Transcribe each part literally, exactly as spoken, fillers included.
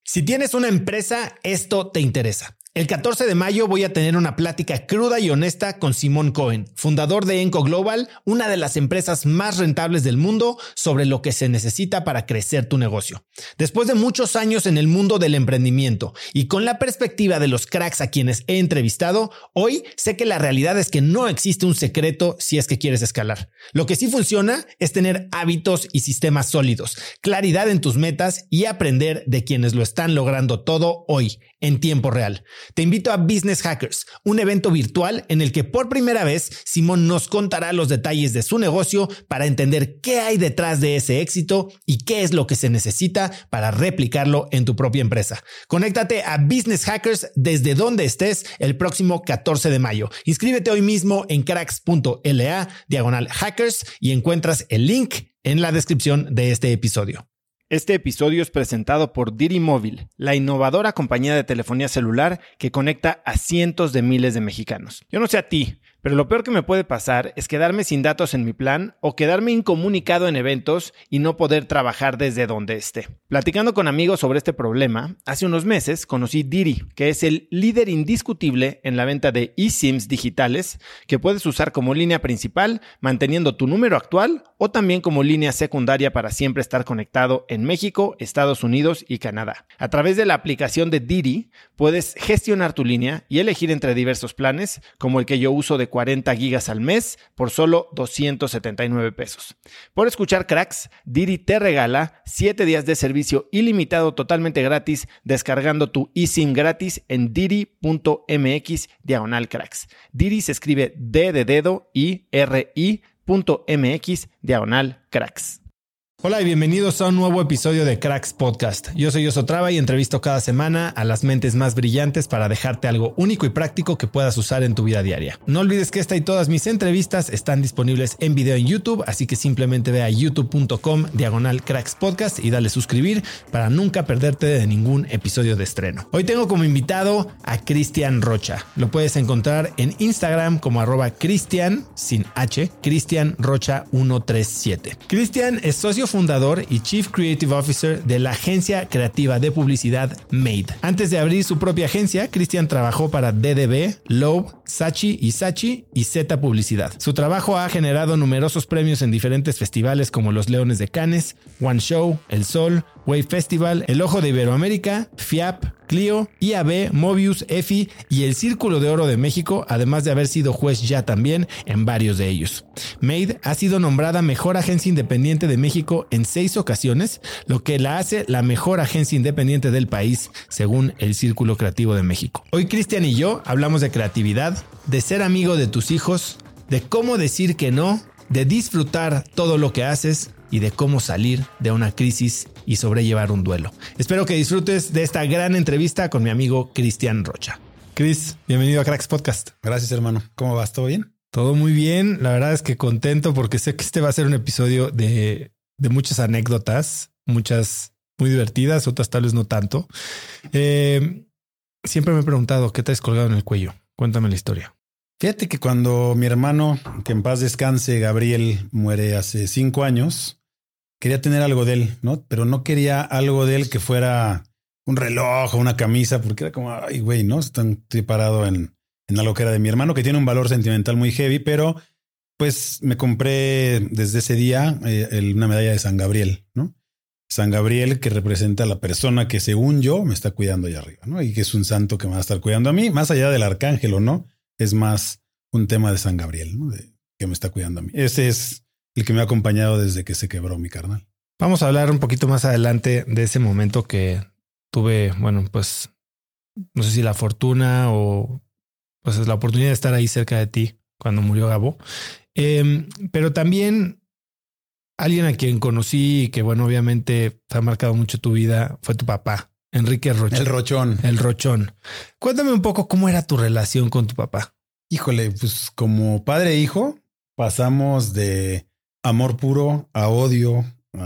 Si tienes una empresa, esto te interesa. El catorce de mayo voy a tener una plática cruda y honesta con Simón Cohen, fundador de Enco Global, una de las empresas más rentables del mundo, sobre lo que se necesita para crecer tu negocio. Después de muchos años en el mundo del emprendimiento y con la perspectiva de los cracks a quienes he entrevistado, hoy sé que la realidad es que no existe un secreto si es que quieres escalar. Lo que sí funciona es tener hábitos y sistemas sólidos, claridad en tus metas y aprender de quienes lo están logrando todo hoy, en tiempo real. Te invito a Business Hackers, un evento virtual en el que por primera vez Simón nos contará los detalles de su negocio para entender qué hay detrás de ese éxito y qué es lo que se necesita para replicarlo en tu propia empresa. Conéctate a Business Hackers desde donde estés el próximo catorce de mayo. Inscríbete hoy mismo en cracks.la diagonal hackers y encuentras el link en la descripción de este episodio. Este episodio es presentado por Didi Móvil, la innovadora compañía de telefonía celular que conecta a cientos de miles de mexicanos. Yo no sé a ti, pero lo peor que me puede pasar es quedarme sin datos en mi plan o quedarme incomunicado en eventos y no poder trabajar desde donde esté. Platicando con amigos sobre este problema, hace unos meses conocí Didi, que es el líder indiscutible en la venta de eSIMs digitales que puedes usar como línea principal, manteniendo tu número actual o también como línea secundaria para siempre estar conectado en México, Estados Unidos y Canadá. A través de la aplicación de Didi, puedes gestionar tu línea y elegir entre diversos planes, como el que yo uso de cuarenta gigas al mes por solo doscientos setenta y nueve pesos. Por escuchar Cracks, Didi te regala siete días de servicio ilimitado totalmente gratis descargando tu eSIM gratis en didi.mx diagonal cracks. Didi se escribe D de dedo y R I punto mx diagonal cracks. Hola y bienvenidos a un nuevo episodio de Cracks Podcast. Yo soy Oso Traba y entrevisto cada semana a las mentes más brillantes para dejarte algo único y práctico que puedas usar en tu vida diaria. No olvides que esta y todas mis entrevistas están disponibles en video en YouTube, así que simplemente ve a youtube.com diagonal Cracks Podcast y dale suscribir para nunca perderte de ningún episodio de estreno. Hoy tengo como invitado a Cristian Rocha. Lo puedes encontrar en Instagram como arroba Cristian, sin H, Cristian Rocha ciento treinta y siete. Cristian es socio fundador y Chief Creative Officer de la agencia creativa de publicidad Made. Antes de abrir su propia agencia, Cristian trabajó para D D B, Lowe, Saatchi y Saatchi y Z Publicidad. Su trabajo ha generado numerosos premios en diferentes festivales como los Leones de Cannes, One Show, El Sol, Wave Festival, El Ojo de Iberoamérica, F I A P, Clio, I A B, Mobius, E F I y el Círculo de Oro de México, además de haber sido juez ya también en varios de ellos. Made ha sido nombrada Mejor Agencia Independiente de México en seis ocasiones, lo que la hace la mejor agencia independiente del país, según el Círculo Creativo de México. Hoy Cristian y yo hablamos de creatividad, de ser amigo de tus hijos, de cómo decir que no, de disfrutar todo lo que haces y de cómo salir de una crisis y sobrellevar un duelo. Espero que disfrutes de esta gran entrevista con mi amigo Cristian Rocha. Chris, bienvenido a Cracks Podcast. Gracias, hermano. ¿Cómo vas? ¿Todo bien? Todo muy bien. La verdad es que contento porque sé que este va a ser un episodio de, de muchas anécdotas, muchas muy divertidas, otras tal vez no tanto. Eh, siempre me he preguntado, ¿qué traes colgado en el cuello? Cuéntame la historia. Fíjate que cuando mi hermano, que en paz descanse, Gabriel, muere hace cinco años, quería tener algo de él, ¿no? Pero no quería algo de él que fuera un reloj o una camisa, porque era como, ay, güey, ¿no? Estoy parado en, en algo que era de mi hermano, que tiene un valor sentimental muy heavy, pero pues me compré desde ese día eh, el, una medalla de San Gabriel, ¿no? San Gabriel, que representa a la persona que según yo me está cuidando allá arriba, ¿no? Y que es un santo que me va a estar cuidando a mí, más allá del arcángel o no, es más un tema de San Gabriel, ¿no? De, que me está cuidando a mí. Ese es el que me ha acompañado desde que se quebró mi carnal. Vamos a hablar un poquito más adelante de ese momento que tuve, bueno, pues no sé si la fortuna o pues la oportunidad de estar ahí cerca de ti cuando murió Gabo. Eh, pero también alguien a quien conocí y que, bueno, obviamente te ha marcado mucho tu vida fue tu papá, Enrique Rocha. El Rochón. El Rochón. Cuéntame un poco cómo era tu relación con tu papá. Híjole, pues como padre e hijo pasamos de amor puro a odio,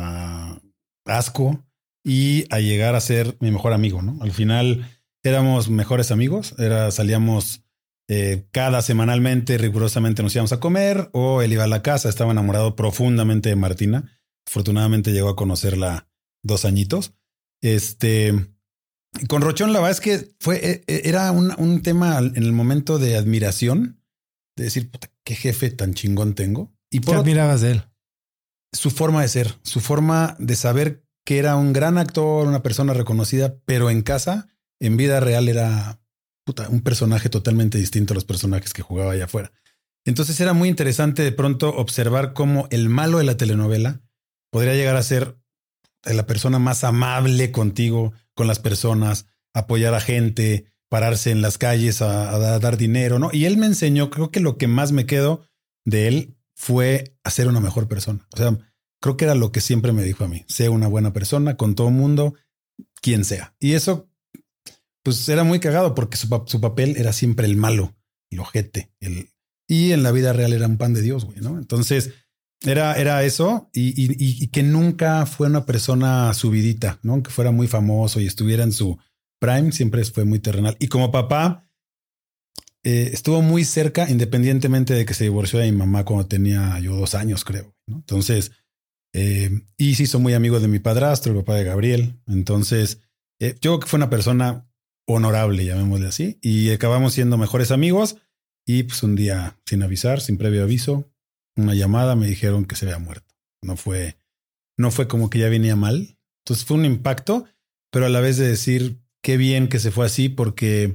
a asco y a llegar a ser mi mejor amigo, ¿no? Al final éramos mejores amigos, era, salíamos eh, cada semanalmente, rigurosamente nos íbamos a comer o él iba a la casa, estaba enamorado profundamente de Martina. Afortunadamente llegó a conocerla dos añitos. Este, Con Rochón, la verdad es que fue, era un, un tema en el momento de admiración, de decir, puta, qué jefe tan chingón tengo. Y por ¿Qué admirabas de él? Su forma de ser, su forma de saber que era un gran actor, una persona reconocida, pero en casa, en vida real, era puta, un personaje totalmente distinto a los personajes que jugaba allá afuera. Entonces era muy interesante de pronto observar cómo el malo de la telenovela podría llegar a ser la persona más amable contigo, con las personas, apoyar a gente, pararse en las calles a, a dar dinero, ¿no? Y él me enseñó, creo que lo que más me quedó de él fue a ser una mejor persona. O sea, creo que era lo que siempre me dijo a mí. Sé una buena persona con todo mundo, quien sea. Y eso, pues era muy cagado porque su, su papel era siempre el malo, el ojete. El, y en la vida real era un pan de Dios, güey, ¿no? Entonces era, era eso y, y, y que nunca fue una persona subidita, ¿no? Aunque fuera muy famoso y estuviera en su prime, siempre fue muy terrenal. Y como papá, Eh, estuvo muy cerca, independientemente de que se divorció de mi mamá cuando tenía yo dos años, creo, ¿no? Entonces, eh, y se hizo muy amigo de mi padrastro, el papá de Gabriel. Entonces, eh, yo creo que fue una persona honorable, llamémosle así, y acabamos siendo mejores amigos. Y pues un día, sin avisar, sin previo aviso, una llamada, me dijeron que se había muerto. No fue, no fue como que ya venía mal. Entonces fue un impacto, pero a la vez de decir qué bien que se fue así, porque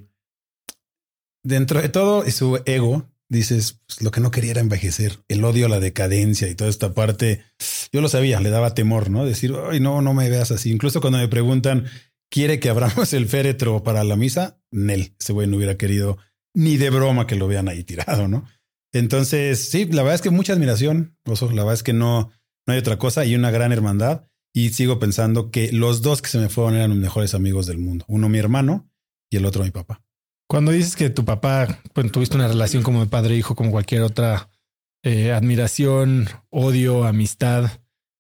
dentro de todo y su ego, dices, pues, lo que no quería era envejecer, el odio a la decadencia y toda esta parte. Yo lo sabía, le daba temor, ¿no? Decir, ay, no, no me veas así. Incluso cuando me preguntan, ¿quiere que abramos el féretro para la misa? Nel, ese güey no hubiera querido ni de broma que lo vean ahí tirado, ¿no? Entonces, sí, la verdad es que mucha admiración, Oso, la verdad es que no, no hay otra cosa y una gran hermandad. Y sigo pensando que los dos que se me fueron eran los mejores amigos del mundo. Uno mi hermano y el otro mi papá. Cuando dices que tu papá, pues tuviste una relación como de padre e hijo, como cualquier otra, eh, admiración, odio, amistad,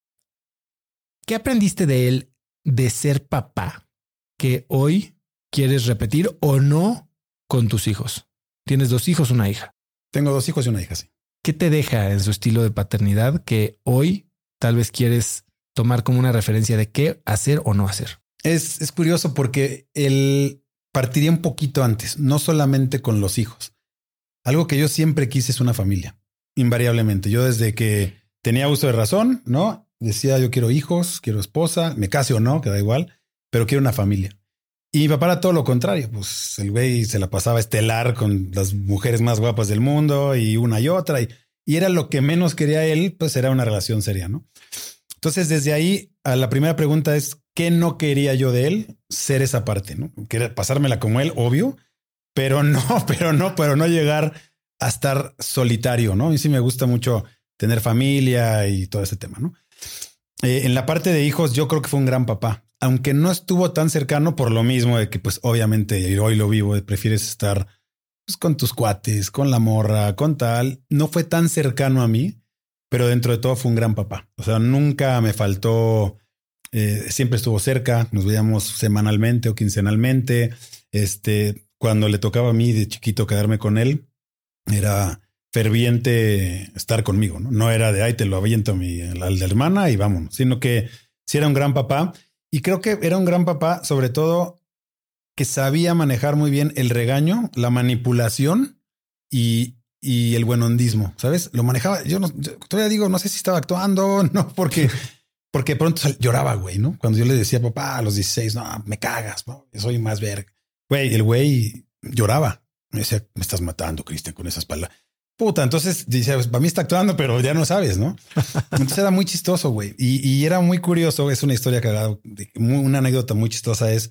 ¿qué aprendiste de él de ser papá que hoy quieres repetir o no con tus hijos? Tienes dos hijos, una hija. Tengo dos hijos y una hija, sí. ¿Qué te deja en su estilo de paternidad que hoy tal vez quieres tomar como una referencia de qué hacer o no hacer? Es, es curioso porque él partiría un poquito antes, no solamente con los hijos. Algo que yo siempre quise es una familia, invariablemente. Yo desde que tenía uso de razón, ¿no? Decía yo quiero hijos, quiero esposa, me case o no, que da igual, pero quiero una familia. Y mi papá era todo lo contrario, pues el güey se la pasaba estelar con las mujeres más guapas del mundo y una y otra. Y, y era lo que menos quería él, pues era una relación seria, ¿no? Entonces desde ahí a la primera pregunta es ¿qué no quería yo de él? Ser esa parte, ¿no? Quería pasármela como él, obvio, pero no, pero no, pero no llegar a estar solitario, ¿no? Y sí me gusta mucho tener familia y todo ese tema, ¿no? Eh, en la parte de hijos, yo creo que fue un gran papá, aunque no estuvo tan cercano por lo mismo de que, pues, obviamente, hoy lo vivo, prefieres estar pues, con tus cuates, con la morra, con tal. No fue tan cercano a mí, pero dentro de todo fue un gran papá. O sea, nunca me faltó. Eh, siempre estuvo cerca, nos veíamos semanalmente o quincenalmente. Este, cuando le tocaba a mí de chiquito quedarme con él, era ferviente estar conmigo, ¿no? No era de, ay, te lo aviento a mi, a la, a la hermana y vámonos, sino que sí era un gran papá. Y creo que era un gran papá, sobre todo, que sabía manejar muy bien el regaño, la manipulación y, y el buenondismo, ¿sabes? Lo manejaba, yo, no, yo todavía digo, no sé si estaba actuando, no, porque... Porque pronto lloraba, güey, ¿no? Cuando yo le decía, papá, a los dieciséis, no, me cagas, no, yo soy más verga. Güey, el güey lloraba. Me decía, me estás matando, Cristian, con esas palabras. Puta, entonces dice, pues, para mí está actuando, pero ya no sabes, ¿no? Entonces era muy chistoso, güey. Y, y era muy curioso, es una historia cagada, una anécdota muy chistosa es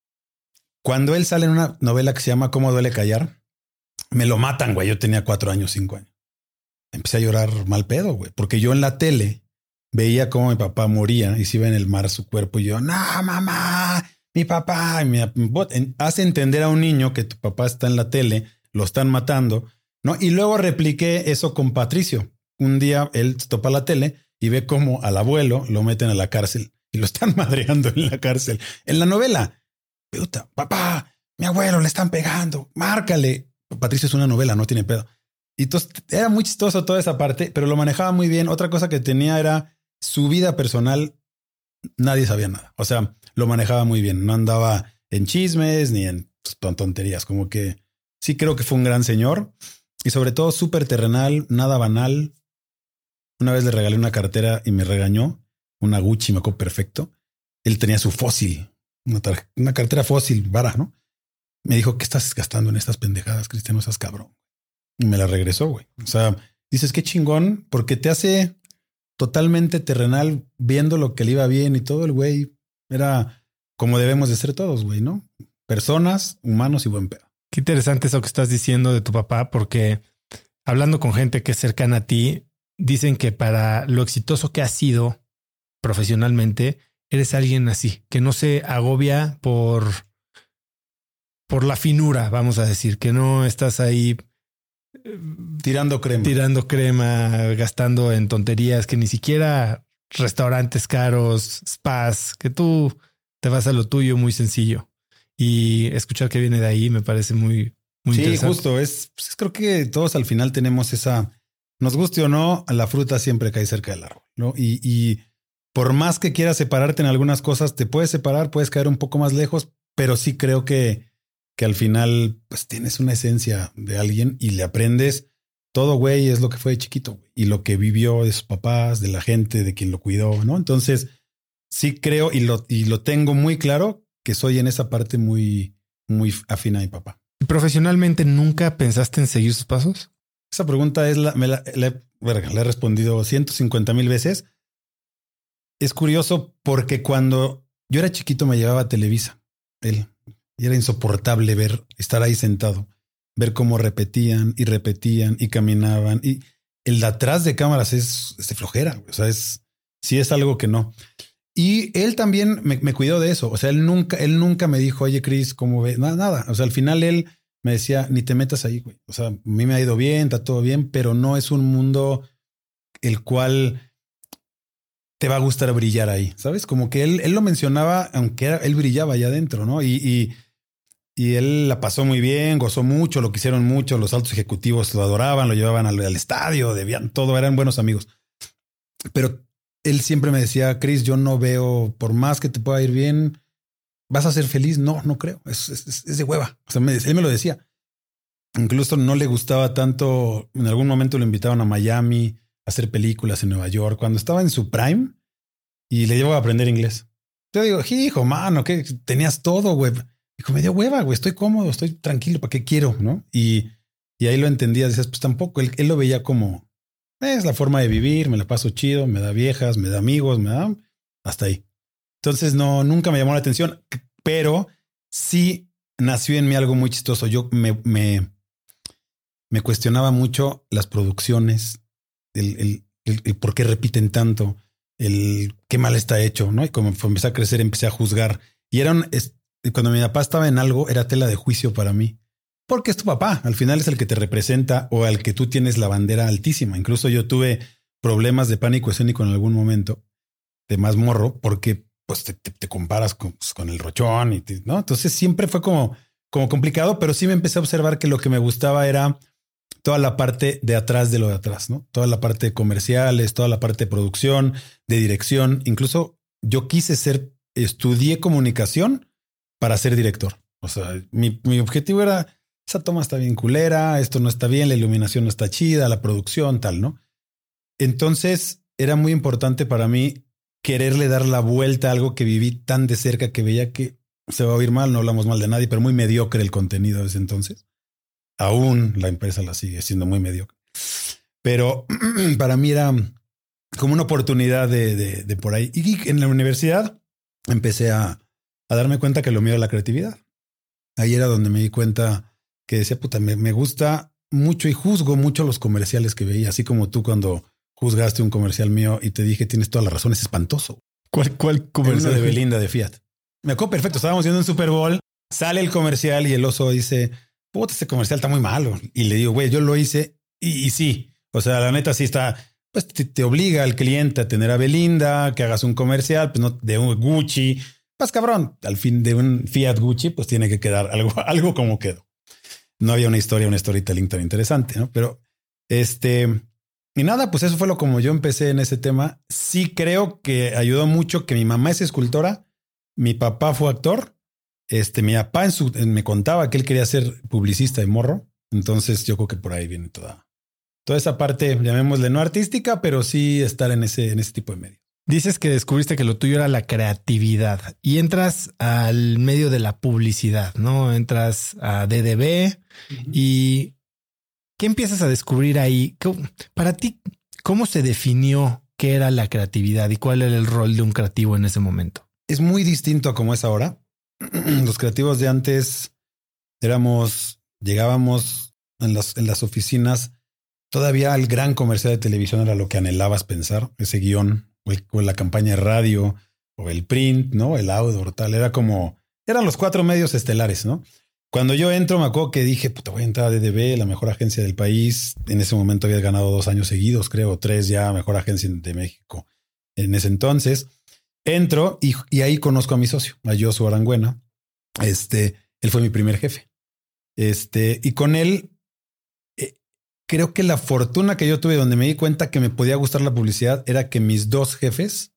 cuando él sale en una novela que se llama Cómo duele callar, me lo matan, güey. Yo tenía cuatro años, cinco años. Empecé a llorar mal pedo, güey, porque yo en la tele veía cómo mi papá moría y se iba en el mar su cuerpo y yo, no, mamá, mi papá. Y me hace entender a un niño que tu papá está en la tele, lo están matando, ¿no? Y luego repliqué eso con Patricio. Un día él topa la tele y ve cómo al abuelo lo meten a la cárcel y lo están madreando en la cárcel. En la novela, puta, papá, mi abuelo le están pegando, márcale. Patricio es una novela, no tiene pedo. Y entonces era muy chistoso toda esa parte, pero lo manejaba muy bien. Otra cosa que tenía era su vida personal. Nadie sabía nada. O sea, lo manejaba muy bien. No andaba en chismes ni en pues, tonterías. Como que sí creo que fue un gran señor y sobre todo súper terrenal, nada banal. Una vez le regalé una cartera y me regañó, una Gucci, me acuerdo perfecto. Él tenía su fósil, una, una cartera fósil, vara, ¿no? Me dijo, ¿qué estás gastando en estas pendejadas, Cristiano? Seas cabrón. Y me la regresó, güey. O sea, dices, qué chingón, porque te hace totalmente terrenal viendo lo que le iba bien y todo. El güey era como debemos de ser todos, güey, ¿no? Personas, humanos y buen pedo. Qué interesante eso que estás diciendo de tu papá, porque hablando con gente que es cercana a ti, dicen que para lo exitoso que has sido profesionalmente, eres alguien así, que no se agobia por, por la finura, vamos a decir, que no estás ahí tirando crema, tirando crema, gastando en tonterías, que ni siquiera restaurantes caros, spas, que tú te vas a lo tuyo muy sencillo. Y escuchar que viene de ahí me parece muy, muy sí, interesante. Sí, justo. Es, pues creo que todos al final tenemos esa, nos guste o no, la fruta siempre cae cerca del árbol, ¿no? Y, y por más que quieras separarte en algunas cosas, te puedes separar, puedes caer un poco más lejos, pero sí creo que, que al final pues tienes una esencia de alguien y le aprendes todo, güey, es lo que fue de chiquito, güey, y lo que vivió de sus papás, de la gente, de quien lo cuidó, ¿no? Entonces sí creo y lo, y lo tengo muy claro que soy en esa parte muy, muy afín a mi papá. ¿Y profesionalmente nunca pensaste en seguir sus pasos? Esa pregunta es la, me la, la, verga, la he respondido ciento cincuenta mil veces. Es curioso porque cuando yo era chiquito me llevaba a Televisa, él, y era insoportable ver, estar ahí sentado, ver cómo repetían y repetían y caminaban. Y el de atrás de cámaras es, es de flojera, o sea, es, sí es algo que no. Y él también me, me cuidó de eso. O sea, él nunca, él nunca me dijo, oye, Chris, ¿cómo ves? Nada, nada. O sea, al final él me decía, ni te metas ahí, güey. O sea, a mí me ha ido bien, está todo bien, pero no es un mundo el cual te va a gustar brillar ahí, ¿sabes? Como que él, él lo mencionaba, aunque era, él brillaba allá adentro, ¿no? Y, y, y él la pasó muy bien, gozó mucho, lo quisieron mucho, los altos ejecutivos lo adoraban, lo llevaban al, al estadio, debían todo, eran buenos amigos. Pero él siempre me decía, Chris, yo no veo, por más que te pueda ir bien, ¿vas a ser feliz? No, no creo. Es, es, es de hueva. O sea, me, él me lo decía. Incluso no le gustaba tanto. En algún momento lo invitaban a Miami a hacer películas en Nueva York cuando estaba en su prime y le llevaba a aprender inglés. Yo digo, hijo, mano, que tenías todo, güey. Dijo, me dio hueva, güey. Estoy cómodo, estoy tranquilo. ¿Para qué quiero? ¿No? Y, y ahí lo entendía. Decías, pues tampoco. Él, él lo veía como es la forma de vivir. Me la paso chido, me da viejas, me da amigos, me da hasta ahí. Entonces no, nunca me llamó la atención, pero sí nació en mí algo muy chistoso. Yo me, me, me cuestionaba mucho las producciones, el, el, el, el por qué repiten tanto, el qué mal está hecho, ¿no? Y como empecé a crecer, empecé a juzgar. Y eran, es, cuando mi papá estaba en algo, era tela de juicio para mí. Porque es tu papá, al final es el que te representa o al que tú tienes la bandera altísima. Incluso yo tuve problemas de pánico escénico en algún momento, de más morro, porque pues te, te, te comparas con, pues, con el Rochón y te, ¿no? Entonces siempre fue como, como complicado, pero sí me empecé a observar que lo que me gustaba era toda la parte de atrás de lo de atrás, ¿no? Toda la parte de comerciales, toda la parte de producción, de dirección. Incluso yo quise ser, estudié comunicación para ser director. O sea, mi, mi objetivo era, esa toma está bien culera, esto no está bien, la iluminación no está chida, la producción, tal, ¿no? Entonces era muy importante para mí quererle dar la vuelta a algo que viví tan de cerca que veía que se va a oír mal, no hablamos mal de nadie, pero muy mediocre el contenido desde entonces. Aún la empresa la sigue siendo muy mediocre. Pero para mí era como una oportunidad de, de, de por ahí. Y en la universidad empecé a, a darme cuenta que lo mío era la creatividad. Ahí era donde me di cuenta que decía, puta, me, me gusta mucho y juzgo mucho los comerciales que veía, así como tú cuando juzgaste un comercial mío y te dije, tienes toda la razón, es espantoso. ¿Cuál, cuál comercial? Uno de Belinda de Fiat. Me acuerdo perfecto, estábamos viendo un Super Bowl, sale el comercial y el oso dice, puta, este comercial está muy malo. Y le digo, güey, yo lo hice y, y sí, o sea, la neta sí está, pues te, te obliga al cliente a tener a Belinda, que hagas un comercial, pues no de un Gucci. Pues cabrón, al fin de un Fiat Gucci, pues tiene que quedar algo, algo como quedó. No había una historia, un storytelling tan interesante, ¿no? Pero este, y nada, pues eso fue lo como yo empecé en ese tema. Sí creo que ayudó mucho que mi mamá es escultora, mi papá fue actor Este, mi papá en su, en, me contaba que él quería ser publicista de morro. Entonces yo creo que por ahí viene toda, toda esa parte, llamémosle no artística, pero sí estar en ese, en ese tipo de medio. Dices que descubriste que lo tuyo era la creatividad y entras al medio de la publicidad, ¿no? Entras a D D B uh-huh. y ¿qué empiezas a descubrir ahí? Para ti, ¿cómo se definió qué era la creatividad y cuál era el rol de un creativo en ese momento? Es muy distinto a como es ahora. Los creativos de antes éramos, llegábamos en las, en las oficinas, todavía el gran comercial de televisión era lo que anhelabas pensar, ese guión. O, el, o la campaña de radio, o el print, ¿no? El outdoor, tal. Era como, eran los cuatro medios estelares, ¿no? Cuando yo entro, me acuerdo que dije, puta, voy a entrar a D D B, la mejor agencia del país. En ese momento había ganado dos años seguidos, creo, tres ya, mejor agencia de México. En ese entonces, entro y, y ahí conozco a mi socio, a Josu Arangüena. Este, él fue mi primer jefe. Este, y con él, creo que la fortuna que yo tuve donde me di cuenta que me podía gustar la publicidad era que mis dos jefes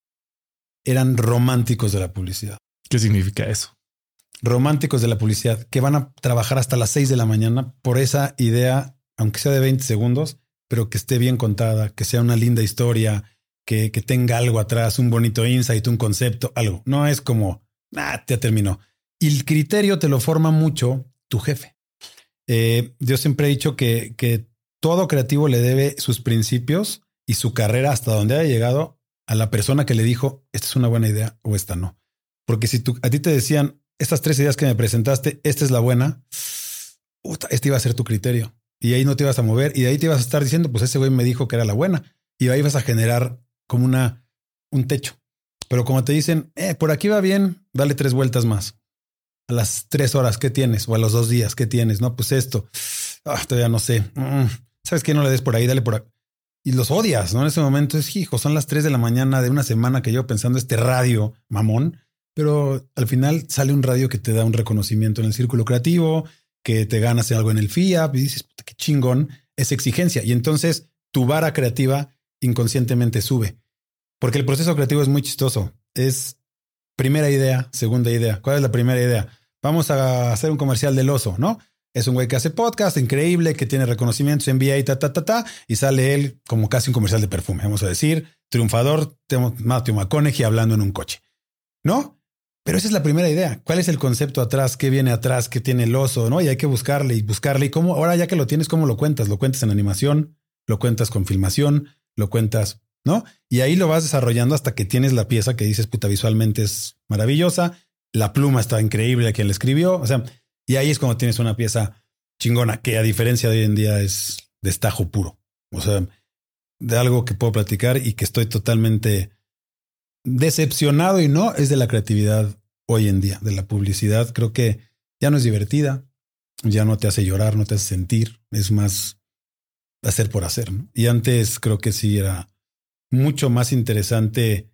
eran románticos de la publicidad. ¿Qué significa eso? Románticos de la publicidad, que van a trabajar hasta las seis de la mañana por esa idea, aunque sea de veinte segundos, pero que esté bien contada, que sea una linda historia, que, que tenga algo atrás, un bonito insight, un concepto, algo. No es como, ah, ya terminó. Y el criterio te lo forma mucho tu jefe. Eh, yo siempre he dicho que, que todo creativo le debe sus principios y su carrera hasta donde haya llegado a la persona que le dijo esta es una buena idea o esta no. Porque si tú, a ti te decían estas tres ideas que me presentaste, esta es la buena, puta, este iba a ser tu criterio y ahí no te ibas a mover y de ahí te ibas a estar diciendo pues ese güey me dijo que era la buena y ahí vas a generar como una, un techo. Pero como te dicen eh, por aquí va bien, dale tres vueltas más. A las tres horas, ¿qué tienes? O a los dos días, ¿qué tienes? No, pues esto. Ah, todavía no sé. Mm, ¿Sabes qué? No le des por ahí, dale por ahí. Y los odias, ¿no? En ese momento es, hijo, son las tres de la mañana de una semana que llevo pensando este radio mamón, pero al final sale un radio que te da un reconocimiento en el círculo creativo, que te ganas algo en el F I A P y dices, puta, qué chingón, es exigencia. Y entonces tu vara creativa inconscientemente sube. Porque el proceso creativo es muy chistoso. Es primera idea, segunda idea. ¿Cuál es la primera idea? Vamos a hacer un comercial del oso, ¿no? Es un güey que hace podcast increíble, que tiene reconocimientos en V A, ta, ta, ta, ta, y sale él como casi un comercial de perfume. Vamos a decir, triunfador, tenemos Matthew McConaughey hablando en un coche, ¿no? Pero esa es la primera idea. ¿Cuál es el concepto atrás? ¿Qué viene atrás? ¿Qué tiene el oso? ¿No? Y hay que buscarle y buscarle. Y cómo, ahora ya que lo tienes, ¿cómo lo cuentas? Lo cuentas en animación, lo cuentas con filmación, lo cuentas, ¿no? Y ahí lo vas desarrollando hasta que tienes la pieza que dices, puta, visualmente es maravillosa. La pluma está increíble a quien la escribió. O sea, y ahí es cuando tienes una pieza chingona que a diferencia de hoy en día es destajo puro. O sea, de algo que puedo platicar y que estoy totalmente decepcionado y no es de la creatividad hoy en día, de la publicidad. Creo que ya no es divertida, ya no te hace llorar, no te hace sentir. Es más hacer por hacer, ¿no? Y antes creo que sí era mucho más interesante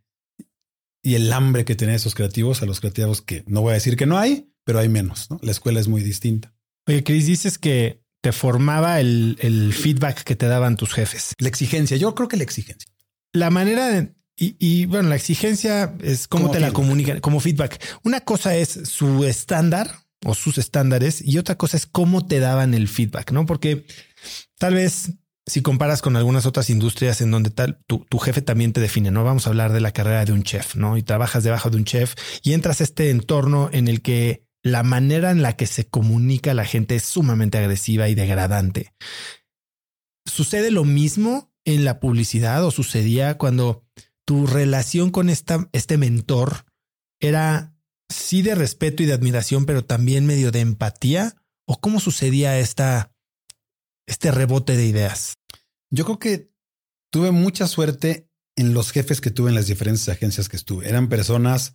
y el hambre que tenían esos creativos a los creativos que no voy a decir que no hay, pero hay menos, ¿no? La escuela es muy distinta. Oye, Chris, dices que te formaba el, el feedback que te daban tus jefes. La exigencia, yo creo que la exigencia. La manera de, y, y bueno, la exigencia es cómo te feedback. La comunican como feedback. Una cosa es su estándar o sus estándares y otra cosa es cómo te daban el feedback, ¿no? Porque tal vez si comparas con algunas otras industrias en donde tal tu, tu jefe también te define, no vamos a hablar de la carrera de un chef, ¿no? Y trabajas debajo de un chef y entras a este entorno en el que la manera en la que se comunica la gente es sumamente agresiva y degradante. ¿Sucede lo mismo en la publicidad o sucedía cuando tu relación con esta, este mentor era sí de respeto y de admiración, pero también medio de empatía? ¿O cómo sucedía esta, este rebote de ideas? Yo creo que tuve mucha suerte en los jefes que tuve en las diferentes agencias que estuve. Eran personas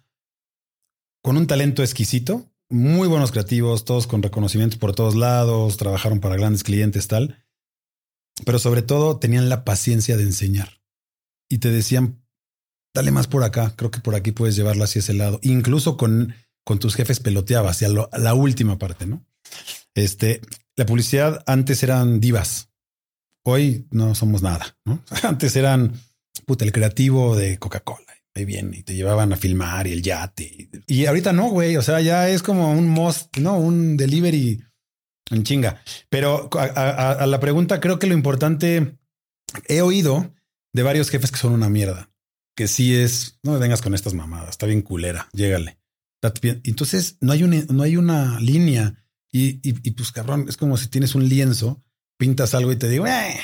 con un talento exquisito, muy buenos creativos, todos con reconocimientos por todos lados, trabajaron para grandes clientes, tal. Pero sobre todo tenían la paciencia de enseñar y te decían, dale más por acá, creo que por aquí puedes llevarla hacia ese lado. Incluso con, con tus jefes peloteabas hacia lo, la última parte, ¿no? Este, la publicidad antes eran divas. Hoy no somos nada, ¿no? Antes eran puta, el creativo de Coca-Cola. ahí viene, y te llevaban a filmar y el yate. Y ahorita no, güey. O sea, ya es como un must, no, un delivery en chinga. Pero a, a, a la pregunta, creo que lo importante, he oído de varios jefes que son una mierda, que sí es, no me vengas con estas mamadas, está bien culera, llégale. Entonces no hay una, no hay una línea y, y, y pues cabrón, es como si tienes un lienzo, pintas algo y te digo, eh,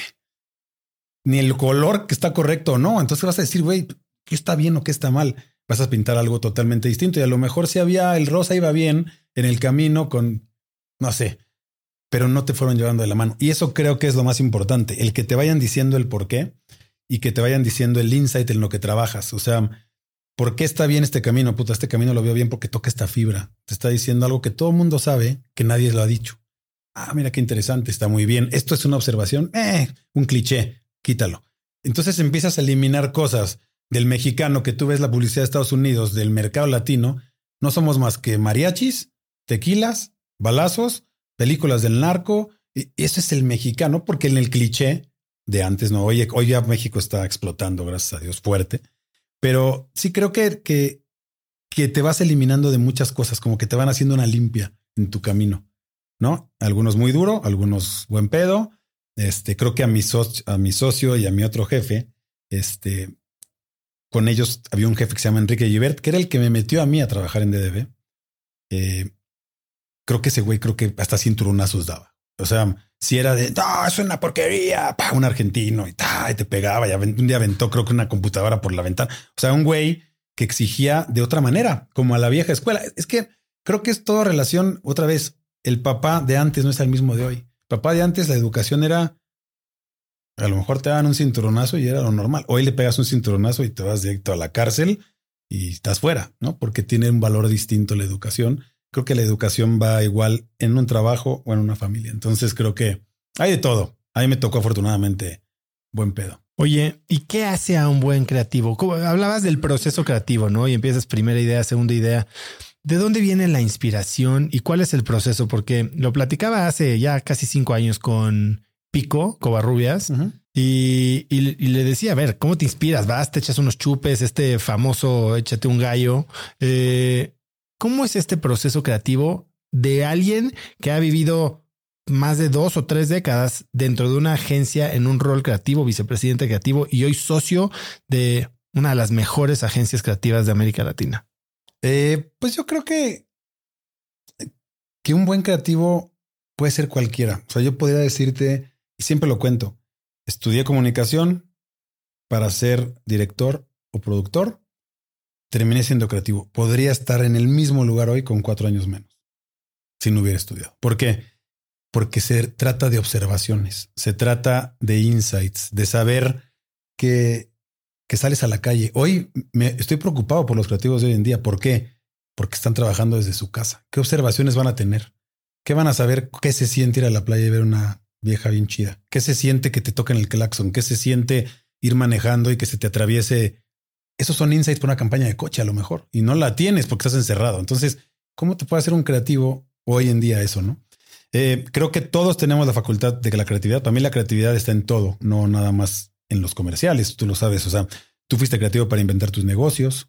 ni el color que está correcto o no. Entonces vas a decir, güey, ¿qué está bien o qué está mal? Vas a pintar algo totalmente distinto y a lo mejor si había el rosa iba bien en el camino con, no sé, pero no te fueron llevando de la mano. Y eso creo que es lo más importante, el que te vayan diciendo el por qué y que te vayan diciendo el insight en lo que trabajas. O sea, ¿por qué está bien este camino? Puta, este camino lo veo bien porque toca esta fibra. Te está diciendo algo que todo el mundo sabe, que nadie lo ha dicho. Ah, mira qué interesante, está muy bien. Esto es una observación, eh, un cliché, quítalo. Entonces empiezas a eliminar cosas del mexicano que tú ves la publicidad de Estados Unidos, del mercado latino. No somos más que mariachis, tequilas, balazos, películas del narco. Y eso es el mexicano, porque en el cliché de antes, no, hoy, hoy ya México está explotando, gracias a Dios, fuerte. Pero sí creo que, que, que te vas eliminando de muchas cosas, como que te van haciendo una limpia en tu camino, ¿no? Algunos muy duro, algunos buen pedo. Este, creo que a mi, socio, a mi socio y a mi otro jefe, este, con ellos había un jefe que se llama Enrique Givert, que era el que me metió a mí a trabajar en D D B. Eh, creo que ese güey, creo que hasta cinturonazos daba. O sea, si era de, no, es una porquería, pa, un argentino y, ta, y te pegaba y un día aventó creo que una computadora por la ventana. O sea, un güey que exigía de otra manera, como a la vieja escuela. Es que creo que es toda relación. Otra vez, el papá de antes no es el mismo de hoy. El papá de antes, la educación era, a lo mejor te daban un cinturonazo y era lo normal. Hoy le pegas un cinturonazo y te vas directo a la cárcel y estás fuera, ¿no? Porque tiene un valor distinto la educación. Creo que la educación va igual en un trabajo o en una familia. Entonces creo que hay de todo. A mí me tocó afortunadamente buen pedo. Oye, ¿y qué hace a un buen creativo? Como hablabas del proceso creativo, ¿no? Y empiezas primera idea, segunda idea. ¿De dónde viene la inspiración y cuál es el proceso? Porque lo platicaba hace ya casi cinco años con Pico Covarrubias uh-huh. y, y, y le decía, a ver, ¿cómo te inspiras? Vas, te echas unos chupes, este famoso échate un gallo. Eh, ¿Cómo es este proceso creativo de alguien que ha vivido más de dos o tres décadas dentro de una agencia en un rol creativo, vicepresidente creativo y hoy socio de una de las mejores agencias creativas de América Latina? Eh, pues yo creo que, que un buen creativo puede ser cualquiera. O sea, yo podría decirte, y siempre lo cuento, estudié comunicación para ser director o productor. Terminé siendo creativo. Podría estar en el mismo lugar hoy con cuatro años menos si no hubiera estudiado. ¿Por qué? Porque se trata de observaciones, se trata de insights, de saber que, que sales a la calle. Hoy me estoy preocupado por los creativos de hoy en día. ¿Por qué? Porque están trabajando desde su casa. ¿Qué observaciones van a tener? ¿Qué van a saber? ¿Qué se siente ir a la playa y ver una vieja bien chida? ¿Qué se siente que te toquen el claxon? ¿Qué se siente ir manejando y que se te atraviese? Esos son insights para una campaña de coche a lo mejor y no la tienes porque estás encerrado. Entonces, ¿cómo te puede hacer un creativo hoy en día eso, no? Eh, creo que todos tenemos la facultad de que la creatividad, para mí la creatividad está en todo, no nada más en los comerciales. Tú lo sabes. O sea, tú fuiste creativo para inventar tus negocios.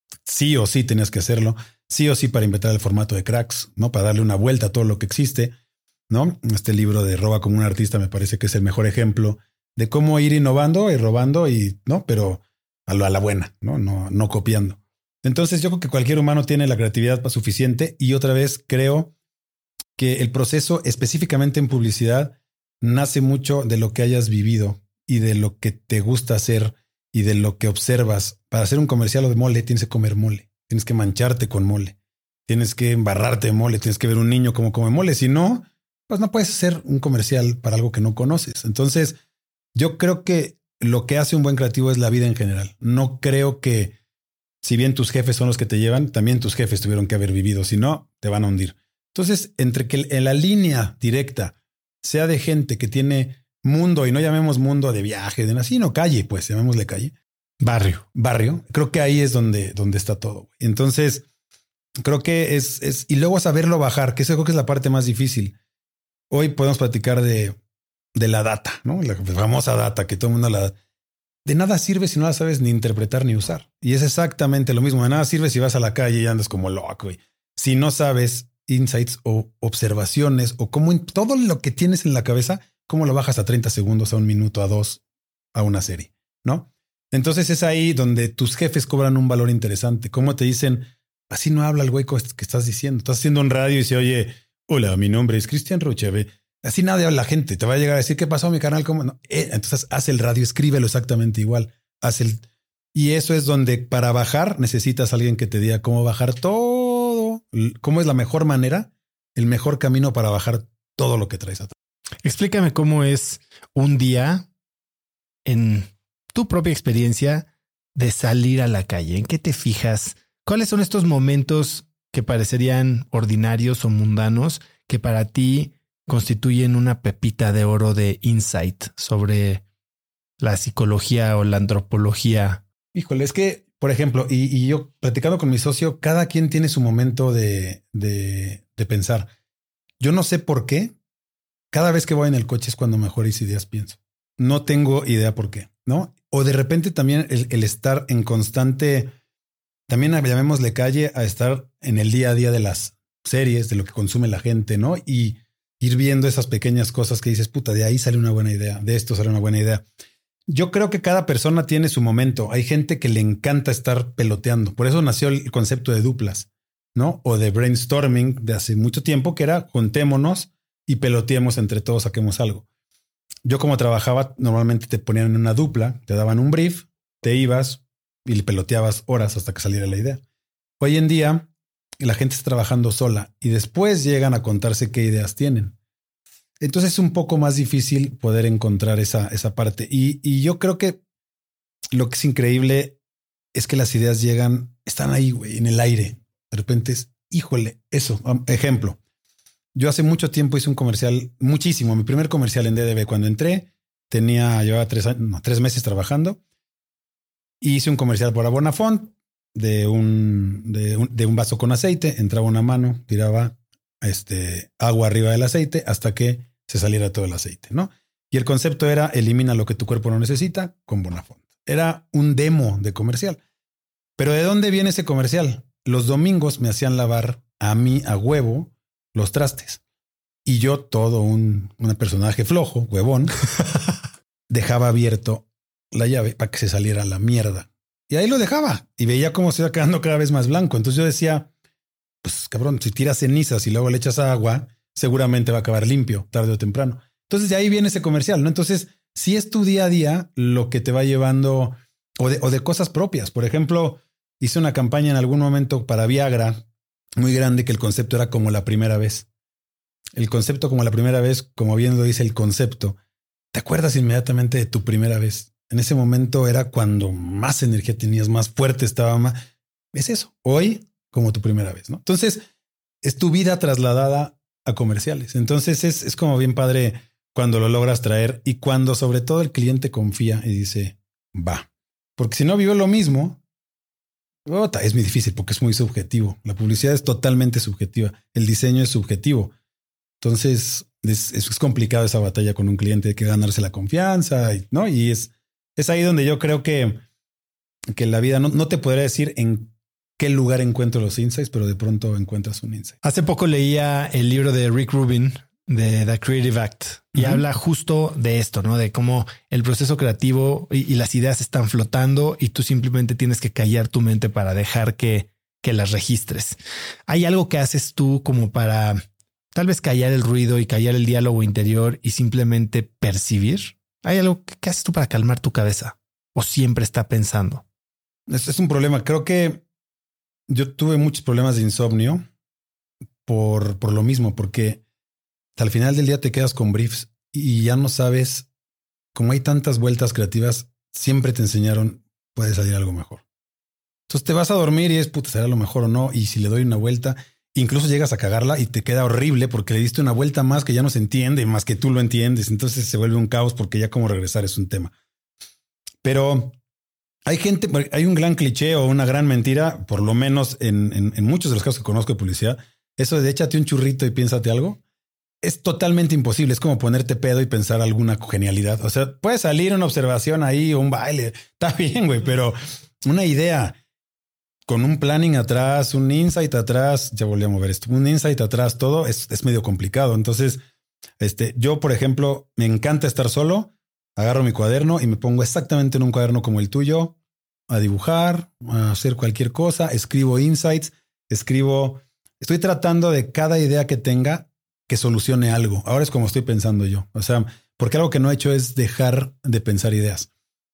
Sí o sí tenías que hacerlo. Sí o sí para inventar el formato de Cracks, ¿no? Para darle una vuelta a todo lo que existe, ¿no? Este libro de Roba como un artista me parece que es el mejor ejemplo de cómo ir innovando y robando y, ¿no? Pero a la buena, ¿no? No, no copiando. Entonces yo creo que cualquier humano tiene la creatividad suficiente y otra vez creo que el proceso específicamente en publicidad nace mucho de lo que hayas vivido y de lo que te gusta hacer y de lo que observas. Para hacer un comercial de mole tienes que comer mole, tienes que mancharte con mole, tienes que embarrarte de mole, tienes que ver un niño cómo come mole. Si no, pues no puedes hacer un comercial para algo que no conoces. Entonces yo creo que lo que hace un buen creativo es la vida en general. No creo que, si bien tus jefes son los que te llevan, también tus jefes tuvieron que haber vivido. Si no, te van a hundir. Entonces, entre que en la línea directa sea de gente que tiene mundo, y no llamemos mundo de viaje, de así, no calle, pues llamémosle calle. Barrio. Barrio. Creo que ahí es donde, donde está todo. Entonces, creo que es, es, y luego saberlo bajar, que eso creo que es la parte más difícil. Hoy podemos platicar de, de la data, ¿no? La famosa data que todo el mundo la de nada sirve si no la sabes ni interpretar ni usar. Y es exactamente lo mismo. De nada sirve si vas a la calle y andas como loco. Y si no sabes insights o observaciones o cómo en todo lo que tienes en la cabeza, cómo lo bajas a treinta segundos, a un minuto, a dos, a una serie, ¿no? Entonces es ahí donde tus jefes cobran un valor interesante. Cómo te dicen, así no habla el güey que estás diciendo. Estás haciendo un radio y se oye, hola, mi nombre es Cristian Rocheve. Así nadie habla la gente. Te va a llegar a decir, ¿qué pasó mi canal? ¿Cómo? No. Eh, entonces haz el radio, escríbelo exactamente igual. Haz el... Y eso es donde para bajar necesitas a alguien que te diga cómo bajar todo, cómo es la mejor manera, el mejor camino para bajar todo lo que traes atrás. Explícame cómo es un día en tu propia experiencia de salir a la calle. ¿En qué te fijas? ¿Cuáles son estos momentos que parecerían ordinarios o mundanos que para ti constituyen una pepita de oro de insight sobre la psicología o la antropología? Híjole, es que, por ejemplo, y, y yo platicando con mi socio, cada quien tiene su momento de, de, de pensar. Yo no sé por qué. Cada vez que voy en el coche es cuando mejores ideas pienso. No tengo idea por qué, ¿no? O de repente también el, el estar en constante, también llamémosle calle, a estar en el día a día de las series, de lo que consume la gente, ¿no? Y ir viendo esas pequeñas cosas que dices, puta, de ahí sale una buena idea, de esto sale una buena idea. Yo creo que cada persona tiene su momento. Hay gente que le encanta estar peloteando. Por eso nació el concepto de duplas, ¿no? O de brainstorming de hace mucho tiempo, que era juntémonos y peloteemos entre todos, saquemos algo. Yo como trabajaba, normalmente te ponían en una dupla, te daban un brief, te ibas y le peloteabas horas hasta que saliera la idea. Hoy en día la gente está trabajando sola y después llegan a contarse qué ideas tienen. Entonces es un poco más difícil poder encontrar esa, esa parte. Y, y yo creo que lo que es increíble es que las ideas llegan, están ahí, güey, en el aire. De repente es, híjole, eso. Ejemplo. Yo hace mucho tiempo hice un comercial, muchísimo. Mi primer comercial en D D B, cuando entré, tenía, llevaba tres años, no, tres meses trabajando. Y hice un comercial por Abonafont de un, de un, de un vaso con aceite. Entraba una mano, tiraba este, agua arriba del aceite hasta que se saliera todo el aceite, ¿no? Y el concepto era elimina lo que tu cuerpo no necesita con Bonafont. Era un demo de comercial. Pero ¿de dónde viene ese comercial? Los domingos me hacían lavar a mí a huevo los trastes. Y yo, todo un, un personaje flojo, huevón, dejaba abierto la llave para que se saliera la mierda. Y ahí lo dejaba. Y veía cómo se iba quedando cada vez más blanco. Entonces yo decía, pues cabrón, si tiras cenizas y luego le echas agua, seguramente va a acabar limpio, tarde o temprano. Entonces de ahí viene ese comercial, ¿no? Entonces, si es tu día a día lo que te va llevando, o de, o de cosas propias. Por ejemplo, hice una campaña en algún momento para Viagra, muy grande, que el concepto era como la primera vez. El concepto como la primera vez, como bien lo dice el concepto, te acuerdas inmediatamente de tu primera vez. En ese momento era cuando más energía tenías, más fuerte estaba, más. Es eso. Hoy, como tu primera vez, ¿no? Entonces, es tu vida trasladada a comerciales. Entonces, es, es como bien padre cuando lo logras traer y cuando sobre todo el cliente confía y dice, va. Porque si no vive lo mismo, es muy difícil porque es muy subjetivo. La publicidad es totalmente subjetiva. El diseño es subjetivo. Entonces es, es complicado esa batalla con un cliente. Hay que ganarse la confianza, ¿no? Y es, es ahí donde yo creo que, que la vida no, no te podría decir en qué lugar encuentro los insights, pero de pronto encuentras un insight. Hace poco leía el libro de Rick Rubin de The Creative Act y uh-huh. habla justo de esto, ¿no? De cómo el proceso creativo y, y las ideas están flotando y tú simplemente tienes que callar tu mente para dejar que, que las registres. ¿Hay algo que haces tú como para tal vez callar el ruido y callar el diálogo interior y simplemente percibir? ¿Hay algo que, que haces tú para calmar tu cabeza? ¿O siempre está pensando? Es, es un problema. Creo que yo tuve muchos problemas de insomnio por, por lo mismo, porque al final del día te quedas con briefs y ya no sabes, como hay tantas vueltas creativas, siempre te enseñaron, puede salir algo mejor. Entonces te vas a dormir y es, puta, será lo mejor o no. Y si le doy una vuelta, incluso llegas a cagarla y te queda horrible porque le diste una vuelta más que ya no se entiende, más que tú lo entiendes. Entonces se vuelve un caos porque ya cómo regresar es un tema. Pero hay gente, hay un gran cliché o una gran mentira, por lo menos en, en, en muchos de los casos que conozco de publicidad, eso de échate un churrito y piénsate algo. es totalmente imposible. Es como ponerte pedo y pensar alguna genialidad. O sea, puede salir una observación ahí o un baile. Está bien, güey, pero una idea con un planning atrás, un insight atrás, ya volví a mover esto, un insight atrás, todo es, es medio complicado. Entonces, este, yo, por ejemplo, me encanta estar solo, agarro mi cuaderno y me pongo exactamente en un cuaderno como el tuyo a dibujar, a hacer cualquier cosa, escribo insights, escribo, estoy tratando de cada idea que tenga que solucione algo. Ahora es como estoy pensando yo. O sea, porque algo que no he hecho es dejar de pensar ideas.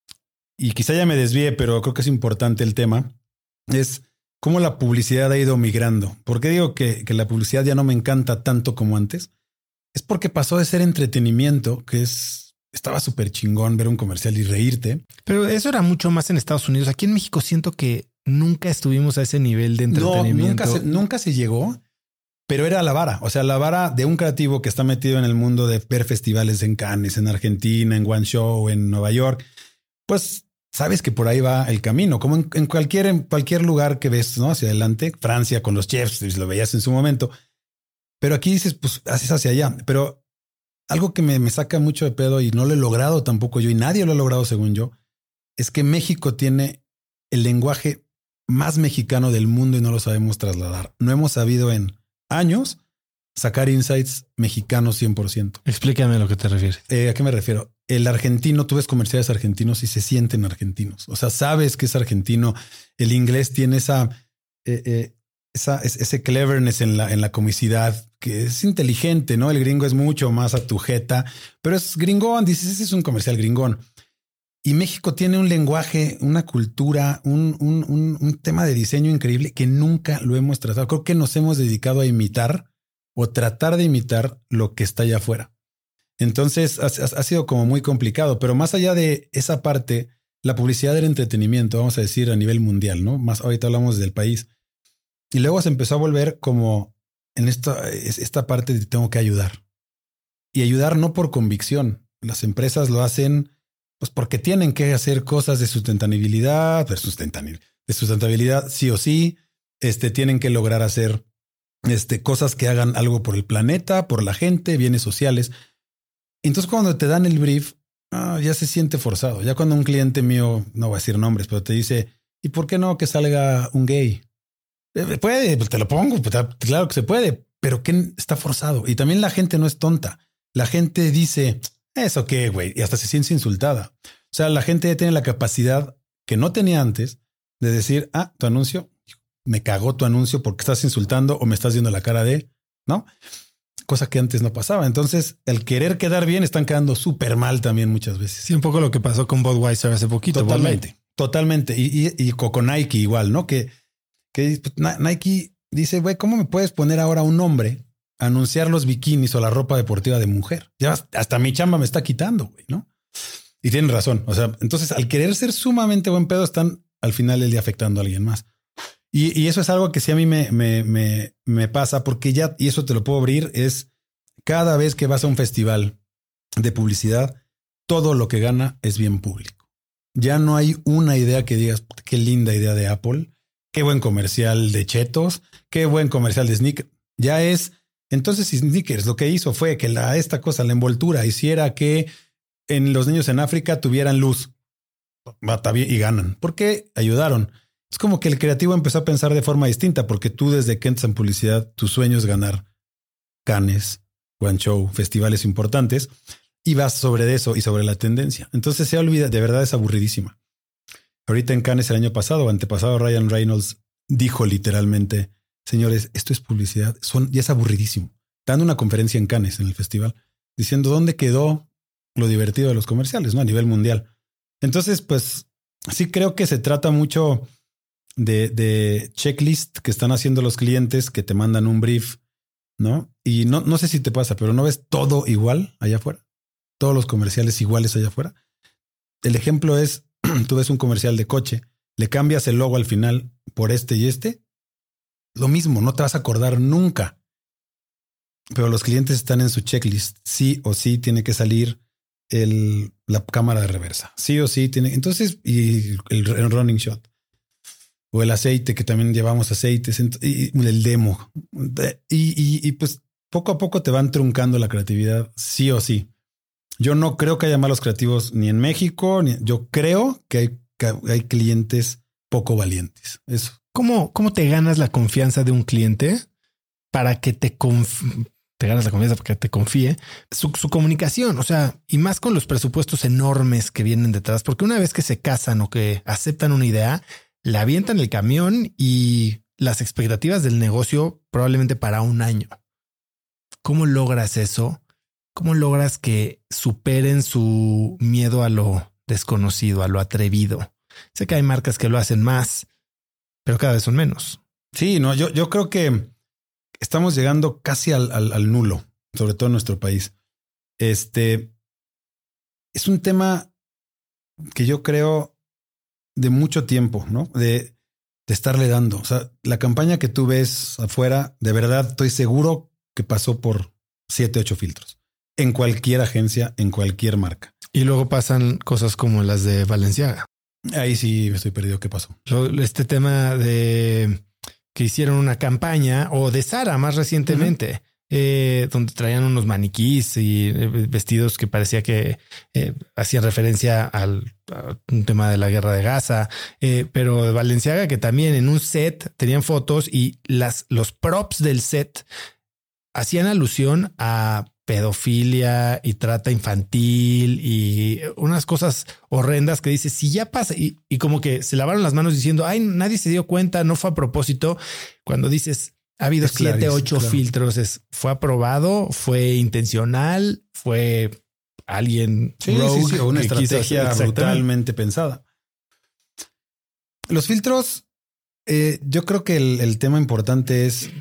Y quizá ya me desvíe, pero creo que es importante el tema. Es cómo la publicidad ha ido migrando. ¿Por qué digo que, que la publicidad ya no me encanta tanto como antes? Es porque pasó de ser entretenimiento, que es estaba súper chingón ver un comercial y reírte. Pero eso era mucho más en Estados Unidos. Aquí en México siento que nunca estuvimos a ese nivel de entretenimiento. No, nunca se, nunca se llegó. Pero era la vara, o sea, la vara de un creativo que está metido en el mundo de ver festivales en Cannes, en Argentina, en One Show, en Nueva York. Pues sabes que por ahí va el camino, como en, en cualquier en cualquier lugar que ves, ¿no? Hacia adelante, Francia con los chefs, lo veías en su momento. Pero aquí dices, pues haces hacia allá. Pero algo que me, me saca mucho de pedo y no lo he logrado tampoco yo y nadie lo ha logrado según yo, es que México tiene el lenguaje más mexicano del mundo y no lo sabemos trasladar. No hemos sabido en años sacar insights mexicanos cien por ciento. Explícame a lo que te refieres. Eh, ¿A qué me refiero? El argentino, tú ves comerciales argentinos y se sienten argentinos. O sea, sabes que es argentino. El inglés tiene esa, eh, eh, esa ese cleverness en la, en la comicidad que es inteligente, ¿no? El gringo es mucho más a tu jeta, pero es gringón. Dices, ese es un comercial gringón. Y México tiene un lenguaje, una cultura, un, un, un, un tema de diseño increíble que nunca lo hemos tratado. Creo que nos hemos dedicado a imitar o tratar de imitar lo que está allá afuera. Entonces ha, ha sido como muy complicado, pero más allá de esa parte, la publicidad del entretenimiento, vamos a decir a nivel mundial, ¿no? Más ahorita hablamos del país. Y luego se empezó a volver como en esta, esta parte de tengo que ayudar. Y ayudar no por convicción. Las empresas lo hacen pues porque tienen que hacer cosas de sustentabilidad, de sustentabilidad, de sustentabilidad sí o sí. Este, tienen que lograr hacer este, cosas que hagan algo por el planeta, por la gente, bienes sociales. Entonces cuando te dan el brief, ah, ya se siente forzado. Ya cuando un cliente mío, no voy a decir nombres, pero te dice, ¿y por qué no que salga un gay? Eh, puede, pues te lo pongo, pues, claro que se puede, pero que está forzado. Y también la gente no es tonta. La gente dice, ¿eso qué, güey? Y hasta se siente insultada. O sea, la gente ya tiene la capacidad que no tenía antes de decir, ah, tu anuncio, me cagó tu anuncio porque estás insultando o me estás viendo la cara de, ¿no? Cosa que antes no pasaba. Entonces, el querer quedar bien están quedando súper mal también muchas veces. Sí, un poco lo que pasó con Budweiser hace poquito. Totalmente, ¿vale? Totalmente. Y, y, y con Nike igual, ¿no? Que, que Nike dice, güey, ¿cómo me puedes poner ahora un hombre a anunciar los bikinis o la ropa deportiva de mujer? Ya hasta mi chamba me está quitando, güey, ¿no? Y tienen razón. O sea, entonces al querer ser sumamente buen pedo están al final del día afectando a alguien más. Y, y eso es algo que sí a mí me, me, me, me pasa porque ya, y eso te lo puedo abrir, es cada vez que vas a un festival de publicidad, todo lo que gana es bien público. Ya no hay una idea que digas, qué linda idea de Apple, qué buen comercial de Chetos, qué buen comercial de Snickers. Ya es, entonces si Snickers lo que hizo fue que la, esta cosa, la envoltura, hiciera que en los niños en África tuvieran luz y ganan, porque ayudaron. Es como que el creativo empezó a pensar de forma distinta, porque tú desde que entras en publicidad, tu sueño es ganar Cannes, One Show, festivales importantes, y vas sobre eso y sobre la tendencia. Entonces se olvida, de verdad es aburridísima. Ahorita en Cannes el año pasado o antepasado, Ryan Reynolds dijo literalmente, señores, esto es publicidad, son, ya es aburridísimo. Dando una conferencia en Cannes en el festival, diciendo dónde quedó lo divertido de los comerciales, ¿no? A nivel mundial. Entonces, pues sí creo que se trata mucho de, de checklist que están haciendo los clientes que te mandan un brief, ¿no? Y no, no sé si te pasa, pero no ves todo igual allá afuera. Todos los comerciales iguales allá afuera. El ejemplo es, tú ves un comercial de coche, le cambias el logo al final por este y este. Lo mismo, no te vas a acordar nunca. Pero los clientes están en su checklist. Sí o sí tiene que salir el, la cámara de reversa. Sí o sí tiene. Entonces, y el, el running shot. O el aceite, que también llevamos aceites, y el demo. Y, y, y pues poco a poco te van truncando la creatividad, sí o sí. Yo no creo que haya malos creativos ni en México, ni yo creo que hay, que hay clientes poco valientes. Eso. ¿Cómo, cómo te ganas la confianza de un cliente para que te conf- te ganas la confianza para que te confíe su, su comunicación? O sea, y más con los presupuestos enormes que vienen detrás, porque una vez que se casan o que aceptan una idea, la avientan el camión y las expectativas del negocio probablemente para un año. ¿Cómo logras eso? ¿Cómo logras que superen su miedo a lo desconocido, a lo atrevido? Sé que hay marcas que lo hacen más, pero cada vez son menos. Sí, no, yo, yo creo que estamos llegando casi al, al, al nulo, sobre todo en nuestro país. Este es un tema que yo creo de mucho tiempo, ¿no? De, de estarle dando. O sea, la campaña que tú ves afuera, de verdad estoy seguro que pasó por siete, ocho filtros en cualquier agencia, en cualquier marca. Y luego pasan cosas como las de Balenciaga. Ahí sí me estoy perdido. ¿Qué pasó? Este tema de que hicieron una campaña, o de Zara más recientemente, uh-huh. eh, donde traían unos maniquís y vestidos que parecía que eh, hacían referencia al a un tema de la guerra de Gaza, eh, pero de Balenciaga, que también en un set tenían fotos y las, los props del set hacían alusión a pedofilia y trata infantil y unas cosas horrendas que dice si ya pasa y, y como que se lavaron las manos diciendo ay, nadie se dio cuenta, no fue a propósito. Cuando dices ha habido es siete, claro, ocho claro. filtros, es fue aprobado, fue intencional, fue alguien sí, rogue, sí, sí, una estrategia brutalmente pensada. Los filtros, eh, yo creo que el, el tema importante es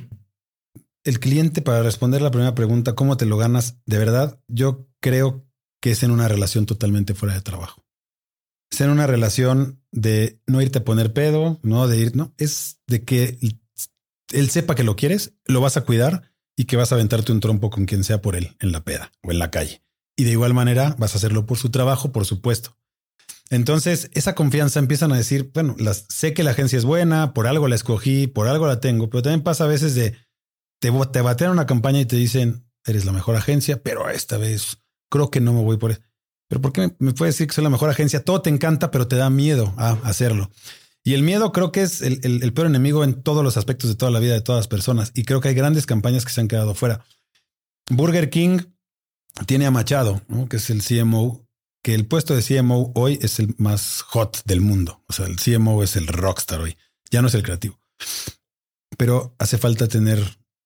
el cliente. Para responder la primera pregunta, ¿cómo te lo ganas? De verdad, yo creo que es en una relación totalmente fuera de trabajo. Es en una relación de no irte a poner pedo, no de ir, no, es de que él sepa que lo quieres, lo vas a cuidar y que vas a aventarte un trompo con quien sea por él en la peda o en la calle. Y de igual manera vas a hacerlo por su trabajo, por supuesto. Entonces esa confianza empiezan a decir, bueno, las, sé que la agencia es buena, por algo la escogí, por algo la tengo, pero también pasa a veces de Te, te batean una campaña y te dicen, eres la mejor agencia, pero esta vez creo que no me voy por eso. ¿Pero por qué me, me puedes decir que soy la mejor agencia? Todo te encanta, pero te da miedo a hacerlo. Y el miedo creo que es el, el, el peor enemigo en todos los aspectos de toda la vida de todas las personas. Y creo que hay grandes campañas que se han quedado fuera. Burger King tiene a Machado, ¿no? Que es el C M O, que el puesto de C M O hoy es el más hot del mundo. O sea, el C M O es el rockstar hoy. Ya no es el creativo. Pero hace falta tener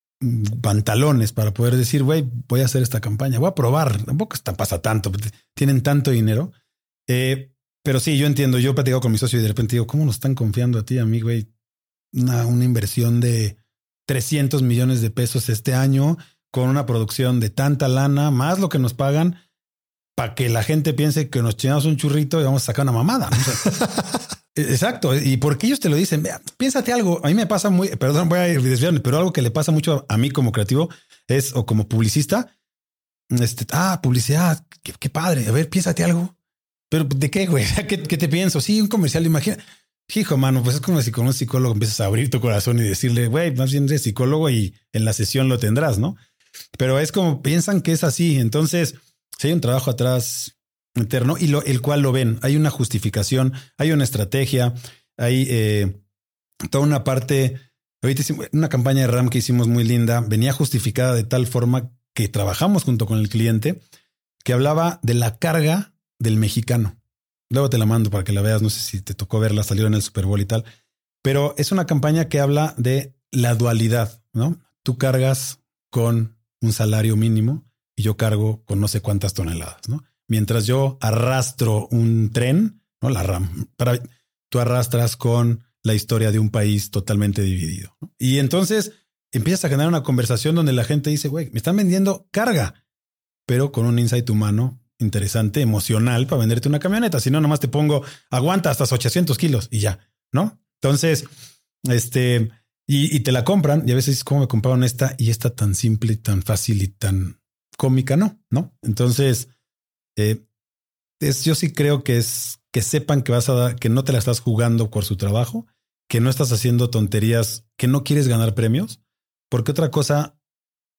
pantalones para poder decir, güey, voy a hacer esta campaña, voy a probar. Tampoco está, pasa tanto, tienen tanto dinero. Eh, pero sí, yo entiendo, yo he platicado con mi socio y de repente digo, ¿cómo nos están confiando a ti, a mí, güey? Una, una inversión de trescientos millones de pesos este año con una producción de tanta lana, más lo que nos pagan para que la gente piense que nos chingamos un churrito y vamos a sacar una mamada. O sea, exacto. Y porque ellos te lo dicen, vea, piénsate algo. A mí me pasa muy, perdón, voy a desviarme, pero algo que le pasa mucho a mí como creativo es, o como publicista, este, ah, publicidad, qué, qué padre. A ver, piénsate algo. Pero ¿de qué, güey? ¿Qué, qué te pienso? Sí, un comercial, imagina. Hijo, mano, pues es como si con un psicólogo empiezas a abrir tu corazón y decirle, güey, más bien eres psicólogo y en la sesión lo tendrás, ¿no? Pero es como piensan que es así. Entonces, si hay un trabajo atrás interno y lo, el cual lo ven, hay una justificación, hay una estrategia, hay eh, toda una parte. Ahorita hicimos una campaña de RAM que hicimos muy linda, venía justificada de tal forma que trabajamos junto con el cliente, que hablaba de la carga del mexicano. Luego te la mando para que la veas. No sé si te tocó verla, salió en el Super Bowl y tal, pero es una campaña que habla de la dualidad, ¿no? Tú cargas con un salario mínimo y yo cargo con no sé cuántas toneladas, ¿no? Mientras yo arrastro un tren, ¿no? La RAM, para, tú arrastras con la historia de un país totalmente dividido, ¿no? Y entonces empiezas a generar una conversación donde la gente dice, güey, me están vendiendo carga, pero con un insight humano interesante, emocional para venderte una camioneta. Si no, nomás te pongo, aguanta hasta ochocientos kilos y ya, ¿no? Entonces, este, y, y te la compran y a veces, ¿cómo me compraron esta? Y esta tan simple, tan fácil y tan cómica, no, ¿no? Entonces, eh, es, yo sí creo que es que sepan que vas a dar, que no te la estás jugando por su trabajo, que no estás haciendo tonterías, que no quieres ganar premios, porque otra cosa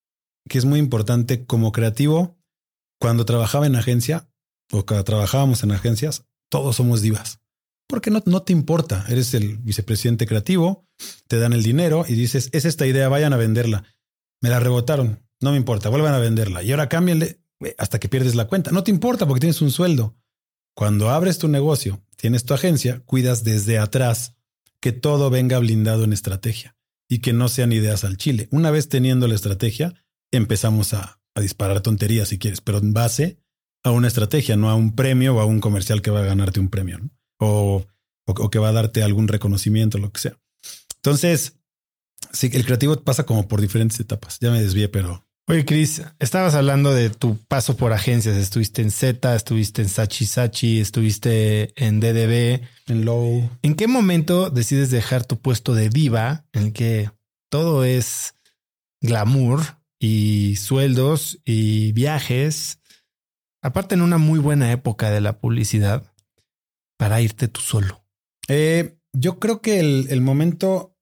que es muy importante como creativo. Cuando trabajaba en agencia o cuando trabajábamos en agencias, todos somos divas. Porque no, no te importa. Eres el vicepresidente creativo, te dan el dinero y dices, es esta idea, vayan a venderla. Me la rebotaron. No me importa, vuelvan a venderla. Y ahora cámbienle hasta que pierdes la cuenta. No te importa porque tienes un sueldo. Cuando abres tu negocio, tienes tu agencia, cuidas desde atrás que todo venga blindado en estrategia y que no sean ideas al chile. Una vez teniendo la estrategia, empezamos a, a disparar tonterías si quieres, pero en base a una estrategia, no a un premio o a un comercial que va a ganarte un premio, ¿no? O, o, o que va a darte algún reconocimiento, lo que sea. Entonces, sí, el creativo pasa como por diferentes etapas. Ya me desvié, pero... Oye, Chris, estabas hablando de tu paso por agencias. Estuviste en Z, estuviste en Sachi Sachi, estuviste en D D B, en Low. ¿En qué momento decides dejar tu puesto de diva en el que todo es glamour y sueldos y viajes? Aparte, en una muy buena época de la publicidad, para irte tú solo. Eh, yo creo que el, el momento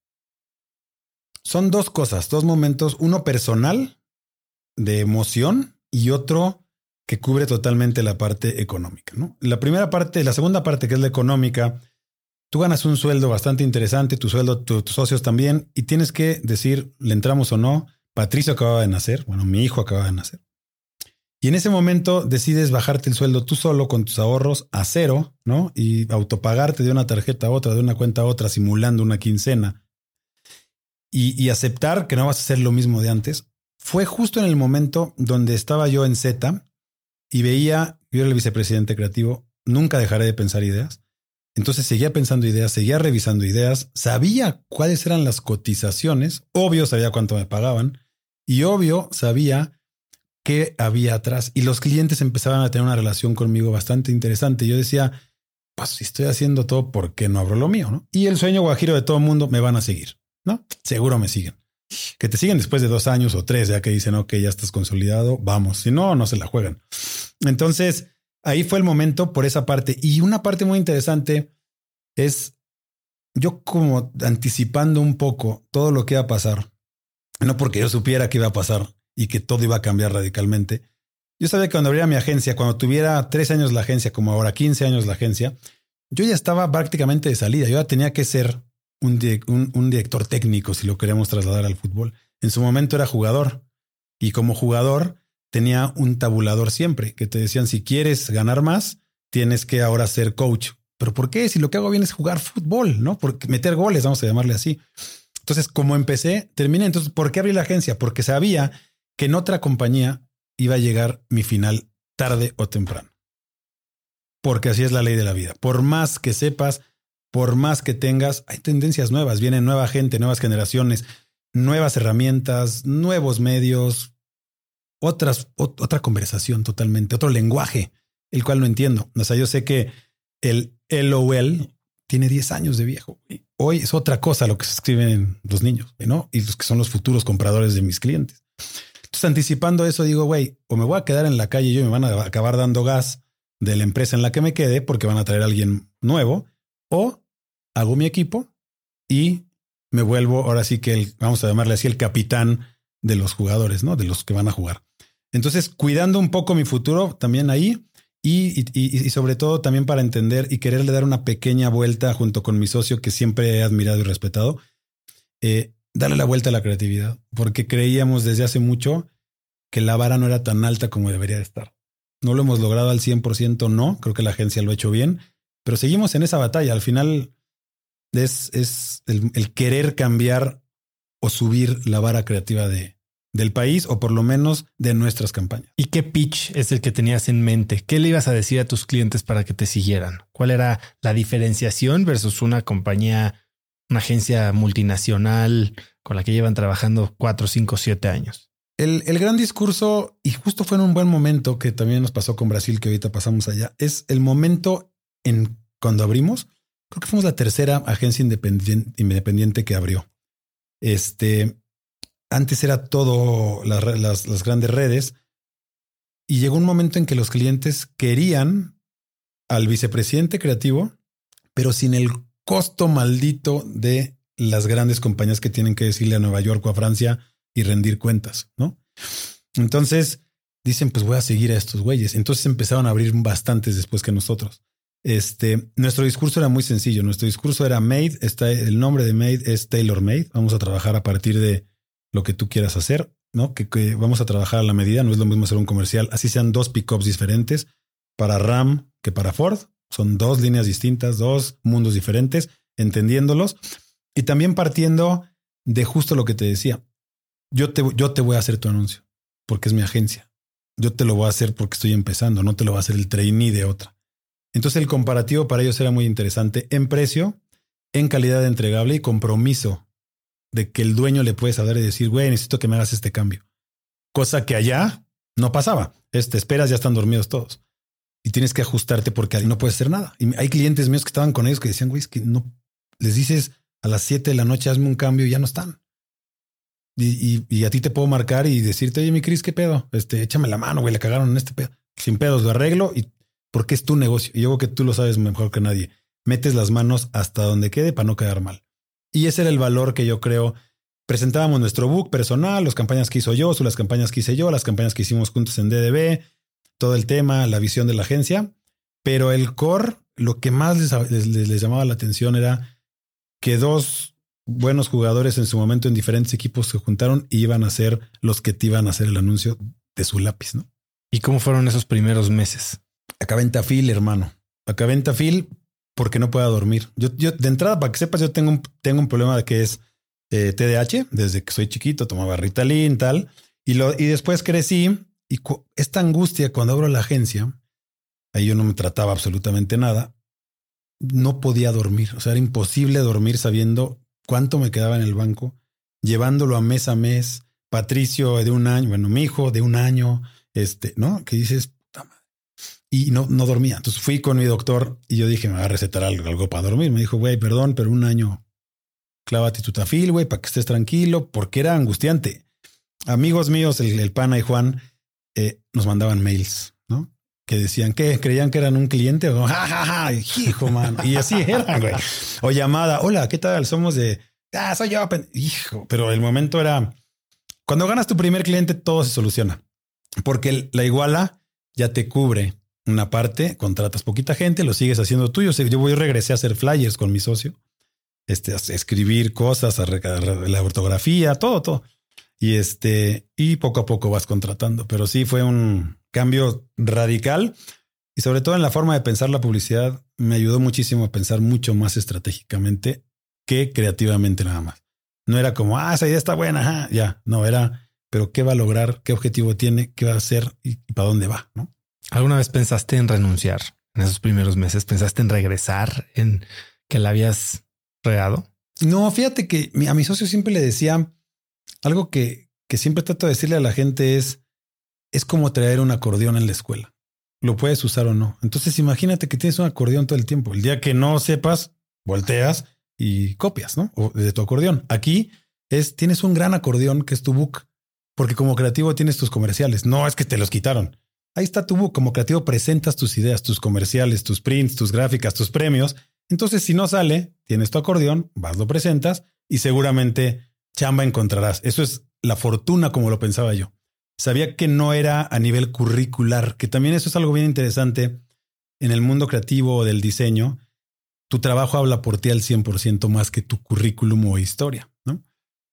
son dos cosas, dos momentos, uno personal de emoción y otro que cubre totalmente la parte económica, ¿no? La primera parte, la segunda parte, que es la económica, tú ganas un sueldo bastante interesante, tu sueldo, tu, tus socios también, y tienes que decir, ¿le entramos o no? Patricio acababa de nacer, bueno, mi hijo acaba de nacer. Y en ese momento decides bajarte el sueldo tú solo con tus ahorros a cero, ¿no? Y autopagarte de una tarjeta a otra, de una cuenta a otra, simulando una quincena. Y, y aceptar que no vas a hacer lo mismo de antes. Fue justo en el momento donde estaba yo en Z y veía, yo era el vicepresidente creativo, nunca dejaré de pensar ideas. Entonces seguía pensando ideas, seguía revisando ideas, sabía cuáles eran las cotizaciones, obvio sabía cuánto me pagaban y obvio sabía qué había atrás. Y los clientes empezaban a tener una relación conmigo bastante interesante. Yo decía, pues si estoy haciendo todo, ¿por qué no abro lo mío? ¿No? Y el sueño guajiro de todo el mundo, me van a seguir, ¿no? Seguro me siguen. Que te siguen después de dos años o tres, ya que dicen, ok, ya estás consolidado, vamos. Si no, no se la juegan. Entonces, ahí fue el momento por esa parte. Y una parte muy interesante es yo como anticipando un poco todo lo que iba a pasar. No porque yo supiera que iba a pasar y que todo iba a cambiar radicalmente. Yo sabía que cuando abriera mi agencia, cuando tuviera tres años la agencia, como ahora quince años la agencia, yo ya estaba prácticamente de salida. Yo ya tenía que ser un, un, un director técnico si lo queríamos trasladar al fútbol. En su momento era jugador y como jugador tenía un tabulador siempre que te decían, si quieres ganar más, tienes que ahora ser coach. ¿Pero por qué? Si lo que hago bien es jugar fútbol, ¿no? Porque meter goles, vamos a llamarle así. Entonces, como empecé, terminé. Entonces, ¿por qué abrí la agencia? Porque sabía que en otra compañía iba a llegar mi final tarde o temprano. Porque así es la ley de la vida. Por más que sepas, por más que tengas, hay tendencias nuevas. Viene nueva gente, nuevas generaciones, nuevas herramientas, nuevos medios, otras, otra conversación totalmente, otro lenguaje, el cual no entiendo. O sea, yo sé que el L O L tiene diez años de viejo. Hoy es otra cosa lo que se escriben los niños, ¿no? Y los que son los futuros compradores de mis clientes. Entonces, anticipando eso, digo, güey, o me voy a quedar en la calle y yo me van a acabar dando gas de la empresa en la que me quede porque van a traer a alguien nuevo, o hago mi equipo y me vuelvo ahora sí que el, vamos a llamarle así, el capitán de los jugadores, ¿no? De los que van a jugar. Entonces, cuidando un poco mi futuro también ahí y, y, y sobre todo también para entender y quererle dar una pequeña vuelta junto con mi socio que siempre he admirado y respetado, eh, darle la vuelta a la creatividad, porque creíamos desde hace mucho que la vara no era tan alta como debería de estar. No lo hemos logrado al cien por ciento, no. Creo que la agencia lo ha hecho bien, pero seguimos en esa batalla. Al final es, es el, el querer cambiar o subir la vara creativa de, del país o por lo menos de nuestras campañas. ¿Y qué pitch es el que tenías en mente? ¿Qué le ibas a decir a tus clientes para que te siguieran? ¿Cuál era la diferenciación versus una compañía, una agencia multinacional con la que llevan trabajando cuatro, cinco, siete años? El, el gran discurso, y justo fue en un buen momento que también nos pasó con Brasil, que ahorita pasamos allá, es el momento en cuando abrimos. Creo que fuimos la tercera agencia independiente, independiente que abrió. Este, antes era todo las, las, las grandes redes y llegó un momento en que los clientes querían al vicepresidente creativo, pero sin el costo maldito de las grandes compañías que tienen que decirle a Nueva York o a Francia y rendir cuentas, ¿no? Entonces dicen, pues voy a seguir a estos güeyes. Entonces empezaron a abrir bastantes después que nosotros. Este, nuestro discurso era muy sencillo. Nuestro discurso era Made. Está, el nombre de Made es Tailor Made. Vamos a trabajar a partir de lo que tú quieras hacer, ¿no? Que, que vamos a trabajar a la medida. No es lo mismo hacer un comercial. Así sean dos pickups diferentes para Ram que para Ford. Son dos líneas distintas, dos mundos diferentes, entendiéndolos. Y también partiendo de justo lo que te decía. Yo te, yo te voy a hacer tu anuncio porque es mi agencia. Yo te lo voy a hacer porque estoy empezando. No te lo va a hacer el trainee de otra. Entonces el comparativo para ellos era muy interesante en precio, en calidad de entregable y compromiso de que el dueño le puede saber y decir, güey, necesito que me hagas este cambio. Cosa que allá no pasaba. Este, esperas, ya están dormidos todos. Y tienes que ajustarte porque ahí no puedes hacer nada. Y hay clientes míos que estaban con ellos que decían, güey, es que no les dices a las siete de la noche, hazme un cambio y ya no están. Y, y, y a ti te puedo marcar y decirte, oye, mi Cris, ¿qué pedo? Este, échame la mano, güey, le cagaron en este pedo. Sin pedos, lo arreglo y porque es tu negocio. Y yo creo que tú lo sabes mejor que nadie. Metes las manos hasta donde quede para no quedar mal. Y ese era el valor que yo creo. Presentábamos nuestro book personal, las campañas que hizo yo, las campañas que hice yo, las campañas que hicimos juntos en D D B, todo el tema, la visión de la agencia. Pero el core, lo que más les, les, les llamaba la atención era que dos buenos jugadores en su momento en diferentes equipos se juntaron y iban a ser los que te iban a hacer el anuncio de su lápiz, ¿no? ¿Y cómo fueron esos primeros meses? Acabé en Tafil, hermano. Acabé en Tafil porque no puedo dormir. Yo, yo de entrada, para que sepas, yo tengo un, tengo un problema de que es eh, T D A H. Desde que soy chiquito tomaba Ritalin, tal. Y, lo, y después crecí. Y cu- esta angustia cuando abro la agencia, ahí yo no me trataba absolutamente nada. No podía dormir. O sea, era imposible dormir sabiendo cuánto me quedaba en el banco, llevándolo a mes a mes. Patricio de un año, bueno, mi hijo de un año, este, ¿no? Que dices, puta madre. Y no, no dormía. Entonces fui con mi doctor y yo dije, me va a recetar algo, algo para dormir. Me dijo, güey, perdón, pero un año clávate tu Tafil, güey, para que estés tranquilo, porque era angustiante. Amigos míos, el, el Pana y Juan, eh, nos mandaban mails, ¿no? Que decían que creían que eran un cliente o ja, ja, ja, hijo, mano. Y así eran, güey. O llamada, hola, ¿qué tal? Somos de, ah, soy yo, hijo. Pero el momento era, cuando ganas tu primer cliente, todo se soluciona. Porque la iguala ya te cubre una parte, contratas poquita gente, lo sigues haciendo tuyo. Yo voy, regresé a hacer flyers con mi socio, este, a escribir cosas, a, re, a re, la ortografía, todo, todo. Y este, y poco a poco vas contratando. Pero sí fue un cambio radical y sobre todo en la forma de pensar la publicidad me ayudó muchísimo a pensar mucho más estratégicamente que creativamente nada más. No era como, ah, esa idea está buena, ajá, ya. No, era, pero qué va a lograr, qué objetivo tiene, qué va a hacer y, y para dónde va, ¿no? ¿Alguna vez pensaste en renunciar en esos primeros meses? ¿Pensaste en regresar, en que la habías regado? No, fíjate que a mi socio siempre le decía algo que, que siempre trato de decirle a la gente es, es como traer un acordeón en la escuela. Lo puedes usar o no. Entonces imagínate que tienes un acordeón todo el tiempo. El día que no sepas, volteas y copias, ¿no? O de tu acordeón. Aquí es, tienes un gran acordeón que es tu book, porque como creativo tienes tus comerciales. No es que te los quitaron. Ahí está tu book. Como creativo presentas tus ideas, tus comerciales, tus prints, tus gráficas, tus premios. Entonces, si no sale, tienes tu acordeón, vas, lo presentas y seguramente chamba encontrarás. Eso es la fortuna como lo pensaba yo. Sabía que no era a nivel curricular, que también eso es algo bien interesante en el mundo creativo o del diseño. Tu trabajo habla por ti al cien por ciento más que tu currículum o historia, ¿no?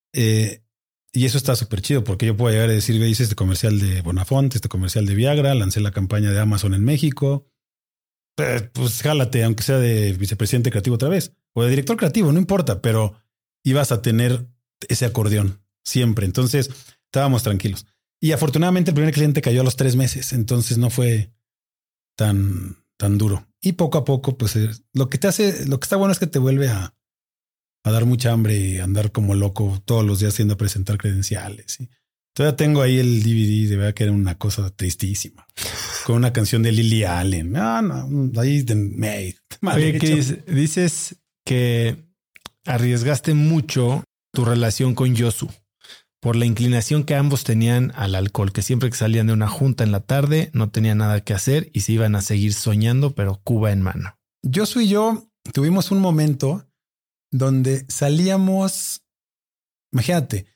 Eh, y eso está súper chido porque yo puedo llegar a decir, hice este comercial de Bonafont, este comercial de Viagra, lancé la campaña de Amazon en México. Eh, pues jálate, aunque sea de vicepresidente creativo otra vez o de director creativo, no importa, pero ibas a tener ese acordeón siempre. Entonces estábamos tranquilos. Y afortunadamente el primer cliente cayó a los tres meses, entonces no fue tan, tan duro. Y poco a poco, pues lo que te hace, lo que está bueno es que te vuelve a, a dar mucha hambre y andar como loco todos los días haciendo presentar credenciales. Y todavía tengo ahí el D V D, de verdad que era una cosa tristísima, con una canción de Lily Allen. No, no, ahí de Made. Oye, Cris, dices que arriesgaste mucho tu relación con Yosu por la inclinación que ambos tenían al alcohol, que siempre que salían de una junta en la tarde no tenían nada que hacer y se iban a seguir soñando, pero Cuba en mano. Yosu y yo tuvimos un momento donde salíamos, imagínate,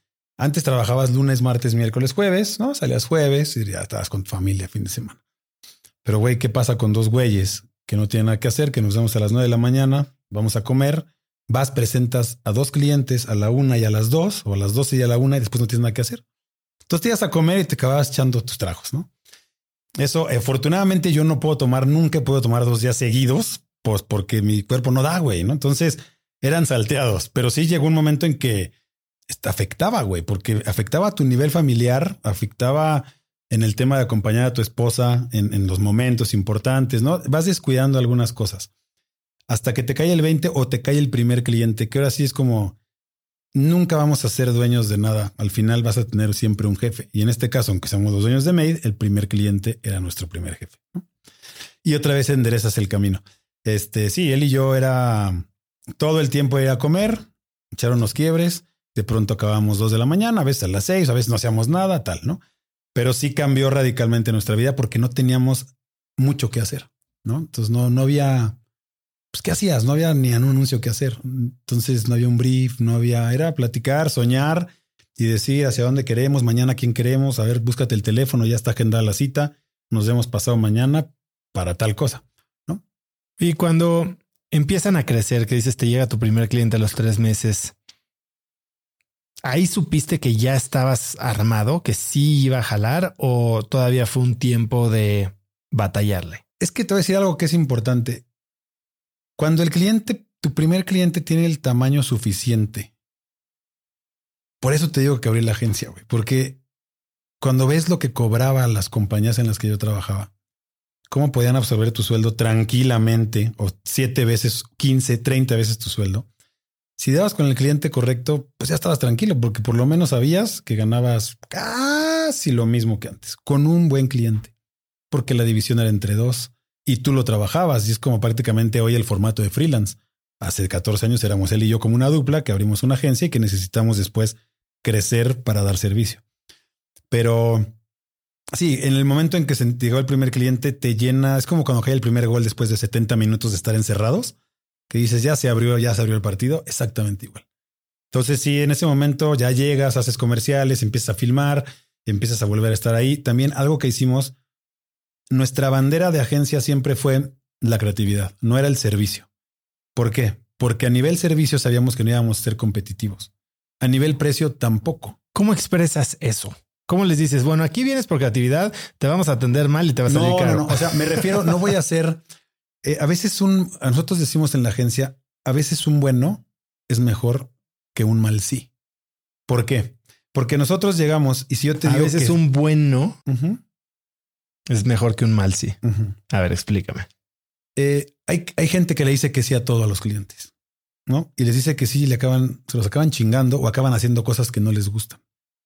Antes trabajabas lunes, martes, miércoles, jueves, ¿no? Salías jueves y ya estabas con tu familia fin de semana. Pero güey, ¿qué pasa con dos güeyes que no tienen nada que hacer? Que nos vemos a las nueve de la mañana, vamos a comer, vas, presentas a dos clientes a la una y a las dos, o a las doce y a la una, y después no tienes nada que hacer. Entonces te ibas a comer y te acababas echando tus tragos, ¿no? Eso, afortunadamente, yo no puedo tomar, nunca puedo tomar dos días seguidos, pues porque mi cuerpo no da, güey, ¿no? Entonces eran salteados, pero sí llegó un momento en que afectaba, güey, porque afectaba a tu nivel familiar, afectaba en el tema de acompañar a tu esposa en, en los momentos importantes, ¿no? Vas descuidando algunas cosas hasta que te cae el veinte o te cae el primer cliente, que ahora sí es como nunca vamos a ser dueños de nada. Al final vas a tener siempre un jefe. Y en este caso, aunque seamos los dueños de Made, el primer cliente era nuestro primer jefe, ¿no? Y otra vez enderezas el camino. Este, sí, él y yo era todo el tiempo ir a comer, echar unos quiebres. De pronto acabamos dos de la mañana, a veces a las seis, a veces no hacíamos nada, tal, ¿no? Pero sí cambió radicalmente nuestra vida porque no teníamos mucho que hacer, ¿no? Entonces no, no había, pues, ¿qué hacías? No había ni un anuncio que hacer. Entonces no había un brief, no había, era platicar, soñar y decir hacia dónde queremos, mañana quién queremos, a ver, búscate el teléfono, ya está agendada la cita, nos vemos pasado mañana para tal cosa, ¿no? Y cuando empiezan a crecer, que dices, te llega tu primer cliente a los tres meses, ¿ahí supiste que ya estabas armado, que sí iba a jalar, o todavía fue un tiempo de batallarle? Es que te voy a decir algo que es importante. Cuando el cliente, tu primer cliente tiene el tamaño suficiente, por eso te digo que abrí la agencia, güey, porque cuando ves lo que cobraban las compañías en las que yo trabajaba, cómo podían absorber tu sueldo tranquilamente o siete veces, quince, treinta veces tu sueldo. Si dabas con el cliente correcto, pues ya estabas tranquilo, porque por lo menos sabías que ganabas casi lo mismo que antes con un buen cliente, porque la división era entre dos y tú lo trabajabas. Y es como prácticamente hoy el formato de freelance. Hace catorce años éramos él y yo como una dupla que abrimos una agencia y que necesitamos después crecer para dar servicio. Pero sí, en el momento en que se llegó el primer cliente, te llena. Es como cuando cae el primer gol después de setenta minutos de estar encerrados, que dices, ya se abrió, ya se abrió el partido. Exactamente igual. Entonces, sí, en ese momento ya llegas, haces comerciales, empiezas a filmar, empiezas a volver a estar ahí. También algo que hicimos, nuestra bandera de agencia siempre fue la creatividad, no era el servicio. ¿Por qué? Porque a nivel servicio sabíamos que no íbamos a ser competitivos. A nivel precio tampoco. ¿Cómo expresas eso? ¿Cómo les dices? Bueno, aquí vienes por creatividad, te vamos a atender mal y te vas a salir no, caro. No, no, o sea, me refiero, no voy a hacer... Eh, a veces un... A nosotros decimos en la agencia, a veces un buen no es mejor que un mal sí. ¿Por qué? Porque nosotros llegamos y si yo te a digo veces que... un buen no uh-huh. es mejor que un mal sí. Uh-huh. A ver, explícame. Eh, hay, hay gente que le dice que sí a todo a los clientes, ¿no? Y les dice que sí y le acaban, se los acaban chingando o acaban haciendo cosas que no les gustan.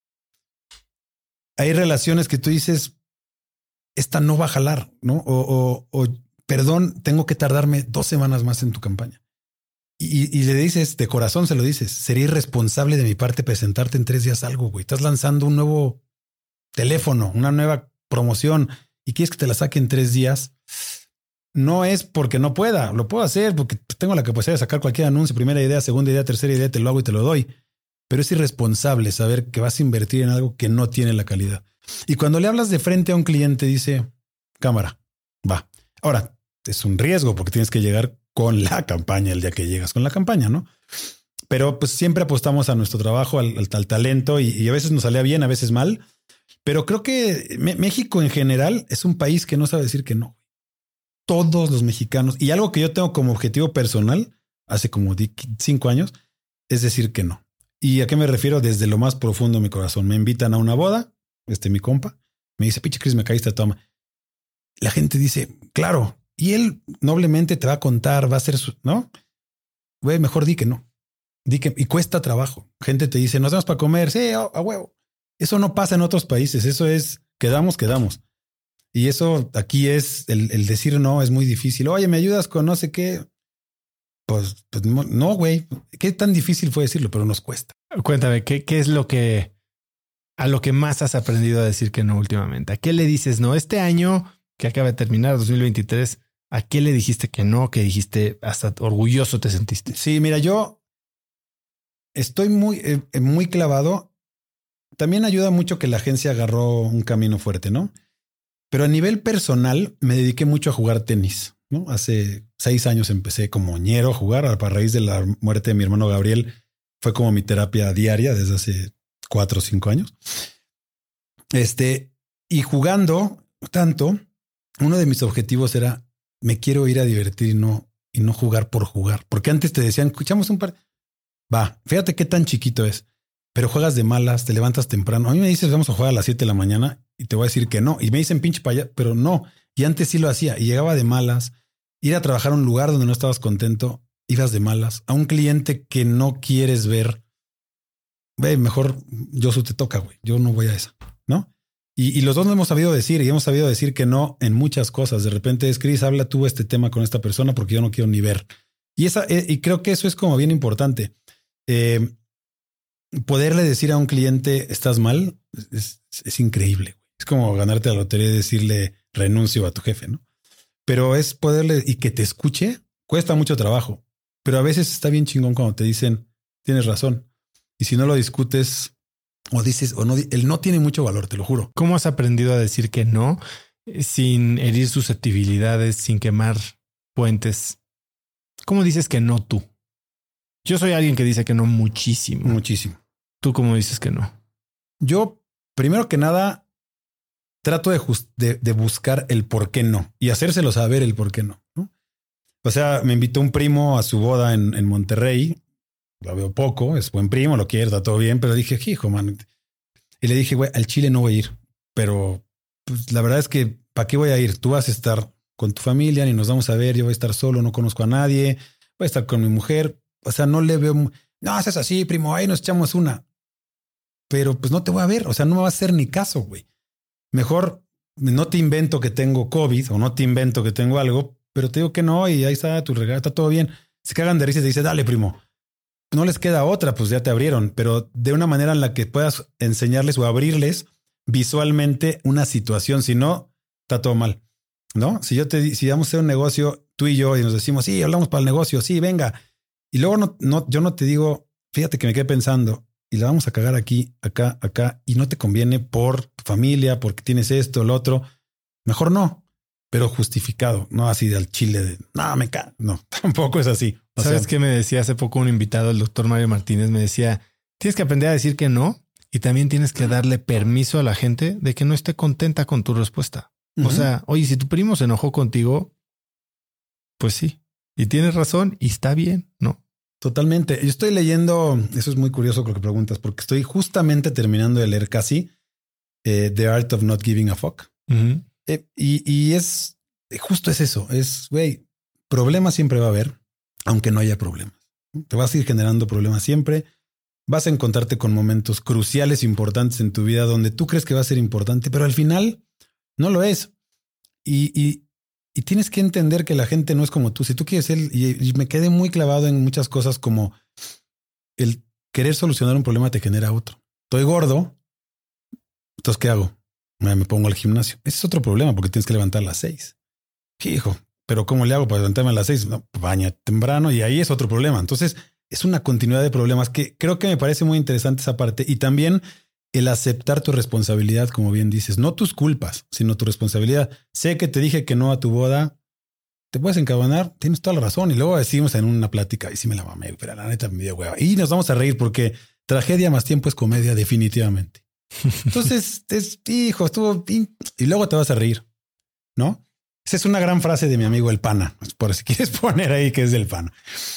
Hay relaciones que tú dices, esta no va a jalar, ¿no? O, o, o perdón, tengo que tardarme dos semanas más en tu campaña. Y, y le dices, de corazón se lo dices, sería irresponsable de mi parte presentarte en tres días algo, güey. Estás lanzando un nuevo teléfono, una nueva promoción y quieres que te la saque en tres días. No es porque no pueda, lo puedo hacer porque tengo la capacidad de sacar cualquier anuncio, primera idea, segunda idea, tercera idea, te lo hago y te lo doy. Pero es irresponsable saber que vas a invertir en algo que no tiene la calidad. Y cuando le hablas de frente a un cliente, dice, cámara, va. Ahora, es un riesgo porque tienes que llegar con la campaña el día que llegas con la campaña, ¿no? Pero pues siempre apostamos a nuestro trabajo, al, al, al talento y, y a veces nos salía bien, a veces mal. Pero creo que me, México en general es un país que no sabe decir que no. Todos los mexicanos, y algo que yo tengo como objetivo personal hace como cinco años, es decir que no. ¿Y a qué me refiero? Desde lo más profundo de mi corazón. Me invitan a una boda, este mi compa, me dice, pinche Chris, me caíste a toma. La gente dice, claro, y él noblemente te va a contar, va a hacer su, ¿no? Güey, mejor di que no. Di que, y cuesta trabajo. Gente te dice, nos vamos para comer, sí, a, a huevo. Eso no pasa en otros países, eso es, quedamos, quedamos. Y eso aquí es el, el decir no es muy difícil. Oye, ¿me ayudas con no sé qué? Pues, pues no, güey. ¿Qué tan difícil fue decirlo? Pero nos cuesta. Cuéntame, ¿qué, qué es lo que a lo que más has aprendido a decir que no últimamente? ¿A qué le dices no? Este año que acaba de terminar, dos mil veintitrés, ¿a qué le dijiste que no? Que dijiste hasta orgulloso te sentiste. Sí, mira, yo estoy muy, eh, muy clavado también ayuda mucho que la agencia agarró un camino fuerte, ¿no? Pero a nivel personal me dediqué mucho a jugar tenis, ¿no? Hace seis años empecé como ñero a jugar a raíz de la muerte de mi hermano Gabriel. Fue como mi terapia diaria desde hace cuatro o cinco años. Este, y jugando tanto, uno de mis objetivos era me quiero ir a divertir y no, y no jugar por jugar. Porque antes te decían, escuchamos un par. Va, fíjate qué tan chiquito es, pero juegas de malas, te levantas temprano. A mí me dices, vamos a jugar a las siete de la mañana y te voy a decir que no. Y me dicen pinche para allá, pero no. Y antes sí lo hacía y llegaba de malas. Ir a trabajar a un lugar donde no estabas contento, ibas de malas. A un cliente que no quieres ver, ve, mejor yo te toca, güey. Yo no voy a esa, ¿no? Y, y los dos no hemos sabido decir y hemos sabido decir que no en muchas cosas. De repente es, Chris, habla tú este tema con esta persona porque yo no quiero ni ver. Y esa, eh, y creo que eso es como bien importante. Eh, poderle decir a un cliente estás mal es, es increíble. Es como ganarte la lotería y decirle renuncio a tu jefe, ¿no? Pero es poderle y que te escuche cuesta mucho trabajo, pero a veces está bien chingón cuando te dicen tienes razón. Y si no lo discutes o dices o no, él no tiene mucho valor, te lo juro. ¿Cómo has aprendido a decir que no sin herir susceptibilidades, sin quemar puentes? ¿Cómo dices que no tú? Yo soy alguien que dice que no muchísimo. Muchísimo. ¿Tú cómo dices que no? Yo, primero que nada, trato de, just, de, de buscar el por qué no y hacérselo saber el por qué no, ¿no? O sea, me invitó un primo a su boda en, en Monterrey. Lo veo poco, es buen primo, lo quiere, está todo bien, pero dije, hijo, man. Y le dije, güey, al Chile no voy a ir, pero pues, la verdad es que ¿para qué voy a ir? Tú vas a estar con tu familia, ni nos vamos a ver, yo voy a estar solo, no conozco a nadie, voy a estar con mi mujer. O sea, no le veo, no haces así, primo, ahí nos echamos una. Pero pues no te voy a ver, o sea, no me va a hacer ni caso, güey. Mejor no te invento que tengo COVID o no te invento que tengo algo, pero te digo que no y ahí está tu regalo, está todo bien. Se cagan de risa y te dice, dale, primo. No les queda otra, pues ya te abrieron, pero de una manera en la que puedas enseñarles o abrirles visualmente una situación. Si no, está todo mal, ¿no? Si yo te, si vamos a hacer un negocio, tú y yo, y nos decimos, sí, hablamos para el negocio, sí, venga. Y luego no, no, yo no te digo, fíjate que me quedé pensando y la vamos a cagar aquí, acá, acá, y no te conviene por tu familia, porque tienes esto, lo otro. Mejor no, pero justificado, no así del chile de no, me cago. No, tampoco es así. O ¿Sabes sea, qué me decía hace poco un invitado, el doctor Mario Martínez? Me decía, tienes que aprender a decir que no y también tienes que darle permiso a la gente de que no esté contenta con tu respuesta. Uh-huh. O sea, oye, si tu primo se enojó contigo, pues sí, y tienes razón y está bien, ¿no? Totalmente. Yo estoy leyendo, eso es muy curioso lo que preguntas, porque estoy justamente terminando de leer casi eh, The Art of Not Giving a Fuck. Uh-huh. Eh, y, y es justo es eso, es, güey, problemas siempre va a haber, aunque no haya problemas. Te vas a ir generando problemas siempre. Vas a encontrarte con momentos cruciales, importantes en tu vida donde tú crees que va a ser importante, pero al final no lo es. Y, y, y tienes que entender que la gente no es como tú. Si tú quieres ser, y, y me quedé muy clavado en muchas cosas como el querer solucionar un problema te genera otro. Estoy gordo. Entonces, ¿qué hago? Me, me pongo al gimnasio. Ese es otro problema porque tienes que levantar a las seis. Hijo, pero ¿cómo le hago para levantarme a las seis? No, baña temprano y ahí es otro problema. Entonces es una continuidad de problemas que creo que me parece muy interesante esa parte. Y también el aceptar tu responsabilidad, como bien dices, no tus culpas, sino tu responsabilidad. Sé que te dije que no a tu boda, te puedes encabronar, tienes toda la razón. Y luego decimos en una plática, y sí me la mamé, pero la neta me dio hueva. Y nos vamos a reír porque tragedia más tiempo es comedia, definitivamente. Entonces, es, hijo, estuvo... Y luego te vas a reír, ¿no? Esa es una gran frase de mi amigo el Pana, por si quieres poner ahí que es del Pana.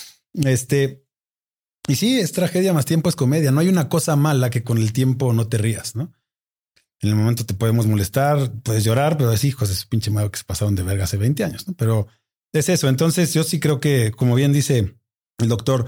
Este, y sí, es tragedia más tiempo es comedia. No hay una cosa mala que con el tiempo no te rías, ¿no? En el momento te podemos molestar, puedes llorar, pero es hijos de su pinche madre que se pasaron de verga hace veinte años, ¿no? Pero es eso. Entonces yo sí creo que, como bien dice el doctor,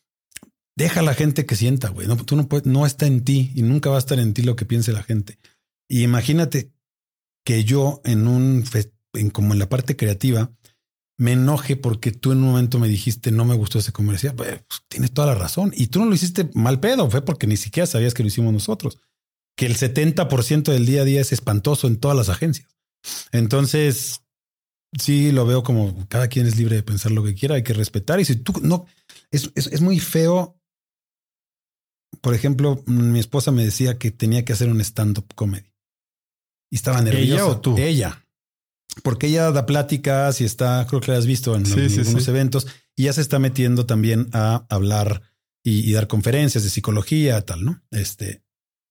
deja a la gente que sienta, güey. No, tú no puedes, no está en ti y nunca va a estar en ti lo que piense la gente. Y imagínate que yo en un festival, en como en la parte creativa, me enoje porque tú en un momento me dijiste no me gustó ese comercial. Pues, tienes toda la razón. Y tú no lo hiciste mal pedo, fue porque ni siquiera sabías que lo hicimos nosotros. Que el setenta por ciento del día a día es espantoso en todas las agencias. Entonces, sí lo veo como cada quien es libre de pensar lo que quiera, hay que respetar. Y si tú no, es, es, es muy feo por ejemplo, mi esposa me decía que tenía que hacer un stand-up comedy. Y estaba nerviosa. ¿Ella o tú? Ella. Porque ella da pláticas y está, creo que la has visto en, sí, en sí, algunos sí. eventos, y ya se está metiendo también a hablar y, y dar conferencias de psicología, tal, ¿no? Este,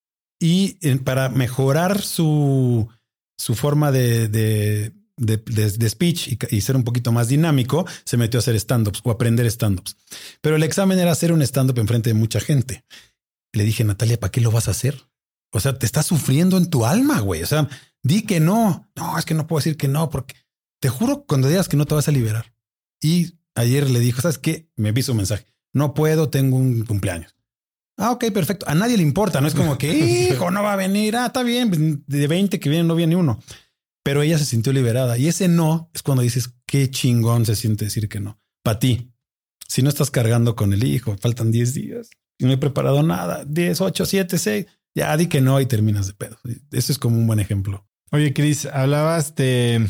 y en, para mejorar su, su forma de, de, de, de, de speech y, y ser un poquito más dinámico, se metió a hacer stand-ups o aprender stand-ups. Pero el examen era hacer un stand-up enfrente de mucha gente. Le dije, Natalia, ¿para qué lo vas a hacer? O sea, te estás sufriendo en tu alma, güey. O sea, di que no. No, es que no puedo decir que no, porque te juro, cuando digas que no te vas a liberar. Y ayer le dijo, ¿sabes qué? Me vi su mensaje. No puedo, tengo un cumpleaños. Ah, ok, perfecto. A nadie le importa. No es como que, hijo, no va a venir. Ah, está bien. De veinte que vienen, no viene uno. Pero ella se sintió liberada. Y ese no es cuando dices, qué chingón se siente decir que no. Para ti, si no estás cargando con el hijo, faltan diez días y no he preparado nada. diez, ocho, siete, seis. Ya di que no y terminas de pedo. Eso es como un buen ejemplo. Oye, Chris, hablabas de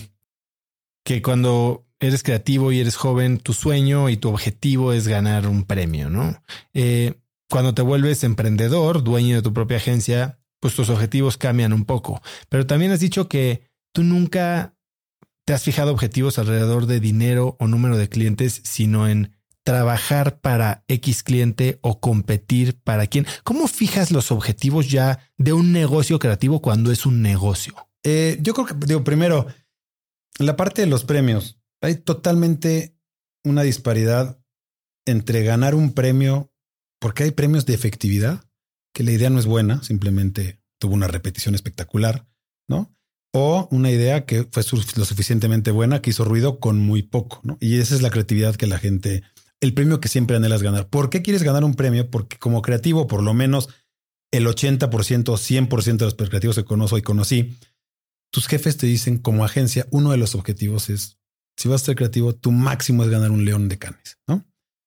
que cuando eres creativo y eres joven, tu sueño y tu objetivo es ganar un premio, ¿no? Eh, cuando te vuelves emprendedor, dueño de tu propia agencia, pues tus objetivos cambian un poco. Pero también has dicho que tú nunca te has fijado objetivos alrededor de dinero o número de clientes, sino en trabajar para X cliente o competir para quién. ¿Cómo fijas los objetivos ya de un negocio creativo cuando es un negocio? Eh, yo creo que, digo, primero, la parte de los premios, hay totalmente una disparidad entre ganar un premio, porque hay premios de efectividad, que la idea no es buena, simplemente tuvo una repetición espectacular, ¿no? O una idea que fue lo suficientemente buena, que hizo ruido con muy poco, ¿no? Y esa es la creatividad que la gente... El premio que siempre anhelas ganar. ¿Por qué quieres ganar un premio? Porque como creativo, por lo menos el ochenta por ciento, cien por ciento de los creativos que conozco y conocí, tus jefes te dicen como agencia, uno de los objetivos es, si vas a ser creativo, tu máximo es ganar un León de Cannes, ¿no?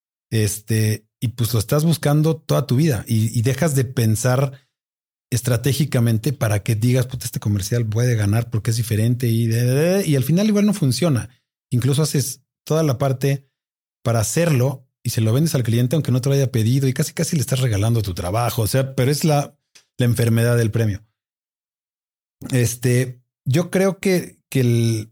Este, y pues lo estás buscando toda tu vida y, y dejas de pensar estratégicamente para que digas, puta, este comercial puede ganar porque es diferente y, de, de, de, y al final igual no funciona. Incluso haces toda la parte para hacerlo y se lo vendes al cliente aunque no te lo haya pedido y casi casi le estás regalando tu trabajo. O sea, pero es la, la enfermedad del premio. Este, yo creo que, que el...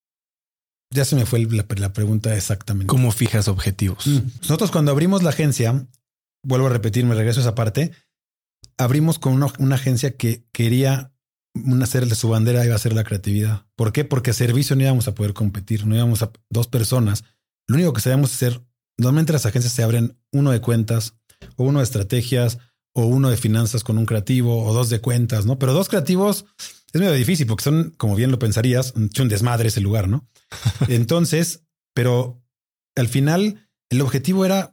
Ya se me fue la, la pregunta exactamente. ¿Cómo fijas objetivos? Nosotros cuando abrimos la agencia, vuelvo a repetir, me regreso a esa parte, abrimos con una, una agencia que quería una, hacer su bandera iba a ser la creatividad. ¿Por qué? Porque a servicio no íbamos a poder competir, no íbamos a dos personas. Lo único que sabíamos hacer, normalmente las agencias se abren uno de cuentas o uno de estrategias o uno de finanzas con un creativo o dos de cuentas, ¿no? Pero dos creativos es medio difícil porque son, como bien lo pensarías, un desmadre ese lugar, ¿no? Entonces, pero al final el objetivo era,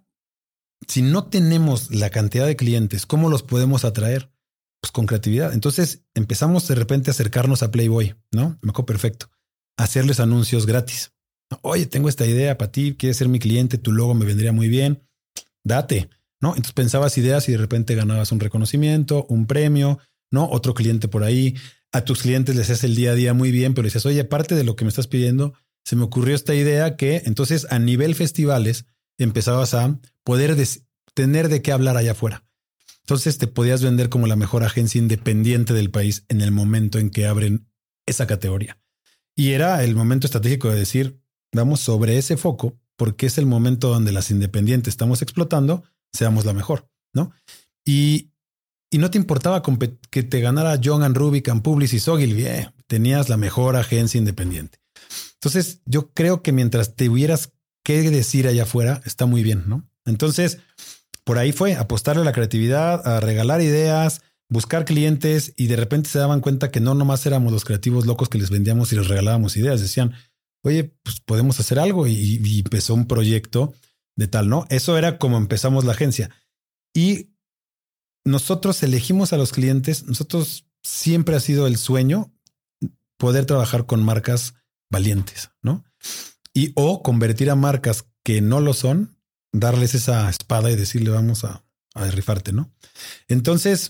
si no tenemos la cantidad de clientes, ¿cómo los podemos atraer? Pues con creatividad. Entonces empezamos de repente a acercarnos a Playboy, ¿no? Me acuerdo perfecto. A hacerles anuncios gratis. Oye, tengo esta idea para ti, quieres ser mi cliente, tu logo me vendría muy bien, date, ¿no? Entonces pensabas ideas y de repente ganabas un reconocimiento, un premio, ¿no? Otro cliente por ahí. A tus clientes les haces el día a día muy bien, pero dices, oye, aparte de lo que me estás pidiendo, se me ocurrió esta idea que entonces a nivel festivales empezabas a poder tener de qué hablar allá afuera. Entonces te podías vender como la mejor agencia independiente del país en el momento en que abren esa categoría. Y era el momento estratégico de decir, vamos sobre ese foco porque es el momento donde las independientes estamos explotando, seamos la mejor, ¿no? Y, y no te importaba que te ganara John and Rubicam, Publicis, Ogilvy, eh, tenías la mejor agencia independiente. Entonces yo creo que mientras te hubieras que decir allá afuera, está muy bien, ¿no? Entonces por ahí fue apostarle a la creatividad, a regalar ideas, buscar clientes y de repente se daban cuenta que no nomás éramos los creativos locos que les vendíamos y les regalábamos ideas. Decían, oye, pues podemos hacer algo y, y empezó un proyecto de tal, ¿no? Eso era como empezamos la agencia y nosotros elegimos a los clientes. Nosotros siempre ha sido el sueño poder trabajar con marcas valientes, ¿no? Y o convertir a marcas que no lo son, darles esa espada y decirle vamos a, a rifarte, ¿no? Entonces,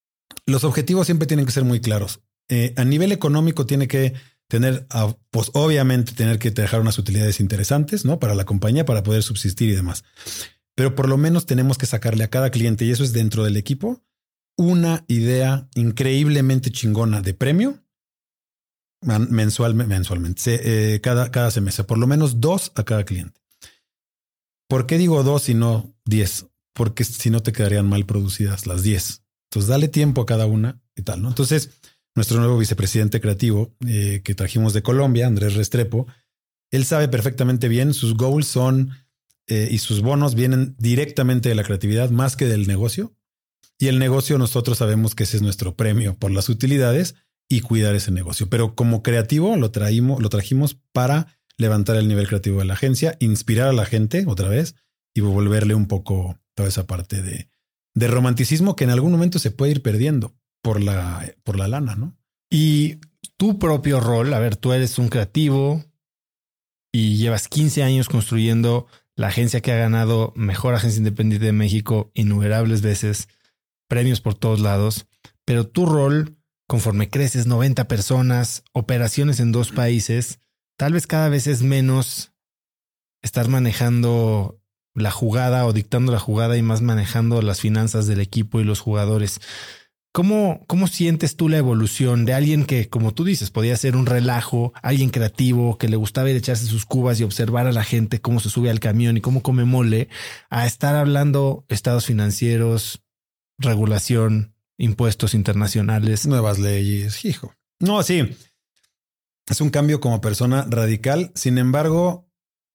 los objetivos siempre tienen que ser muy claros. Eh, a nivel económico tiene que tener, pues obviamente tener que dejar unas utilidades interesantes, ¿no? Para la compañía, para poder subsistir y demás. pero por lo menos tenemos que sacarle a cada cliente, y eso es dentro del equipo, una idea increíblemente chingona de premio mensualmente, mensualmente eh, cada, cada semestre, por lo menos dos a cada cliente. ¿Por qué digo dos y no diez? Porque si no te quedarían mal producidas las diez. Entonces dale tiempo a cada una y tal, ¿no? Entonces nuestro nuevo vicepresidente creativo eh, que trajimos de Colombia, Andrés Restrepo, él sabe perfectamente bien, sus goals son eh, y sus bonos vienen directamente de la creatividad más que del negocio. Y el negocio nosotros sabemos que ese es nuestro premio por las utilidades y cuidar ese negocio. Pero como creativo lo traímos, lo trajimos para levantar el nivel creativo de la agencia, inspirar a la gente otra vez y volverle un poco toda esa parte de, de romanticismo que en algún momento se puede ir perdiendo por la, por la lana, ¿no? Y tu propio rol, a ver, tú eres un creativo y llevas quince años construyendo la agencia que ha ganado Mejor Agencia Independiente de México innumerables veces, premios por todos lados, pero tu rol, conforme creces, noventa personas, operaciones en dos países, tal vez cada vez es menos estar manejando la jugada o dictando la jugada y más manejando las finanzas del equipo y los jugadores. ¿Cómo, cómo sientes tú la evolución de alguien que, como tú dices, podía ser un relajo, alguien creativo, que le gustaba ir a echarse sus cubas y observar a la gente cómo se sube al camión y cómo come mole, a estar hablando estados financieros, regulación, impuestos internacionales, nuevas leyes, hijo? No, sí. Es un cambio como persona radical. Sin embargo,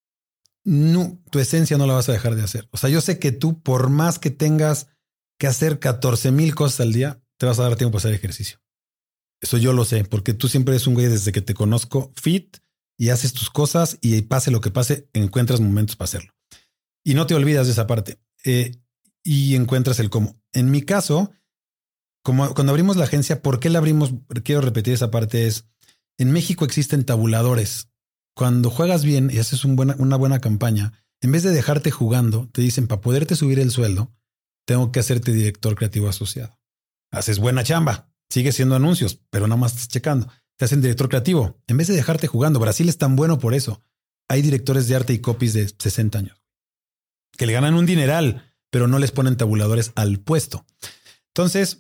no, tu esencia no la vas a dejar de hacer. O sea, yo sé que tú, por más que tengas que hacer catorce mil cosas al día, te vas a dar tiempo para hacer ejercicio. Eso yo lo sé, porque tú siempre eres un güey desde que te conozco fit y haces tus cosas y pase lo que pase, encuentras momentos para hacerlo. Y no te olvidas de esa parte eh, y encuentras el cómo. En mi caso, como cuando abrimos la agencia, ¿por qué la abrimos? Quiero repetir esa parte es, en México existen tabuladores. Cuando juegas bien y haces un buena, una buena campaña, en vez de dejarte jugando, te dicen, para poderte subir el sueldo, tengo que hacerte director creativo asociado. Haces buena chamba, sigues siendo anuncios, pero nada más estás checando. Te hacen director creativo. En vez de dejarte jugando, Brasil es tan bueno por eso. Hay directores de arte y copies de sesenta años que le ganan un dineral, pero no les ponen tabuladores al puesto. Entonces,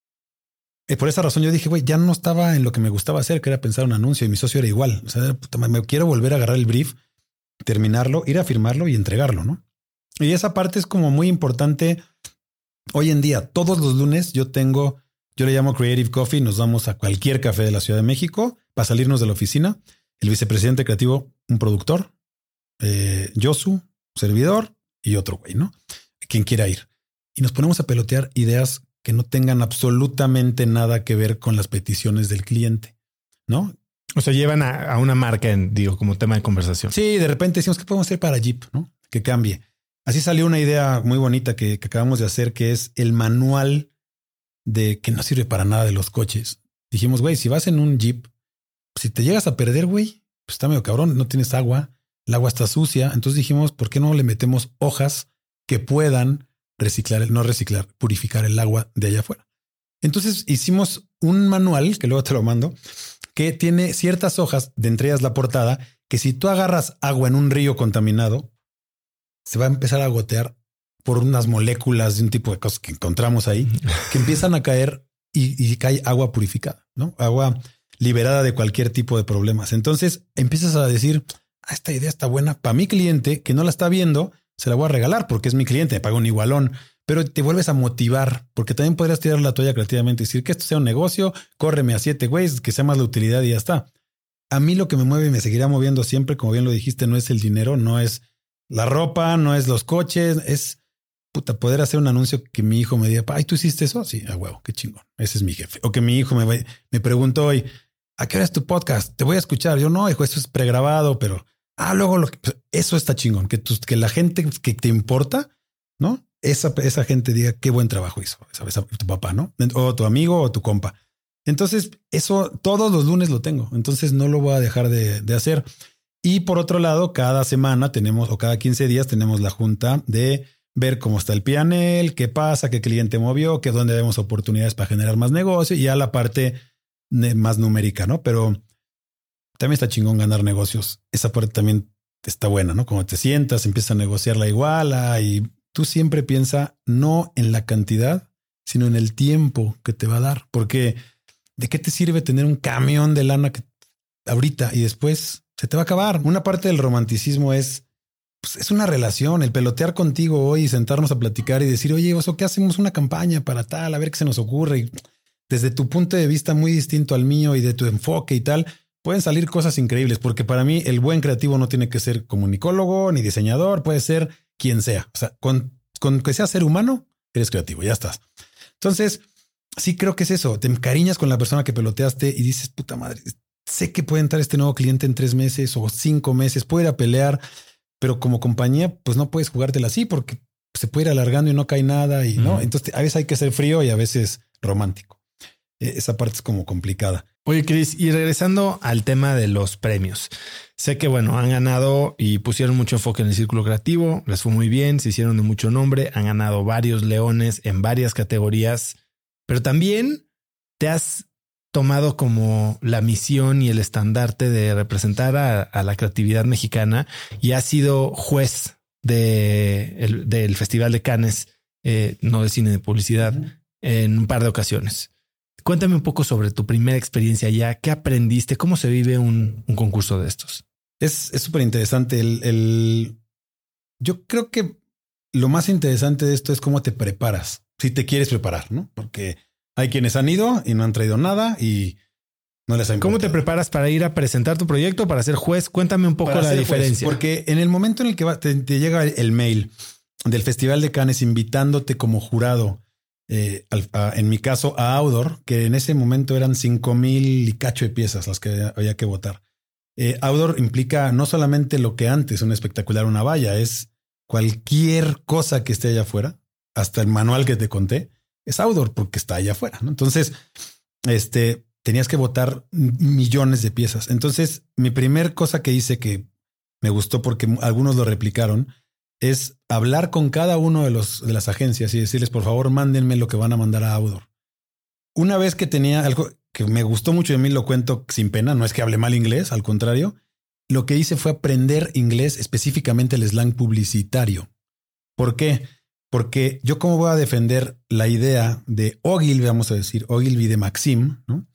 Eh, por esa razón yo dije, güey, ya no estaba en lo que me gustaba hacer, que era pensar un anuncio, y mi socio era igual. O sea, puta, me quiero volver a agarrar el brief, terminarlo, ir a firmarlo y entregarlo, ¿no? Y esa parte es como muy importante hoy en día. Todos los lunes yo tengo, yo le llamo Creative Coffee, nos vamos a cualquier café de la Ciudad de México para salirnos de la oficina. El vicepresidente creativo, un productor, eh, Josu, servidor y otro güey, ¿no? Quien quiera ir. Y nos ponemos a pelotear ideas que no tengan absolutamente nada que ver con las peticiones del cliente, ¿no? O sea, llevan a, a una marca, en, digo, como tema de conversación. Sí, de repente decimos, ¿qué podemos hacer para Jeep? ¿No? Que cambie. Así salió una idea muy bonita que, que acabamos de hacer, que es el manual de que no sirve para nada de los coches. Dijimos, güey, si vas en un Jeep, si te llegas a perder, güey, pues está medio cabrón, no tienes agua, el agua está sucia. Entonces dijimos, ¿por qué no le metemos hojas que puedan reciclar, no reciclar, purificar el agua de allá afuera? Entonces hicimos un manual, que luego te lo mando, que tiene ciertas hojas, de entre ellas la portada, que si tú agarras agua en un río contaminado, se va a empezar a gotear por unas moléculas de un tipo de cosas que encontramos ahí, que empiezan a caer y, y cae agua purificada, ¿no? Agua liberada de cualquier tipo de problemas. Entonces empiezas a decir, ah, esta idea está buena para mi cliente que no la está viendo, se la voy a regalar porque es mi cliente, me paga un igualón, pero te vuelves a motivar porque también podrías tirar la toalla creativamente y decir que esto sea un negocio, córreme a siete güeyes, que sea más la utilidad y ya está. A mí lo que me mueve y me seguirá moviendo siempre, como bien lo dijiste, no es el dinero, no es la ropa, no es los coches, es puta, poder hacer un anuncio que mi hijo me diga, ay, ¿tú hiciste eso? Sí, a huevo, qué chingón. Ese es mi jefe. O que mi hijo me, me preguntó hoy, ¿a qué hora es tu podcast? Te voy a escuchar. Yo no, hijo, eso es pregrabado, pero ah, luego lo que, eso está chingón, que, tu, que la gente que te importa, ¿no? Esa, esa gente diga qué buen trabajo hizo, ¿sabes? Tu papá, ¿no? O tu amigo o tu compa. Entonces, eso todos los lunes lo tengo. Entonces no lo voy a dejar de, de hacer. Y por otro lado, cada semana tenemos, o cada quince días tenemos la junta de ver cómo está el P and L, qué pasa, qué cliente movió, que dónde vemos oportunidades para generar más negocio y ya la parte más numérica, ¿no? Pero también está chingón ganar negocios. Esa parte también está buena, ¿no? Como te sientas, empiezas a negociar la iguala y tú siempre piensa no en la cantidad, sino en el tiempo que te va a dar. Porque ¿de qué te sirve tener un camión de lana que ahorita y después se te va a acabar? Una parte del romanticismo es, pues, es una relación, el pelotear contigo hoy y sentarnos a platicar y decir, oye, Oso, ¿qué hacemos una campaña para tal? A ver qué se nos ocurre. Y desde tu punto de vista muy distinto al mío y de tu enfoque y tal, pueden salir cosas increíbles, porque para mí el buen creativo no tiene que ser comunicólogo ni diseñador, puede ser quien sea. O sea, con, con que sea ser humano, eres creativo, ya estás. Entonces, sí creo que es eso. Te encariñas con la persona que peloteaste y dices, puta madre, sé que puede entrar este nuevo cliente en tres meses o cinco meses, puede ir a pelear, pero como compañía, pues no puedes jugártela así porque se puede ir alargando y no cae nada y uh-huh. no. Entonces, a veces hay que ser frío y a veces romántico. Esa parte es como complicada. Oye, Chris, y regresando al tema de los premios. Sé que, bueno, han ganado y pusieron mucho enfoque en el círculo creativo. Les fue muy bien, se hicieron de mucho nombre. Han ganado varios leones en varias categorías, pero también te has tomado como la misión y el estandarte de representar a, a la creatividad mexicana y has sido juez de el, del Festival de Cannes, eh, no de cine, de publicidad, uh-huh. en un par de ocasiones. Cuéntame un poco sobre tu primera experiencia allá. ¿Qué aprendiste? ¿Cómo se vive un, un concurso de estos? Es súper interesante. El, el, yo creo que lo más interesante de esto es cómo te preparas. Si te quieres preparar, ¿no? Porque hay quienes han ido y no han traído nada y no les ha importado. ¿Cómo te preparas para ir a presentar tu proyecto, para ser juez? Cuéntame un poco para la diferencia. Juez, porque en el momento en el que va, te, te llega el mail del Festival de Cannes invitándote como jurado, Eh, al, a, en mi caso a Audor, que en ese momento eran cinco mil y cacho de piezas las que había que votar. Eh, Audor implica no solamente lo que antes un espectacular, una valla, es cualquier cosa que esté allá afuera, hasta el manual que te conté, es Audor porque está allá afuera, ¿no? Entonces, este, tenías que votar millones de piezas. Entonces, mi primer cosa que hice que me gustó porque algunos lo replicaron es hablar con cada uno de los de las agencias y decirles, por favor, mándenme lo que van a mandar a Audor. Una vez que tenía algo que me gustó mucho de mí, lo cuento sin pena, no es que hable mal inglés, al contrario, lo que hice fue aprender inglés, específicamente el slang publicitario. ¿Por qué? Porque yo cómo voy a defender la idea de Ogilvy, vamos a decir, Ogilvy de Maxim, ¿no?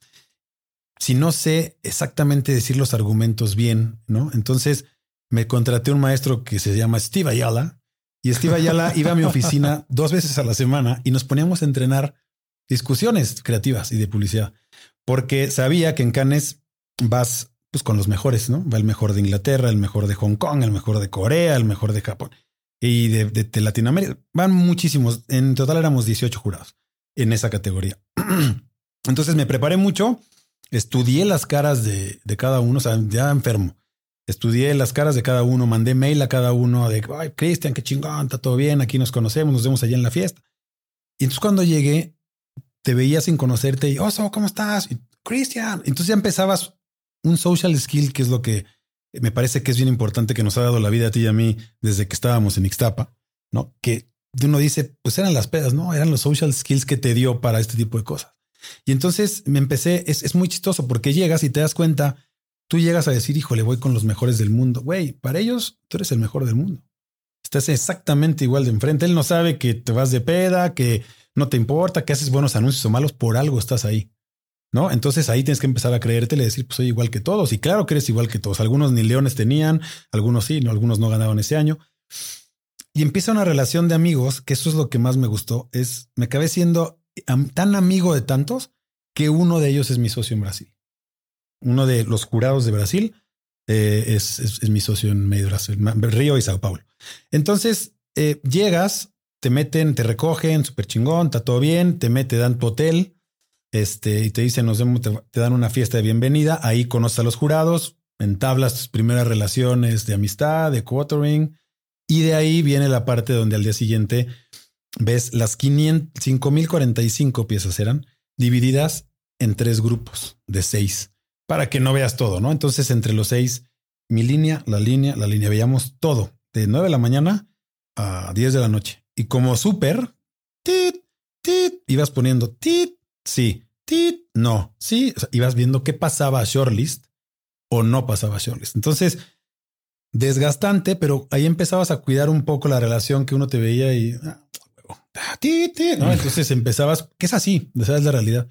Si no sé exactamente decir los argumentos bien, ¿no? Entonces me contraté un maestro que se llama Steve Ayala y Steve Ayala iba a mi oficina dos veces a la semana y nos poníamos a entrenar discusiones creativas y de publicidad, porque sabía que en Cannes vas pues con los mejores, ¿no? Va el mejor de Inglaterra, el mejor de Hong Kong, el mejor de Corea, el mejor de Japón y de, de, de Latinoamérica. Van muchísimos. En total éramos dieciocho jurados en esa categoría. Entonces me preparé mucho, estudié las caras de, de cada uno, o sea, ya enfermo. Estudié las caras de cada uno, mandé mail a cada uno de, ay, Cristian, qué chingón, está todo bien, aquí nos conocemos, nos vemos allá en la fiesta. Y entonces cuando llegué, te veía sin conocerte y, Oso, ¿cómo estás? Cristian. Entonces ya empezabas un social skill, que es lo que me parece que es bien importante, que nos ha dado la vida a ti y a mí desde que estábamos en Ixtapa, ¿no? Que uno dice, pues eran las pedas, ¿no? Eran los social skills que te dio para este tipo de cosas. Y entonces me empecé, es, es muy chistoso porque llegas y te das cuenta. Tú llegas a decir, híjole, voy con los mejores del mundo. Güey, para ellos tú eres el mejor del mundo. Estás exactamente igual de enfrente. Él no sabe que te vas de peda, que no te importa, que haces buenos anuncios o malos, por algo estás ahí, ¿no? Entonces ahí tienes que empezar a creértele y decir, pues soy igual que todos. Y claro que eres igual que todos. Algunos ni leones tenían, algunos sí, no, algunos no ganaron ese año. Y empieza una relación de amigos, que eso es lo que más me gustó, es me acabé siendo tan amigo de tantos que uno de ellos es mi socio en Brasil. Uno de los jurados de Brasil eh, es, es, es mi socio en medio de Brasil, Río y Sao Paulo. Entonces eh, llegas, te meten, te recogen, súper chingón, está todo bien, te meten, te dan tu hotel este, y te dicen, nos vemos, te, te dan una fiesta de bienvenida. Ahí conoces a los jurados, entablas tus primeras relaciones de amistad, de quartering, y de ahí viene la parte donde al día siguiente ves las quinientas, cinco mil cuarenta y cinco piezas eran divididas en tres grupos de seis. Para que no veas todo, ¿no? Entonces, entre los seis, mi línea, la línea, la línea, veíamos todo de nueve de la mañana a diez de la noche. Y como súper, tit, tit, ibas poniendo tit, sí, tit, no, sí. O sea, ibas viendo qué pasaba a shortlist o no pasaba a shortlist. Entonces, desgastante, pero ahí empezabas a cuidar un poco la relación que uno te veía y ah, ti, ti, ¿no? Entonces empezabas, que es así, esa es la realidad.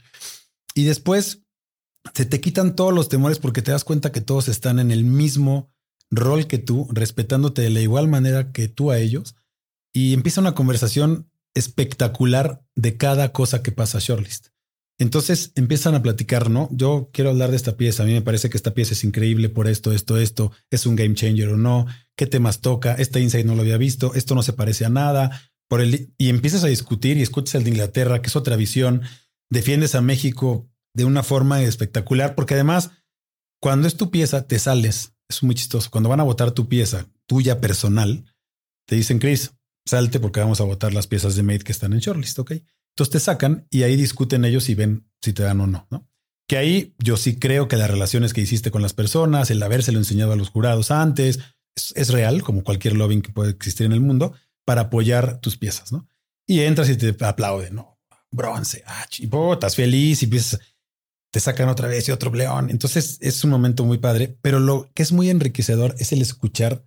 Y después se te quitan todos los temores porque te das cuenta que todos están en el mismo rol que tú, respetándote de la igual manera que tú a ellos. Y empieza una conversación espectacular de cada cosa que pasa a Shortlist. Entonces empiezan a platicar, ¿no? Yo quiero hablar de esta pieza. A mí me parece que esta pieza es increíble por esto, esto, esto. Es un game changer o no. ¿Qué temas toca? Este insight no lo había visto. Esto no se parece a nada. Por el, y empiezas a discutir y escuchas el de Inglaterra, que es otra visión. Defiendes a México de una forma espectacular, porque además, cuando es tu pieza, te sales. Es muy chistoso. Cuando van a votar tu pieza tuya personal, te dicen, Chris, salte porque vamos a votar las piezas de Made que están en Shortlist, ¿ok? Entonces te sacan y ahí discuten ellos y ven si te dan o no, ¿no? Que ahí yo sí creo que las relaciones que hiciste con las personas, el habérselo enseñado a los jurados antes, es, es real, como cualquier lobbying que puede existir en el mundo, para apoyar tus piezas, ¿no? Y entras y te aplauden, ¿no? Bronce, ah, chivo, estás feliz y empiezas, te sacan otra vez y otro león. Entonces es un momento muy padre, pero lo que es muy enriquecedor es el escuchar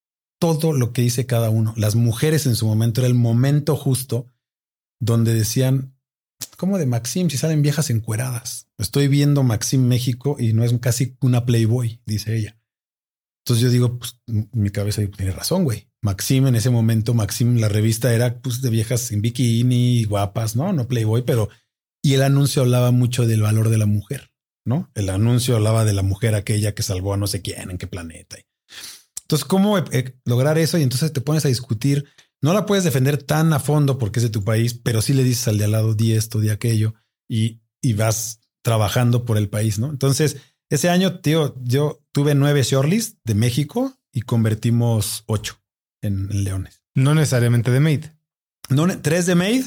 todo lo que dice cada uno. Las mujeres en su momento era el momento justo donde decían, como de Maxim, si salen viejas encueradas. Estoy viendo Maxim México y no es casi una Playboy, dice ella. Entonces yo digo, pues mi cabeza tiene razón, güey. Maxim en ese momento, Maxim, la revista era pues de viejas en bikini, guapas, no, no Playboy, pero y el anuncio hablaba mucho del valor de la mujer, ¿no? El anuncio hablaba de la mujer aquella que salvó a no sé quién, en qué planeta. Entonces, ¿cómo eh, lograr eso? Y entonces te pones a discutir. No la puedes defender tan a fondo porque es de tu país, pero sí le dices al de al lado, di esto, di aquello y, y vas trabajando por el país, ¿no? Entonces, ese año, tío, yo tuve nueve shortlists de México y convertimos ocho en, en Leones. No necesariamente de Made. No, tres de Made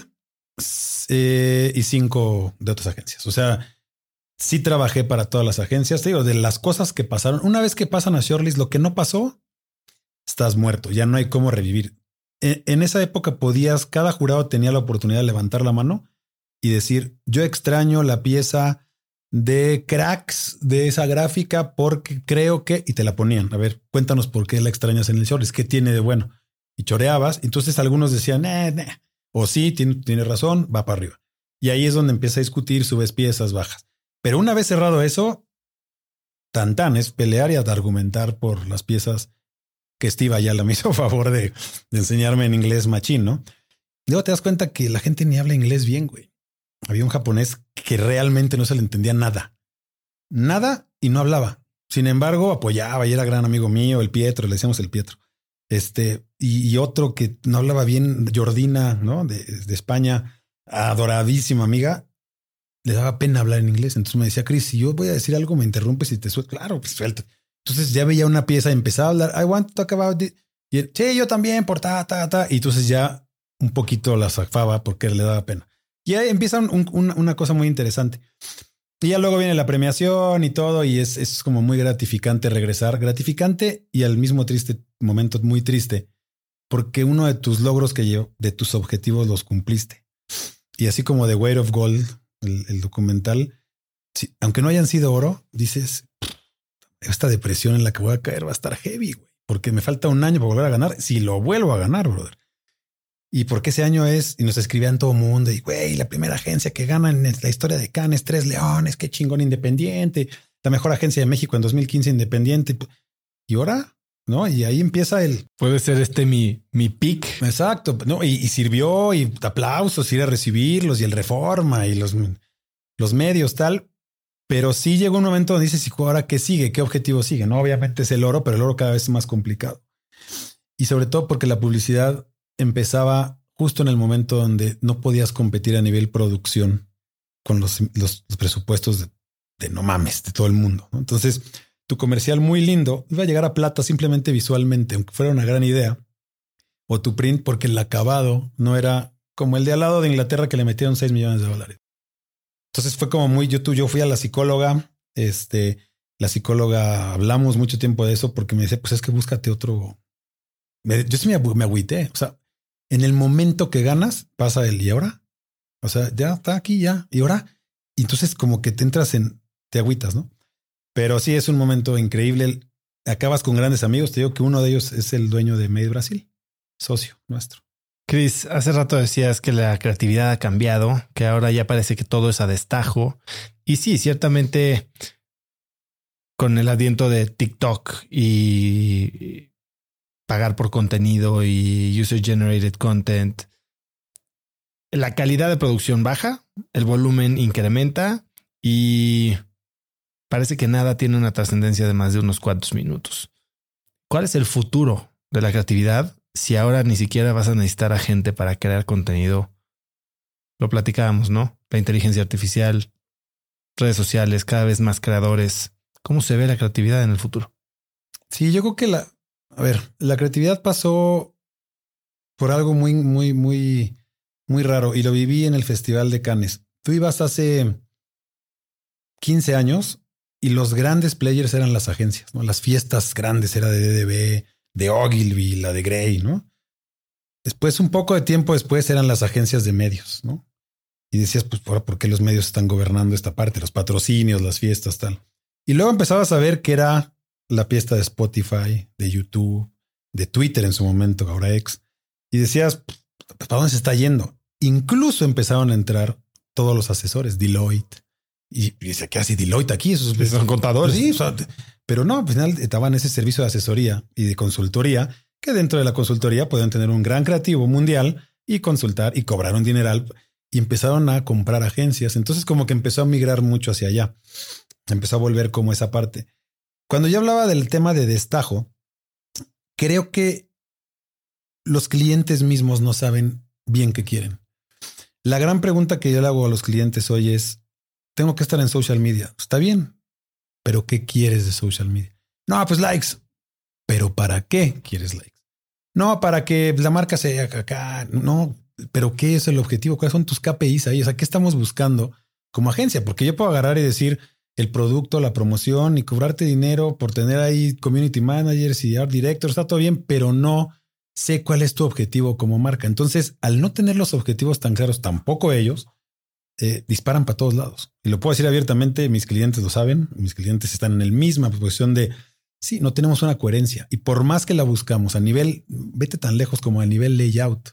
eh, y cinco de otras agencias. O sea, sí trabajé para todas las agencias. Te digo, de las cosas que pasaron, una vez que pasan a shortlist, lo que no pasó, estás muerto. Ya no hay cómo revivir. En esa época podías, cada jurado tenía la oportunidad de levantar la mano y decir, yo extraño la pieza de Cracks de esa gráfica porque creo que, y te la ponían. A ver, cuéntanos por qué la extrañas en el shortlist, qué tiene de bueno. Y choreabas. Entonces algunos decían, eh, nah. O sí, tiene, tiene razón, va para arriba. Y ahí es donde empieza a discutir, subes piezas, bajas. Pero una vez cerrado eso, tan tan es pelear y argumentar por las piezas que Steve Ayala me hizo favor de, de enseñarme en inglés machín, ¿no? Luego te das cuenta que la gente ni habla inglés bien, güey. Había un japonés que realmente no se le entendía nada. Nada y no hablaba. Sin embargo, apoyaba y era gran amigo mío, el Pietro, le decíamos el Pietro. Este, y, y otro que no hablaba bien, Jordina, ¿no? De, de España, adoradísima amiga, le daba pena hablar en inglés. Entonces me decía, Chris, si yo voy a decir algo, me interrumpes y te suelto. Claro, pues suelta. Entonces ya veía una pieza, empezaba a hablar, I want to talk about it. Y él, sí, yo también, por ta, ta, ta. Y entonces ya un poquito la zafaba porque le daba pena. Y ahí empieza un, un, una cosa muy interesante. Y ya luego viene la premiación y todo, y es, es como muy gratificante regresar. Gratificante y al mismo triste momento, muy triste, porque uno de tus logros que yo, de tus objetivos los cumpliste. Y así como The Weight of Gold, el, el documental, sí, aunque no hayan sido oro, dices, esta depresión en la que voy a caer va a estar heavy, güey, porque me falta un año para volver a ganar. Si lo vuelvo a ganar, brother. Y porque ese año es, y nos escribían todo mundo, y güey, la primera agencia que gana en la historia de Cannes, Tres Leones, qué chingón, independiente, la mejor agencia de México en dos mil quince, independiente. Y ahora, ¿no? Y ahí empieza el... Puede ser este mi, mi pick. Exacto, ¿no? Y, y sirvió, y aplausos, ir a recibirlos, y el Reforma, y los, los medios, tal. Pero sí llegó un momento donde dices, ¿y ahora qué sigue? ¿Qué objetivo sigue? No, obviamente es el oro, pero el oro cada vez es más complicado. Y sobre todo porque la publicidad empezaba justo en el momento donde no podías competir a nivel producción con los, los, los presupuestos de, de no mames, de todo el mundo, ¿no? Entonces, tu comercial muy lindo iba a llegar a plata simplemente visualmente, aunque fuera una gran idea, o tu print, porque el acabado no era como el de al lado de Inglaterra que le metieron seis millones de dólares. Entonces fue como muy yo, tú, yo fui a la psicóloga, este, la psicóloga, hablamos mucho tiempo de eso porque me decía, pues es que búscate otro. Me, yo sí me, me agüité. O sea, en el momento que ganas, pasa el y ahora. O sea, ya está aquí, ya. Y ahora. Y entonces como que te entras en, te agüitas, ¿no? Pero sí es un momento increíble. acabas con grandes amigos. Te digo que uno de ellos es el dueño de Made Brasil, socio nuestro. Chris, hace rato decías que la creatividad ha cambiado, que ahora ya parece que todo es a destajo. Y sí, ciertamente con el adviento de TikTok y pagar por contenido y user generated content, la calidad de producción baja, el volumen incrementa y parece que nada tiene una trascendencia de más de unos cuantos minutos. ¿Cuál es el futuro de la creatividad si ahora ni siquiera vas a necesitar a gente para crear contenido? Lo platicábamos, ¿no? La inteligencia artificial, redes sociales, cada vez más creadores. ¿Cómo se ve la creatividad en el futuro? Sí, yo creo que la... A ver, la creatividad pasó por algo muy, muy, muy, muy raro y lo viví en el Festival de Cannes. Tú ibas hace quince años y los grandes players eran las agencias, ¿no? Las fiestas grandes era de D D B, de Ogilvy, la de Grey, ¿no? Después, un poco de tiempo después, eran las agencias de medios, ¿no? Y decías, pues, ¿por qué los medios están gobernando esta parte? Los patrocinios, las fiestas, tal. Y luego empezabas a ver que era la fiesta de Spotify, de YouTube, de Twitter en su momento, ahora X. Y decías, ¿para dónde se está yendo? Incluso empezaron a entrar todos los asesores, Deloitte. Y, y dice, ¿qué hace Deloitte aquí? Esos son contadores. Sí, o sea, pero no, al final estaban ese servicio de asesoría y de consultoría, que dentro de la consultoría podían tener un gran creativo mundial y consultar y cobrar un dineral. Y empezaron a comprar agencias. Entonces como que empezó a migrar mucho hacia allá. Empezó a volver como esa parte. Cuando yo hablaba del tema de destajo, creo que los clientes mismos no saben bien qué quieren. La gran pregunta que yo le hago a los clientes hoy es, tengo que estar en social media. Está bien, pero ¿qué quieres de social media? No, pues likes. ¿Pero para qué quieres likes? No, para que la marca sea acá. No, pero ¿qué es el objetivo? ¿Cuáles son tus K P Is ahí? O sea, ¿qué estamos buscando como agencia? Porque yo puedo agarrar y decir el producto, la promoción y cobrarte dinero por tener ahí community managers y art directors, está todo bien, pero no sé cuál es tu objetivo como marca. Entonces, al no tener los objetivos tan claros, tampoco ellos eh, disparan para todos lados. Y lo puedo decir abiertamente, mis clientes lo saben, mis clientes están en la misma posición de, sí, no tenemos una coherencia. Y por más que la buscamos a nivel, vete tan lejos como a nivel layout.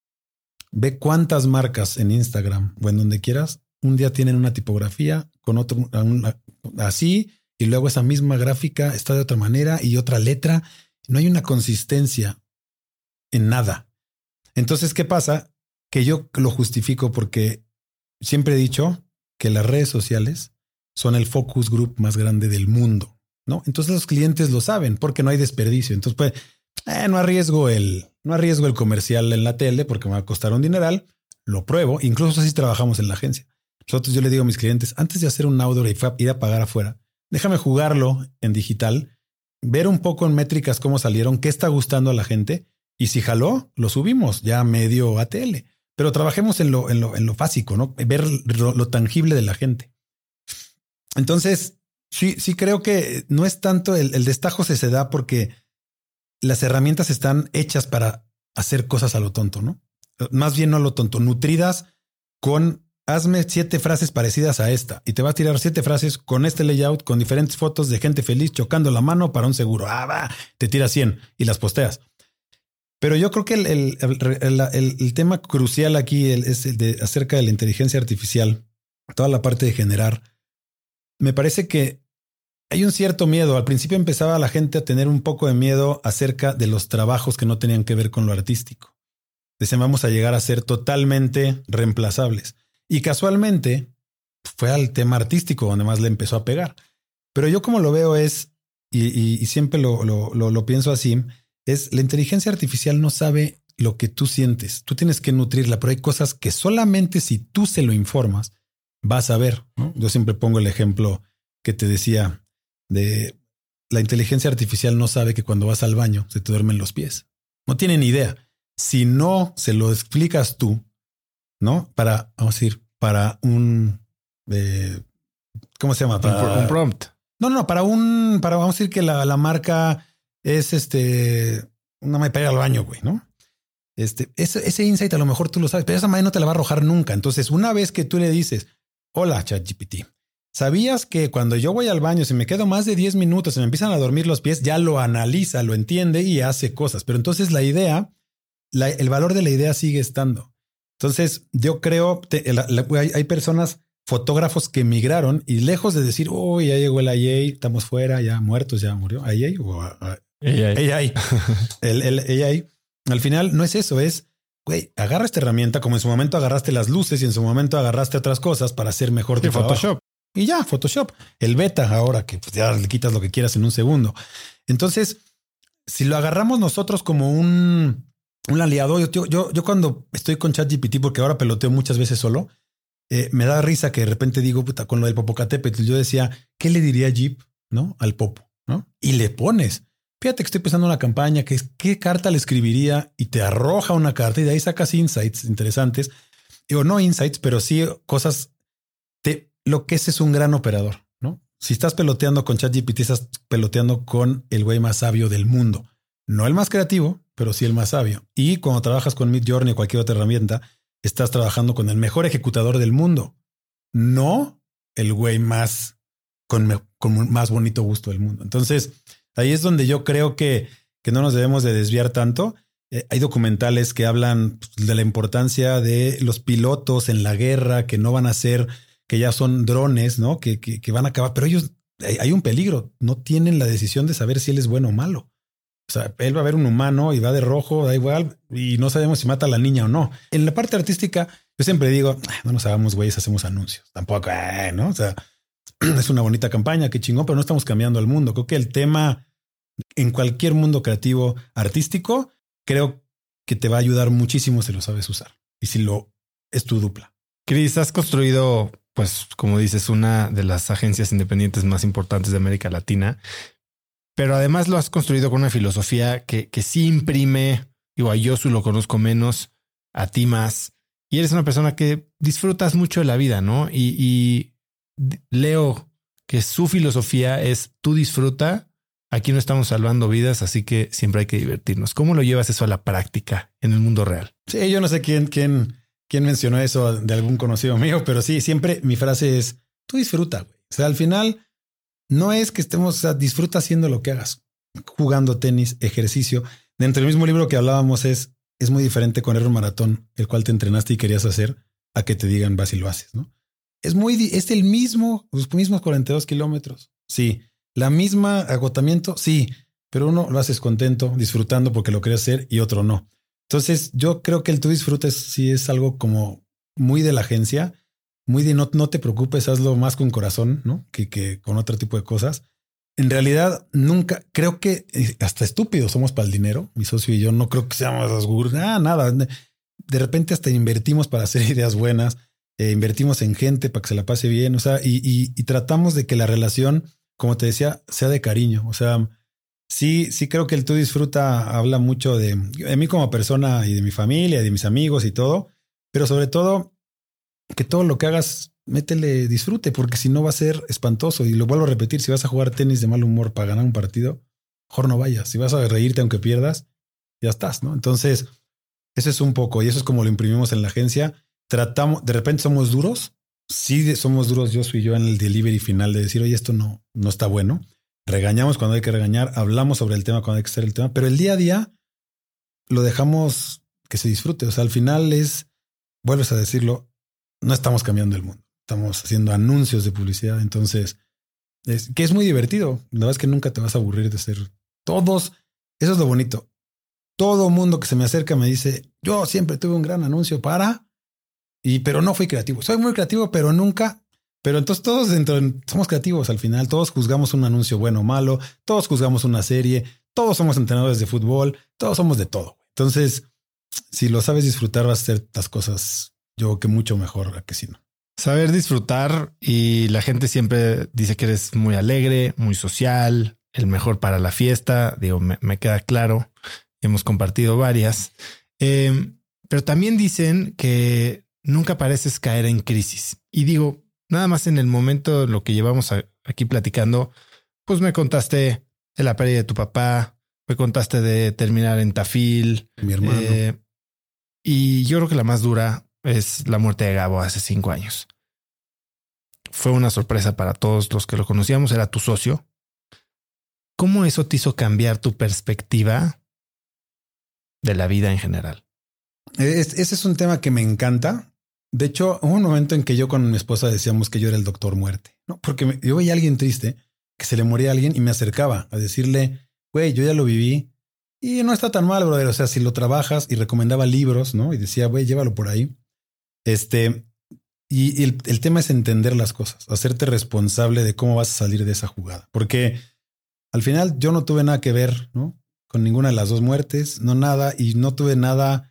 Ve cuántas marcas en Instagram o en donde quieras, un día tienen una tipografía con otro una, así y luego esa misma gráfica está de otra manera y otra letra. No hay una consistencia en nada. Entonces, ¿qué pasa? Que yo lo justifico porque siempre he dicho que las redes sociales son el focus group más grande del mundo, ¿no? Entonces los clientes lo saben porque no hay desperdicio. Entonces, pues, eh, no arriesgo el, no arriesgo el comercial en la tele porque me va a costar un dineral. Lo pruebo. Incluso así trabajamos en la agencia. Nosotros yo le digo a mis clientes, antes de hacer un outdoor y ir a pagar afuera, déjame jugarlo en digital, ver un poco en métricas cómo salieron, qué está gustando a la gente y si jaló, lo subimos ya medio A T L. Pero trabajemos en lo, en lo, en lo básico, ¿no? Ver lo, lo tangible de la gente. Entonces, sí, sí creo que no es tanto el, el destajo se se da porque las herramientas están hechas para hacer cosas a lo tonto, ¿no? Más bien no a lo tonto, nutridas con hazme siete frases parecidas a esta y te va a tirar siete frases con este layout, con diferentes fotos de gente feliz chocando la mano para un seguro. Ah, va, te tira cien y las posteas. Pero yo creo que el, el, el, el, el tema crucial aquí es el de acerca de la inteligencia artificial, toda la parte de generar. Me parece que hay un cierto miedo. Al principio empezaba la gente a tener un poco de miedo acerca de los trabajos que no tenían que ver con lo artístico. Decían, vamos a llegar a ser totalmente reemplazables. Y casualmente fue al tema artístico donde más le empezó a pegar. Pero yo como lo veo es, y, y, y siempre lo, lo, lo, lo pienso así, es la inteligencia artificial no sabe lo que tú sientes. Tú tienes que nutrirla, pero hay cosas que solamente si tú se lo informas vas a ver, ¿no? Yo siempre pongo el ejemplo que te decía de la inteligencia artificial no sabe que cuando vas al baño se te duermen los pies. No tiene ni idea. Si no se lo explicas tú, ¿no? Para, vamos a decir, para un, eh, ¿cómo se llama? Para, un prompt. No, no, para un, para, vamos a decir que la, la marca es este, una me pega al baño, güey, ¿no? Este, ese, ese insight a lo mejor tú lo sabes, pero esa madre no te la va a arrojar nunca. Entonces, una vez que tú le dices, hola, ChatGPT, ¿Sabías que cuando yo voy al baño, si me quedo más de diez minutos, se me empiezan a dormir los pies, ya lo analiza, lo entiende y hace cosas? Pero entonces la idea, la, el valor de la idea sigue estando. Entonces yo creo, te, la, la, hay, hay personas, fotógrafos que emigraron y lejos de decir, oh, ya llegó el A I, estamos fuera, ya muertos, ya murió A I o A I. A I. El, el A I. Al final no es eso, es, güey, agarra esta herramienta como en su momento agarraste las luces y en su momento agarraste otras cosas para hacer mejor tu trabajo. Photoshop. Y ya, Photoshop. El beta ahora que pues, ya le quitas lo que quieras en un segundo. Entonces, si lo agarramos nosotros como un, un aliado, yo, yo, yo cuando estoy con ChatGPT, porque ahora peloteo muchas veces solo, eh, me da risa que de repente digo, puta, con lo del Popocatépetl, yo decía, ¿qué le diría Jeep, no? Al Popo, ¿no? Y le pones, fíjate que estoy pensando en una campaña, que es qué carta le escribiría y te arroja una carta y de ahí sacas insights interesantes. O no insights, pero sí cosas. Te, lo que ese es un gran operador, ¿no? Si estás peloteando con ChatGPT, estás peloteando con el güey más sabio del mundo. No el más creativo, pero sí el más sabio. Y cuando trabajas con Midjourney o cualquier otra herramienta, estás trabajando con el mejor ejecutador del mundo. No el güey más con, me, con más bonito gusto del mundo. Entonces, ahí es donde yo creo que, que no nos debemos de desviar tanto. Eh, hay documentales que hablan de la importancia de los pilotos en la guerra, que no van a ser, que ya son drones, ¿no? Que, que, que van a acabar, pero ellos, hay, hay un peligro, no tienen la decisión de saber si él es bueno o malo. O sea, él va a ver un humano y va de rojo, da igual, y no sabemos si mata a la niña o no. En la parte artística, yo siempre digo, no nos hagamos güeyes, hacemos anuncios. Tampoco, eh, ¿no? O sea, es una bonita campaña, qué chingón, pero no estamos cambiando al mundo. Creo que el tema en cualquier mundo creativo, artístico, creo que te va a ayudar muchísimo si lo sabes usar y si lo es tu dupla. Chris, has construido, pues, como dices, una de las agencias independientes más importantes de América Latina, pero además lo has construido con una filosofía que, que sí imprime, digo, a Yosu lo conozco menos, a ti más, y eres una persona que disfrutas mucho de la vida, ¿no? Y, y leo que su filosofía es tú disfruta. Aquí no estamos salvando vidas, así que siempre hay que divertirnos. ¿Cómo lo llevas eso a la práctica en el mundo real? Sí, yo no sé quién, quién, quién mencionó eso de algún conocido mío, pero sí, siempre mi frase es tú disfruta, güey. O sea, al final no es que estemos, o sea, disfruta haciendo lo que hagas, jugando tenis, ejercicio. Dentro del mismo libro que hablábamos es, es muy diferente correr un maratón, el cual te entrenaste y querías hacer, a que te digan vas y lo haces, ¿no? Es muy, es el mismo, los mismos cuarenta y dos kilómetros. Sí. La misma agotamiento, sí, pero uno lo haces contento, disfrutando porque lo quieres hacer y otro no. Entonces yo creo que el tú disfrutes sí es algo como muy de la agencia, muy de no, no te preocupes, hazlo más con corazón, ¿no? Que, que con otro tipo de cosas. En realidad nunca, creo que hasta estúpidos somos para el dinero, mi socio y yo, no creo que seamos los gurús, nada, nada. De repente hasta invertimos para hacer ideas buenas, eh, invertimos en gente para que se la pase bien, o sea, y, y, y tratamos de que la relación, como te decía, sea de cariño. O sea, sí, sí creo que el tú disfruta habla mucho de, de mí como persona y de mi familia, de mis amigos y todo, pero sobre todo que todo lo que hagas, métele disfrute, porque si no va a ser espantoso. Y lo vuelvo a repetir, si vas a jugar tenis de mal humor para ganar un partido, mejor no vayas. Si vas a reírte aunque pierdas, ya estás, ¿no? Entonces, eso es un poco, y eso es como lo imprimimos en la agencia. Tratamos, de repente somos duros. Sí, somos duros, yo soy yo en el delivery final de decir, oye, esto no, no está bueno. Regañamos cuando hay que regañar, hablamos sobre el tema cuando hay que hacer el tema, pero el día a día lo dejamos que se disfrute. O sea, al final es, vuelves a decirlo, no estamos cambiando el mundo. Estamos haciendo anuncios de publicidad. Entonces, es, que es muy divertido. La verdad es que nunca te vas a aburrir de ser todos. Eso es lo bonito. Todo mundo que se me acerca me dice, yo siempre tuve un gran anuncio para... Y, pero no fui creativo. Soy muy creativo, pero nunca. Pero entonces todos dentro somos creativos al final. Todos juzgamos un anuncio bueno o malo. Todos juzgamos una serie. Todos somos entrenadores de fútbol. Todos somos de todo. Entonces, si lo sabes disfrutar, vas a hacer las cosas, yo creo que mucho mejor a que si no. Saber disfrutar, y la gente siempre dice que eres muy alegre, muy social, el mejor para la fiesta. Digo, me, me queda claro. Hemos compartido varias. Eh, pero también dicen que nunca pareces caer en crisis. Y digo, nada más en el momento, lo que llevamos a, aquí platicando, pues me contaste de la pérdida de tu papá, me contaste de terminar en Tafil. Mi hermano. Eh, y yo creo que la más dura es la muerte de Gabo hace cinco años. fue una sorpresa para todos los que lo conocíamos, era tu socio. ¿Cómo eso te hizo cambiar tu perspectiva de la vida en general? Es, ese es un tema que me encanta. De hecho, hubo un momento en que yo con mi esposa decíamos que yo era el doctor muerte, ¿no? Porque me, yo veía a alguien triste, que se le moría a alguien y me acercaba a decirle, güey, yo ya lo viví y no está tan mal, brother. O sea, si lo trabajas, y recomendaba libros, ¿no? Y decía, güey, llévalo por ahí. Este, y, y el, el tema es entender las cosas, hacerte responsable de cómo vas a salir de esa jugada. Porque al final yo no tuve nada que ver, ¿no? Con ninguna de las dos muertes, no nada, y no tuve nada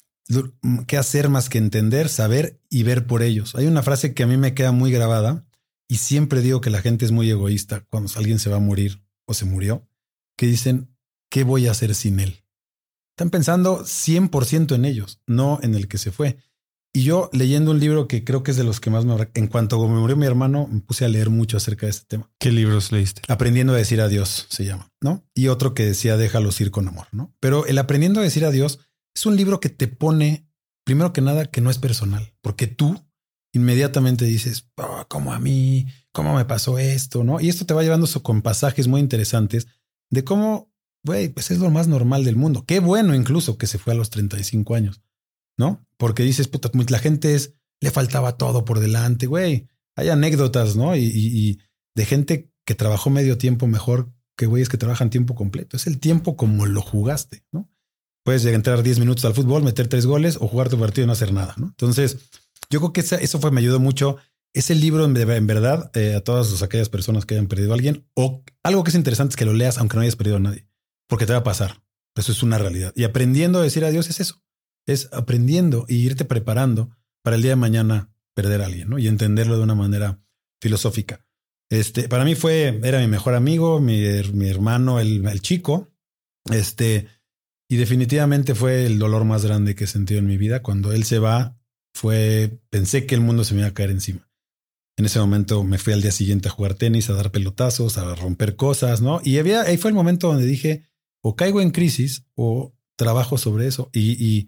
que hacer más que entender, saber y ver por ellos. Hay una frase que a mí me queda muy grabada y siempre digo que la gente es muy egoísta cuando alguien se va a morir o se murió, que dicen, ¿qué voy a hacer sin él? Están pensando cien por ciento en ellos, no en el que se fue. Y yo leyendo un libro que creo que es de los que más me... En cuanto me murió mi hermano, me puse a leer mucho acerca de este tema. ¿Qué libros leíste? Aprendiendo a decir adiós se llama, ¿no? Y otro que decía, déjalos ir con amor, ¿no? Pero el aprendiendo a decir adiós es un libro que te pone, primero que nada, que no es personal, porque tú inmediatamente dices, oh, ¿cómo a mí? ¿Cómo me pasó esto? ¿No? Y esto te va llevando con pasajes muy interesantes de cómo, güey, pues es lo más normal del mundo. Qué bueno incluso que se fue a los treinta y cinco años, ¿no? Porque dices, puta, la gente es, le faltaba todo por delante, güey. Hay anécdotas, ¿no? Y, y, y de gente que trabajó medio tiempo mejor que güeyes que trabajan tiempo completo. Es el tiempo como lo jugaste, ¿no? Puedes entrar diez minutos al fútbol, meter tres goles o jugar tu partido y no hacer nada, ¿no? Entonces, yo creo que esa, eso fue, me ayudó mucho. Ese libro, en, en verdad, eh, a todas aquellas personas que hayan perdido a alguien, o algo que es interesante es que lo leas aunque no hayas perdido a nadie, porque te va a pasar. Eso es una realidad. Y aprendiendo a decir adiós es eso. Es aprendiendo y irte preparando para el día de mañana perder a alguien, ¿no? Y entenderlo de una manera filosófica. Este, para mí fue, era mi mejor amigo, mi, mi hermano, el, el chico, este... Y definitivamente fue el dolor más grande que he sentido en mi vida. Cuando él se va, fue, pensé que el mundo se me iba a caer encima. En ese momento me fui al día siguiente a jugar tenis, a dar pelotazos, a romper cosas, ¿no? Y había, ahí fue el momento donde dije, o caigo en crisis o trabajo sobre eso. Y, y,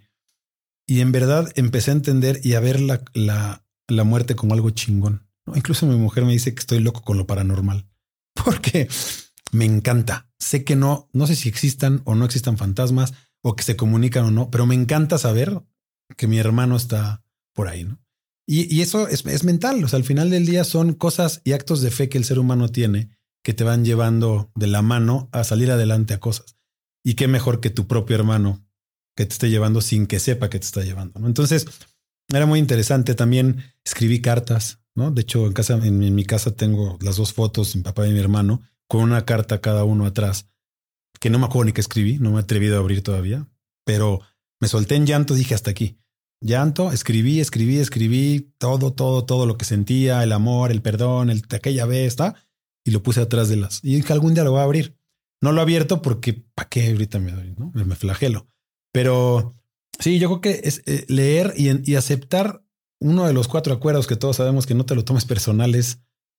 y en verdad empecé a entender y a ver la, la, la muerte como algo chingón, ¿no? Incluso mi mujer me dice que estoy loco con lo paranormal. Porque... me encanta. Sé que no, no sé si existan o no existan fantasmas o que se comunican o no, pero me encanta saber que mi hermano está por ahí, ¿no? Y, y eso es, es mental. O sea, al final del día son cosas y actos de fe que el ser humano tiene que te van llevando de la mano a salir adelante a cosas. Y qué mejor que tu propio hermano que te esté llevando sin que sepa que te está llevando, ¿no? Entonces era muy interesante. También escribí cartas, ¿no? De hecho, en casa, en, en mi casa tengo las dos fotos, mi papá y mi hermano, con una carta cada uno atrás, que no me acuerdo ni qué escribí, no me he atrevido a abrir todavía, pero me solté en llanto, dije hasta aquí. Llanto, escribí, escribí, escribí todo, todo, todo lo que sentía, el amor, el perdón, el de aquella vez, ¿está? Y lo puse atrás de las. Y dije, algún día lo voy a abrir. No lo he abierto porque, ¿para qué ahorita me doy? ¿No? Me flagelo. Pero sí, yo creo que es eh, leer y, y aceptar uno de los cuatro acuerdos que todos sabemos que no te lo tomes personal es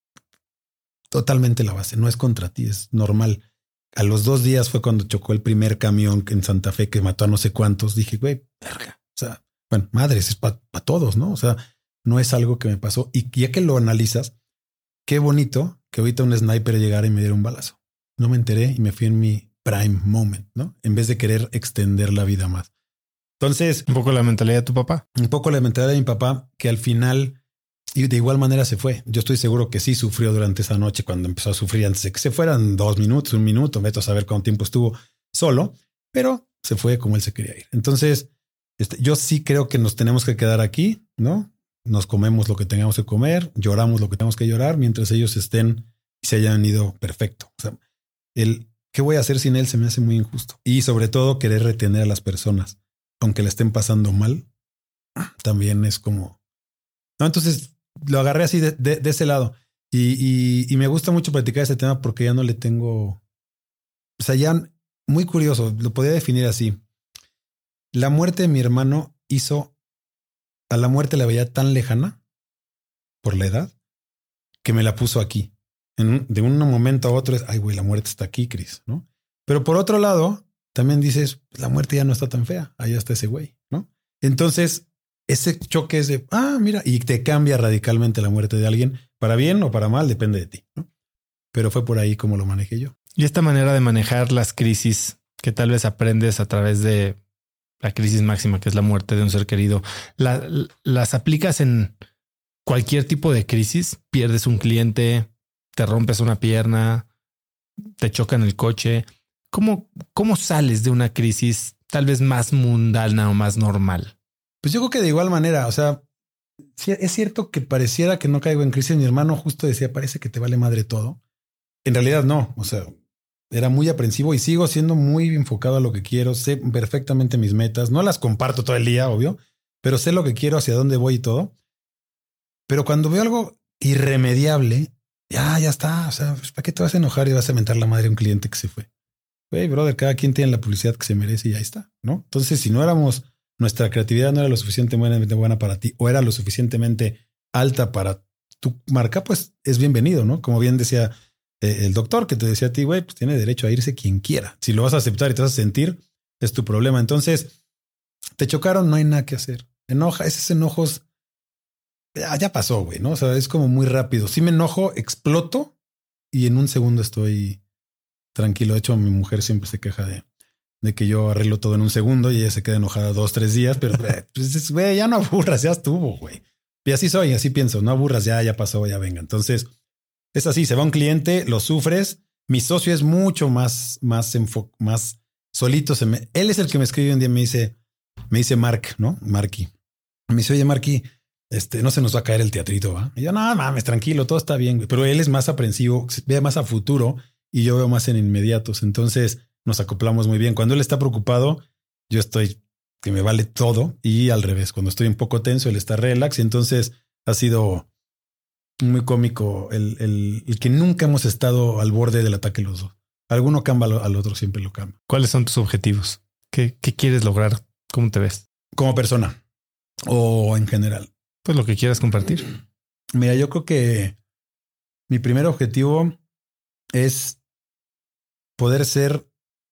totalmente la base. No es contra ti, es normal. A los dos días fue cuando chocó el primer camión en Santa Fe que mató a no sé cuántos. Dije, güey, verga. O sea, bueno, madres, es para pa todos, ¿no? O sea, no es algo que me pasó. Y ya que lo analizas, qué bonito que ahorita un sniper llegara y me diera un balazo. No me enteré y me fui en mi prime moment, ¿no? En vez de querer extender la vida más. Entonces, un poco la mentalidad de tu papá. Un poco la mentalidad de mi papá, que al final... y de igual manera se fue. Yo estoy seguro que sí sufrió durante esa noche cuando empezó a sufrir antes de que se fueran dos minutos, un minuto, vete a saber cuánto tiempo estuvo solo, pero se fue como él se quería ir. Entonces, este, yo sí creo que nos tenemos que quedar aquí, ¿no? Nos comemos lo que tengamos que comer, lloramos lo que tenemos que llorar mientras ellos estén y se hayan ido perfecto. O sea, el qué voy a hacer sin él se me hace muy injusto. Y sobre todo querer retener a las personas, aunque la estén pasando mal, también es como... No, entonces... lo agarré así de, de, de ese lado y, y, y me gusta mucho platicar ese tema porque ya no le tengo, o sea, ya muy curioso, lo podría definir así. La muerte de mi hermano hizo, a la muerte la veía tan lejana por la edad que me la puso aquí. En, de un momento a otro es, ay güey, la muerte está aquí, Chris, ¿no? Pero por otro lado, también dices, la muerte ya no está tan fea, allá está ese güey, ¿no? Entonces, ese choque es de, ah, mira, y te cambia radicalmente la muerte de alguien, para bien o para mal, depende de ti, ¿no? Pero fue por ahí como lo manejé yo. Y esta manera de manejar las crisis que tal vez aprendes a través de la crisis máxima, que es la muerte de un ser querido, la, las aplicas en cualquier tipo de crisis. Pierdes un cliente, te rompes una pierna, te chocan el coche. ¿Cómo, cómo sales de una crisis tal vez más mundana o más normal? Pues yo creo que de igual manera, o sea, sí, es cierto que pareciera que no caigo en crisis. Mi hermano justo decía, parece que te vale madre todo. En realidad no, o sea, era muy aprensivo y sigo siendo muy enfocado a lo que quiero. Sé perfectamente mis metas. No las comparto todo el día, obvio, pero sé lo que quiero, hacia dónde voy y todo. Pero cuando veo algo irremediable, ya, ya está. O sea, pues, ¿para qué te vas a enojar y vas a mentar la madre a un cliente que se fue? Güey, brother, cada quien tiene la publicidad que se merece y ahí está, ¿no? Entonces, si no éramos, nuestra creatividad no era lo suficientemente buena para ti o era lo suficientemente alta para tu marca, pues es bienvenido, ¿no? Como bien decía eh, el doctor que te decía a ti, güey, pues tiene derecho a irse quien quiera. Si lo vas a aceptar y te vas a sentir, es tu problema. Entonces, te chocaron, no hay nada que hacer. Enoja, esos enojos ya, ya pasó, güey, ¿no? O sea, es como muy rápido. Si me enojo, exploto y en un segundo estoy tranquilo. De hecho, mi mujer siempre se queja de, de que yo arreglo todo en un segundo y ella se queda enojada dos, tres días, pero pues, güey, ya no aburras, ya estuvo, güey. Y así soy, así pienso, no aburras, ya, ya pasó, ya venga. Entonces, es así, se va un cliente, lo sufres. Mi socio es mucho más, más, enfo- más solito. Se me, él es el que me escribe un día y me dice, me dice Mark, ¿no? Marky. Me dice, oye, Marky, este, no se nos va a caer el teatrito, ¿va? Y yo, no mames, tranquilo, todo está bien, güey. Pero él es más aprensivo, ve más a futuro y yo veo más en inmediatos. Entonces nos acoplamos muy bien. Cuando él está preocupado, yo estoy que me vale todo y al revés. Cuando estoy un poco tenso, él está relax. Y entonces ha sido muy cómico el, el, el que nunca hemos estado al borde del ataque los dos. Alguno cambia al otro, siempre lo cambia. ¿Cuáles son tus objetivos? ¿Qué, qué quieres lograr? ¿Cómo te ves? Como persona o en general. Pues lo que quieras compartir. Mira, yo creo que mi primer objetivo es poder ser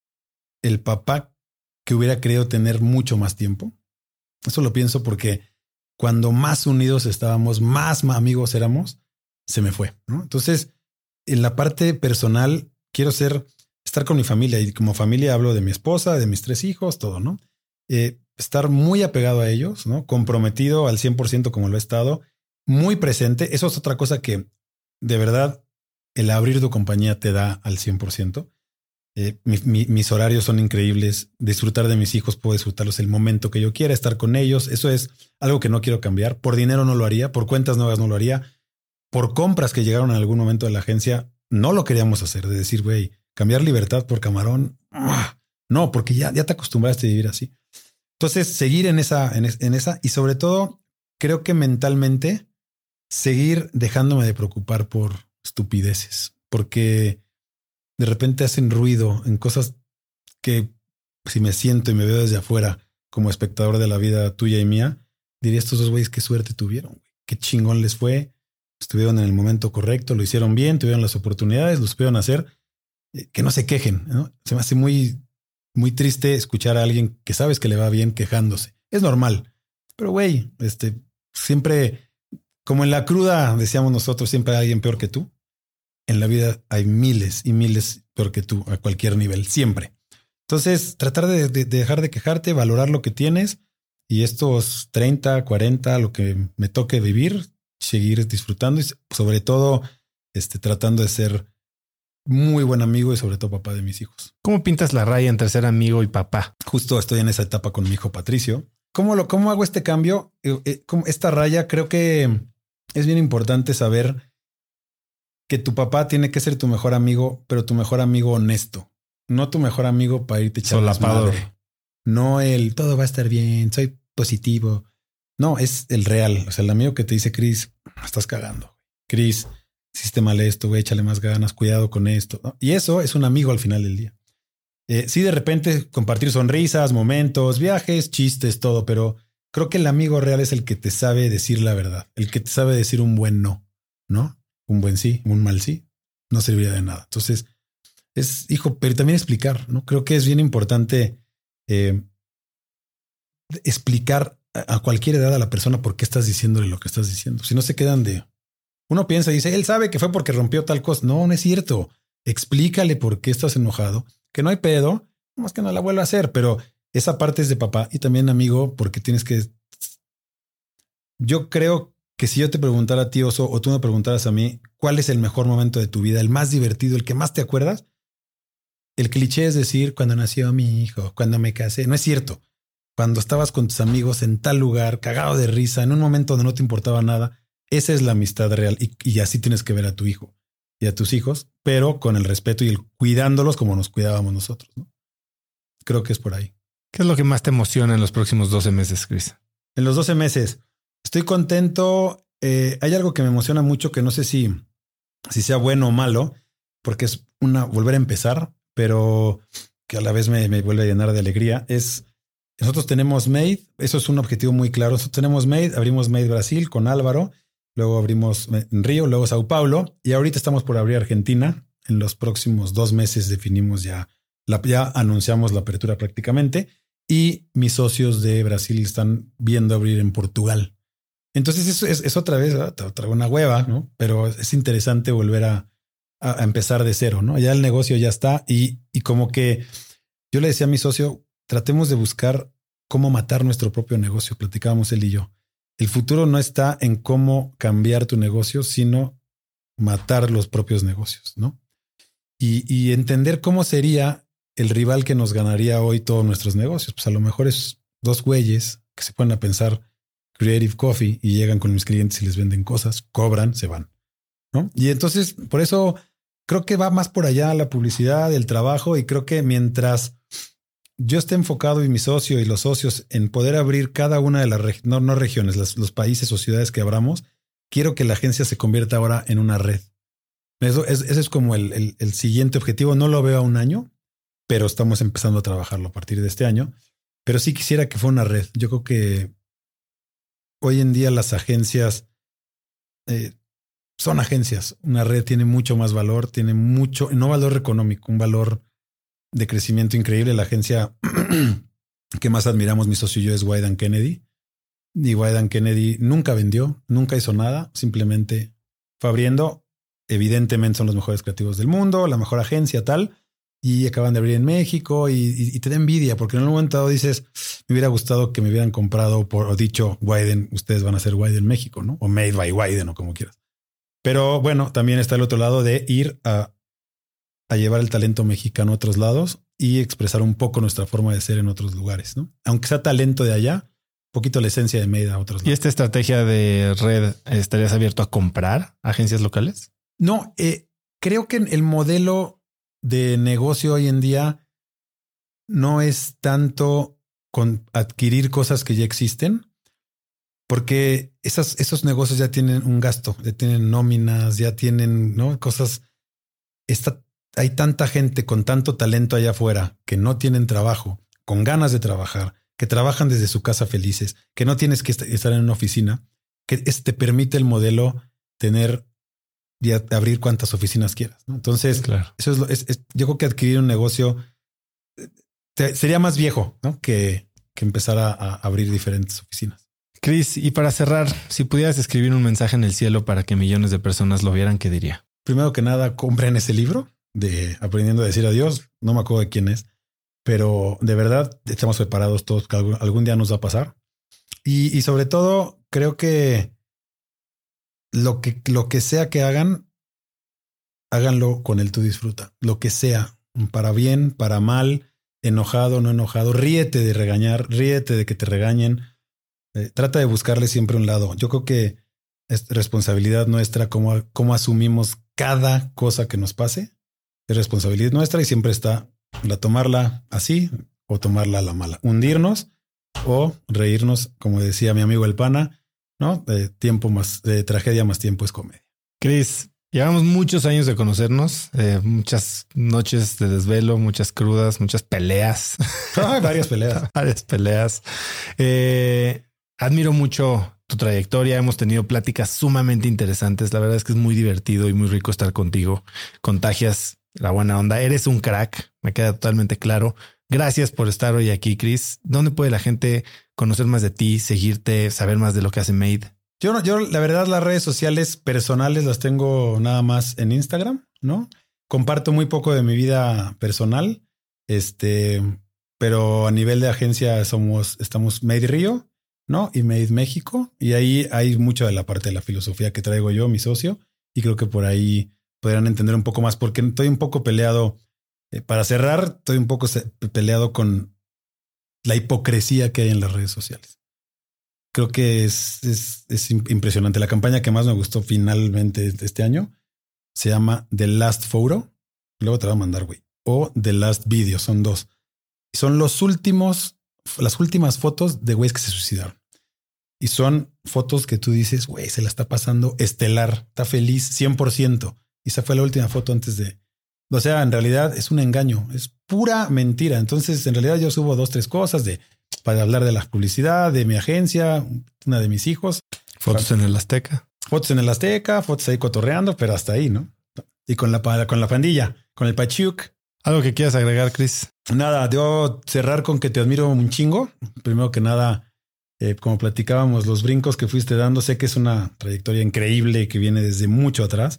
el papá que hubiera querido tener mucho más tiempo. Eso lo pienso porque cuando más unidos estábamos, más amigos éramos, se me fue, ¿no? Entonces, en la parte personal, quiero ser, estar con mi familia y como familia hablo de mi esposa, de mis tres hijos, todo, ¿no? Eh, estar muy apegado a ellos, ¿no? Comprometido al cien por ciento como lo he estado, muy presente. Eso es otra cosa que de verdad el abrir tu compañía te da al cien por ciento. Eh, mi, mi, mis horarios son increíbles. Disfrutar de mis hijos, puedo disfrutarlos el momento que yo quiera, estar con ellos. Eso es algo que no quiero cambiar. Por dinero no lo haría, por cuentas nuevas no lo haría. Por compras que llegaron en algún momento de la agencia, no lo queríamos hacer. De decir, güey, cambiar libertad por camarón. No, porque ya, ya te acostumbraste a vivir así. Entonces, seguir en esa, en, es, en esa y sobre todo, creo que mentalmente seguir dejándome de preocupar por estupideces, porque de repente hacen ruido en cosas que si me siento y me veo desde afuera como espectador de la vida tuya y mía, diría estos dos güeyes qué suerte tuvieron, qué chingón les fue, estuvieron en el momento correcto, lo hicieron bien, tuvieron las oportunidades, lo supieron hacer, que no se quejen, ¿no? Se me hace muy, muy triste escuchar a alguien que sabes que le va bien quejándose. Es normal, pero güey, este, siempre, como en la cruda decíamos nosotros, siempre hay alguien peor que tú. En la vida hay miles y miles peor que tú a cualquier nivel, siempre. Entonces, tratar de, de, de dejar de quejarte, valorar lo que tienes y estos treinta, cuarenta, lo que me toque vivir, seguir disfrutando y sobre todo este, tratando de ser muy buen amigo y sobre todo papá de mis hijos. ¿Cómo pintas la raya entre ser amigo y papá? Justo estoy en esa etapa con mi hijo Patricio. ¿Cómo, lo, cómo hago este cambio? Esta raya creo que es bien importante saber que tu papá tiene que ser tu mejor amigo, pero tu mejor amigo honesto. No tu mejor amigo para irte echando madre. No el todo va a estar bien, soy positivo. No, es el real. O sea, el amigo que te dice, Chris, estás cagando. Chris, hiciste mal esto, güey, échale más ganas, cuidado con esto, ¿no? Y eso es un amigo al final del día. Eh, sí, de repente compartir sonrisas, momentos, viajes, chistes, todo, pero creo que el amigo real es el que te sabe decir la verdad, el que te sabe decir un buen no, ¿no? Un buen sí, un mal sí, no serviría de nada. Entonces, es, hijo, pero también explicar, ¿no? Creo que es bien importante eh, explicar a cualquier edad a la persona por qué estás diciéndole lo que estás diciendo. Si no se quedan de... Uno piensa y dice, él sabe que fue porque rompió tal cosa. No, no es cierto. Explícale por qué estás enojado, que no hay pedo, más que no la vuelva a hacer, pero esa parte es de papá y también amigo, porque tienes que... Yo creo que si yo te preguntara a ti, Oso, o tú me preguntaras a mí, ¿cuál es el mejor momento de tu vida? El más divertido, el que más te acuerdas. El cliché es decir, cuando nació mi hijo, cuando me casé. No es cierto. Cuando estabas con tus amigos en tal lugar, cagado de risa, en un momento donde no te importaba nada, esa es la amistad real y, y así tienes que ver a tu hijo y a tus hijos, pero con el respeto y el cuidándolos como nos cuidábamos nosotros, ¿no? Creo que es por ahí. ¿Qué es lo que más te emociona en los próximos doce meses, Chris? En los doce meses estoy contento. Eh, hay algo que me emociona mucho que no sé si, si sea bueno o malo, porque es una volver a empezar, pero que a la vez me, me vuelve a llenar de alegría. Es nosotros tenemos Made. Eso es un objetivo muy claro. Nosotros tenemos Made, abrimos Made Brasil con Álvaro. Luego abrimos en Río, luego Sao Paulo y ahorita estamos por abrir Argentina. En los próximos dos meses definimos ya, la, ya anunciamos la apertura prácticamente y mis socios de Brasil están viendo abrir en Portugal. Entonces eso es, es otra vez, otra una hueva, ¿no? Pero es interesante volver a, a, a empezar de cero, ¿no? Ya el negocio ya está y, y como que yo le decía a mi socio, tratemos de buscar cómo matar nuestro propio negocio. Platicábamos él y yo. El futuro no está en cómo cambiar tu negocio, sino matar los propios negocios, ¿no? Y, y entender cómo sería el rival que nos ganaría hoy todos nuestros negocios. Pues a lo mejor es dos güeyes que se ponen a pensar Creative Coffee y llegan con mis clientes y les venden cosas, cobran, se van, ¿no? Y entonces, por eso creo que va más por allá la publicidad, el trabajo, y creo que mientras yo esté enfocado y mi socio y los socios en poder abrir cada una de las reg- no, no regiones, las, los países o ciudades que abramos, quiero que la agencia se convierta ahora en una red. Eso es, ese es como el, el, el siguiente objetivo. No lo veo a un año, pero estamos empezando a trabajarlo a partir de este año. Pero sí quisiera que fuera una red. Yo creo que hoy en día las agencias eh, son agencias. Una red tiene mucho más valor, tiene mucho, no valor económico, un valor de crecimiento increíble. La agencia que más admiramos, mi socio y yo, es Wieden and Kennedy. Y Wieden and Kennedy nunca vendió, nunca hizo nada, simplemente fue abriendo. Evidentemente son los mejores creativos del mundo, la mejor agencia, tal. Y acaban de abrir en México y, y, y te da envidia porque en un momento dado dices, me hubiera gustado que me hubieran comprado por, o dicho, Wieden, ustedes van a ser Wieden México, ¿no? O Made by Wieden o como quieras. Pero bueno, también está el otro lado de ir a a llevar el talento mexicano a otros lados y expresar un poco nuestra forma de ser en otros lugares, ¿no? Aunque sea talento de allá, un poquito la esencia de Made a otros lados. ¿Y esta estrategia de red estarías abierto a comprar agencias locales? No, eh, creo que el modelo de negocio hoy en día no es tanto con adquirir cosas que ya existen, porque esas, esos negocios ya tienen un gasto, ya tienen nóminas, ya tienen, ¿no? Cosas. Esta, hay tanta gente con tanto talento allá afuera que no tienen trabajo, con ganas de trabajar, que trabajan desde su casa felices, que no tienes que estar en una oficina, que te permite el modelo tener y abrir cuantas oficinas quieras, ¿no? Entonces, claro. eso es, lo, es, es yo creo que adquirir un negocio te, sería más viejo, ¿no? que, que empezar a, a abrir diferentes oficinas. Chris, y para cerrar, si pudieras escribir un mensaje en el cielo para que millones de personas lo vieran, ¿qué diría? Primero que nada, compren ese libro de Aprendiendo a Decir Adiós. No me acuerdo de quién es, pero de verdad estamos preparados todos que algún, algún día nos va a pasar. Y, y sobre todo, creo que lo que lo que sea que hagan, háganlo con el tú disfruta. Lo que sea, para bien, para mal, enojado, no enojado. Ríete de regañar, ríete de que te regañen. Eh, trata de buscarle siempre un lado. Yo creo que es responsabilidad nuestra cómo, cómo asumimos cada cosa que nos pase. Es responsabilidad nuestra y siempre está la tomarla así o tomarla a la mala. Hundirnos o reírnos, como decía mi amigo el Pana, ¿no? De tiempo más, de tragedia más tiempo es comedia. Chris, llevamos muchos años de conocernos, eh, muchas noches de desvelo, muchas crudas, muchas peleas. Ah, varias peleas. varias peleas. Eh, admiro mucho tu trayectoria. Hemos tenido pláticas sumamente interesantes. La verdad es que es muy divertido y muy rico estar contigo. Contagias la buena onda. Eres un crack, me queda totalmente claro. Gracias por estar hoy aquí, Chris. ¿Dónde puede la gente conocer más de ti, seguirte, saber más de lo que hace Made? Yo, no, yo la verdad, las redes sociales personales las tengo nada más en Instagram, ¿no? Comparto muy poco de mi vida personal, este, pero a nivel de agencia somos, estamos Made Río, ¿no? Y Made México. Y ahí hay mucho de la parte de la filosofía que traigo yo, mi socio. Y creo que por ahí podrán entender un poco más, porque estoy un poco peleado. Eh, para cerrar, estoy un poco peleado con la hipocresía que hay en las redes sociales. Creo que es, es, es impresionante. La campaña que más me gustó finalmente este año se llama The Last Photo. Luego te voy a mandar, güey. O The Last Video. Son dos. Son los últimos, las últimas fotos de güeyes que se suicidaron. Y son fotos que tú dices, güey, se la está pasando estelar. Está feliz cien por ciento. Y esa fue la última foto antes de... O sea, en realidad es un engaño. Es pura mentira. Entonces, en realidad yo subo dos, tres cosas de... para hablar de la publicidad, de mi agencia, una de mis hijos. Fotos en el Azteca. Fotos en el Azteca, fotos ahí cotorreando, pero hasta ahí, ¿no? Y con la, con la pandilla, con el Pachuc. ¿Algo que quieras agregar, Chris? Nada, debo cerrar con que te admiro un chingo. Primero que nada, eh, como platicábamos, los brincos que fuiste dando, sé que es una trayectoria increíble que viene desde mucho atrás.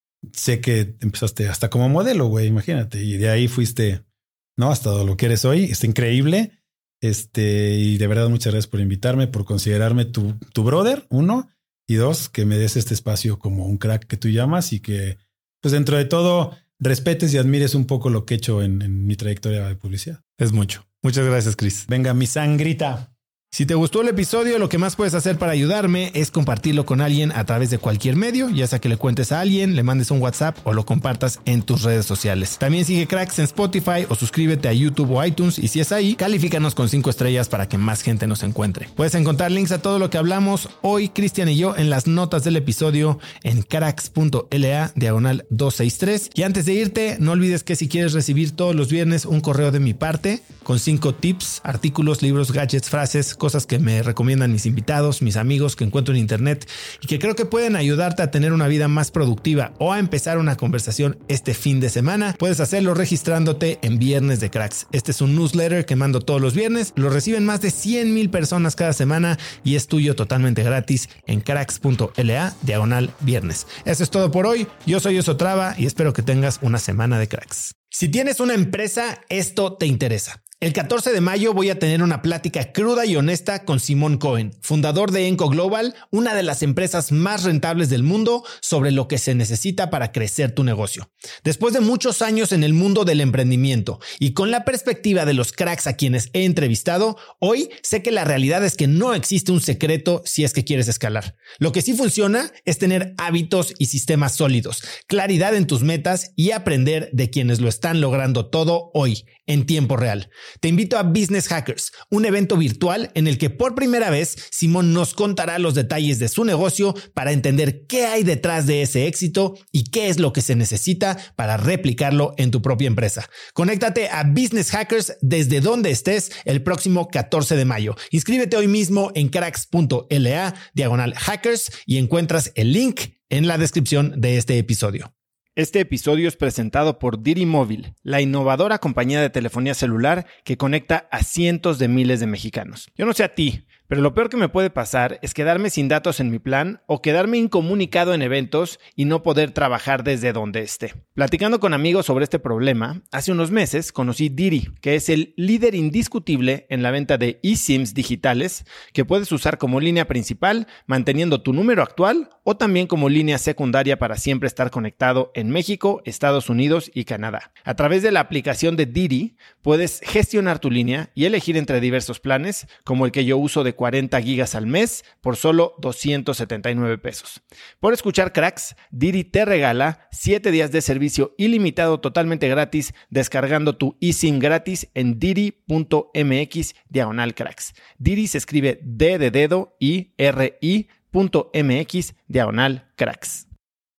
Sé que empezaste hasta como modelo, güey, imagínate. Y de ahí fuiste, ¿no? Hasta lo que eres hoy. Está increíble. Este, y de verdad, muchas gracias por invitarme, por considerarme tu, tu brother, uno, y dos, que me des este espacio como un crack que tú llamas y que, pues dentro de todo, respetes y admires un poco lo que he hecho en, en mi trayectoria de publicidad. Es mucho. Muchas gracias, Chris. Venga, mi sangrita. Si te gustó el episodio, lo que más puedes hacer para ayudarme es compartirlo con alguien a través de cualquier medio, ya sea que le cuentes a alguien, le mandes un WhatsApp o lo compartas en tus redes sociales. También sigue Cracks en Spotify o suscríbete a YouTube o iTunes y si es ahí, califícanos con cinco estrellas para que más gente nos encuentre. Puedes encontrar links a todo lo que hablamos hoy, Cristian y yo, en las notas del episodio en cracks.la diagonal doscientos sesenta y tres. Y antes de irte, no olvides que si quieres recibir todos los viernes un correo de mi parte con cinco tips, artículos, libros, gadgets, frases, cosas que me recomiendan mis invitados, mis amigos que encuentro en internet y que creo que pueden ayudarte a tener una vida más productiva o a empezar una conversación este fin de semana, puedes hacerlo registrándote en Viernes de Cracks. Este es un newsletter que mando todos los viernes, lo reciben más de cien mil personas cada semana y es tuyo totalmente gratis en cracks.la diagonal viernes. Eso es todo por hoy. Yo soy Oso Traba y espero que tengas una semana de cracks. Si tienes una empresa, esto te interesa. El catorce de mayo voy a tener una plática cruda y honesta con Simon Cohen, fundador de Enco Global, una de las empresas más rentables del mundo, sobre lo que se necesita para crecer tu negocio. Después de muchos años en el mundo del emprendimiento y con la perspectiva de los cracks a quienes he entrevistado, hoy sé que la realidad es que no existe un secreto si es que quieres escalar. Lo que sí funciona es tener hábitos y sistemas sólidos, claridad en tus metas y aprender de quienes lo están logrando todo hoy, en tiempo real. Te invito a Business Hackers, un evento virtual en el que por primera vez Simón nos contará los detalles de su negocio para entender qué hay detrás de ese éxito y qué es lo que se necesita para replicarlo en tu propia empresa. Conéctate a Business Hackers desde donde estés el próximo catorce de mayo. Inscríbete hoy mismo en cracks.la diagonal hackers y encuentras el link en la descripción de este episodio. Este episodio es presentado por Didi Móvil, la innovadora compañía de telefonía celular que conecta a cientos de miles de mexicanos. Yo no sé a ti, pero lo peor que me puede pasar es quedarme sin datos en mi plan o quedarme incomunicado en eventos y no poder trabajar desde donde esté. Platicando con amigos sobre este problema, hace unos meses conocí Didi, que es el líder indiscutible en la venta de eSIMs digitales que puedes usar como línea principal, manteniendo tu número actual o también como línea secundaria para siempre estar conectado en México, Estados Unidos y Canadá. A través de la aplicación de Didi, puedes gestionar tu línea y elegir entre diversos planes, como el que yo uso de cuarenta gigas al mes por solo doscientos setenta y nueve pesos. Por escuchar Cracks, Didi te regala siete días de servicio ilimitado totalmente gratis descargando tu eSIM gratis en didi.mx diagonal cracks. Didi se escribe D de dedo I R I punto mx diagonal cracks.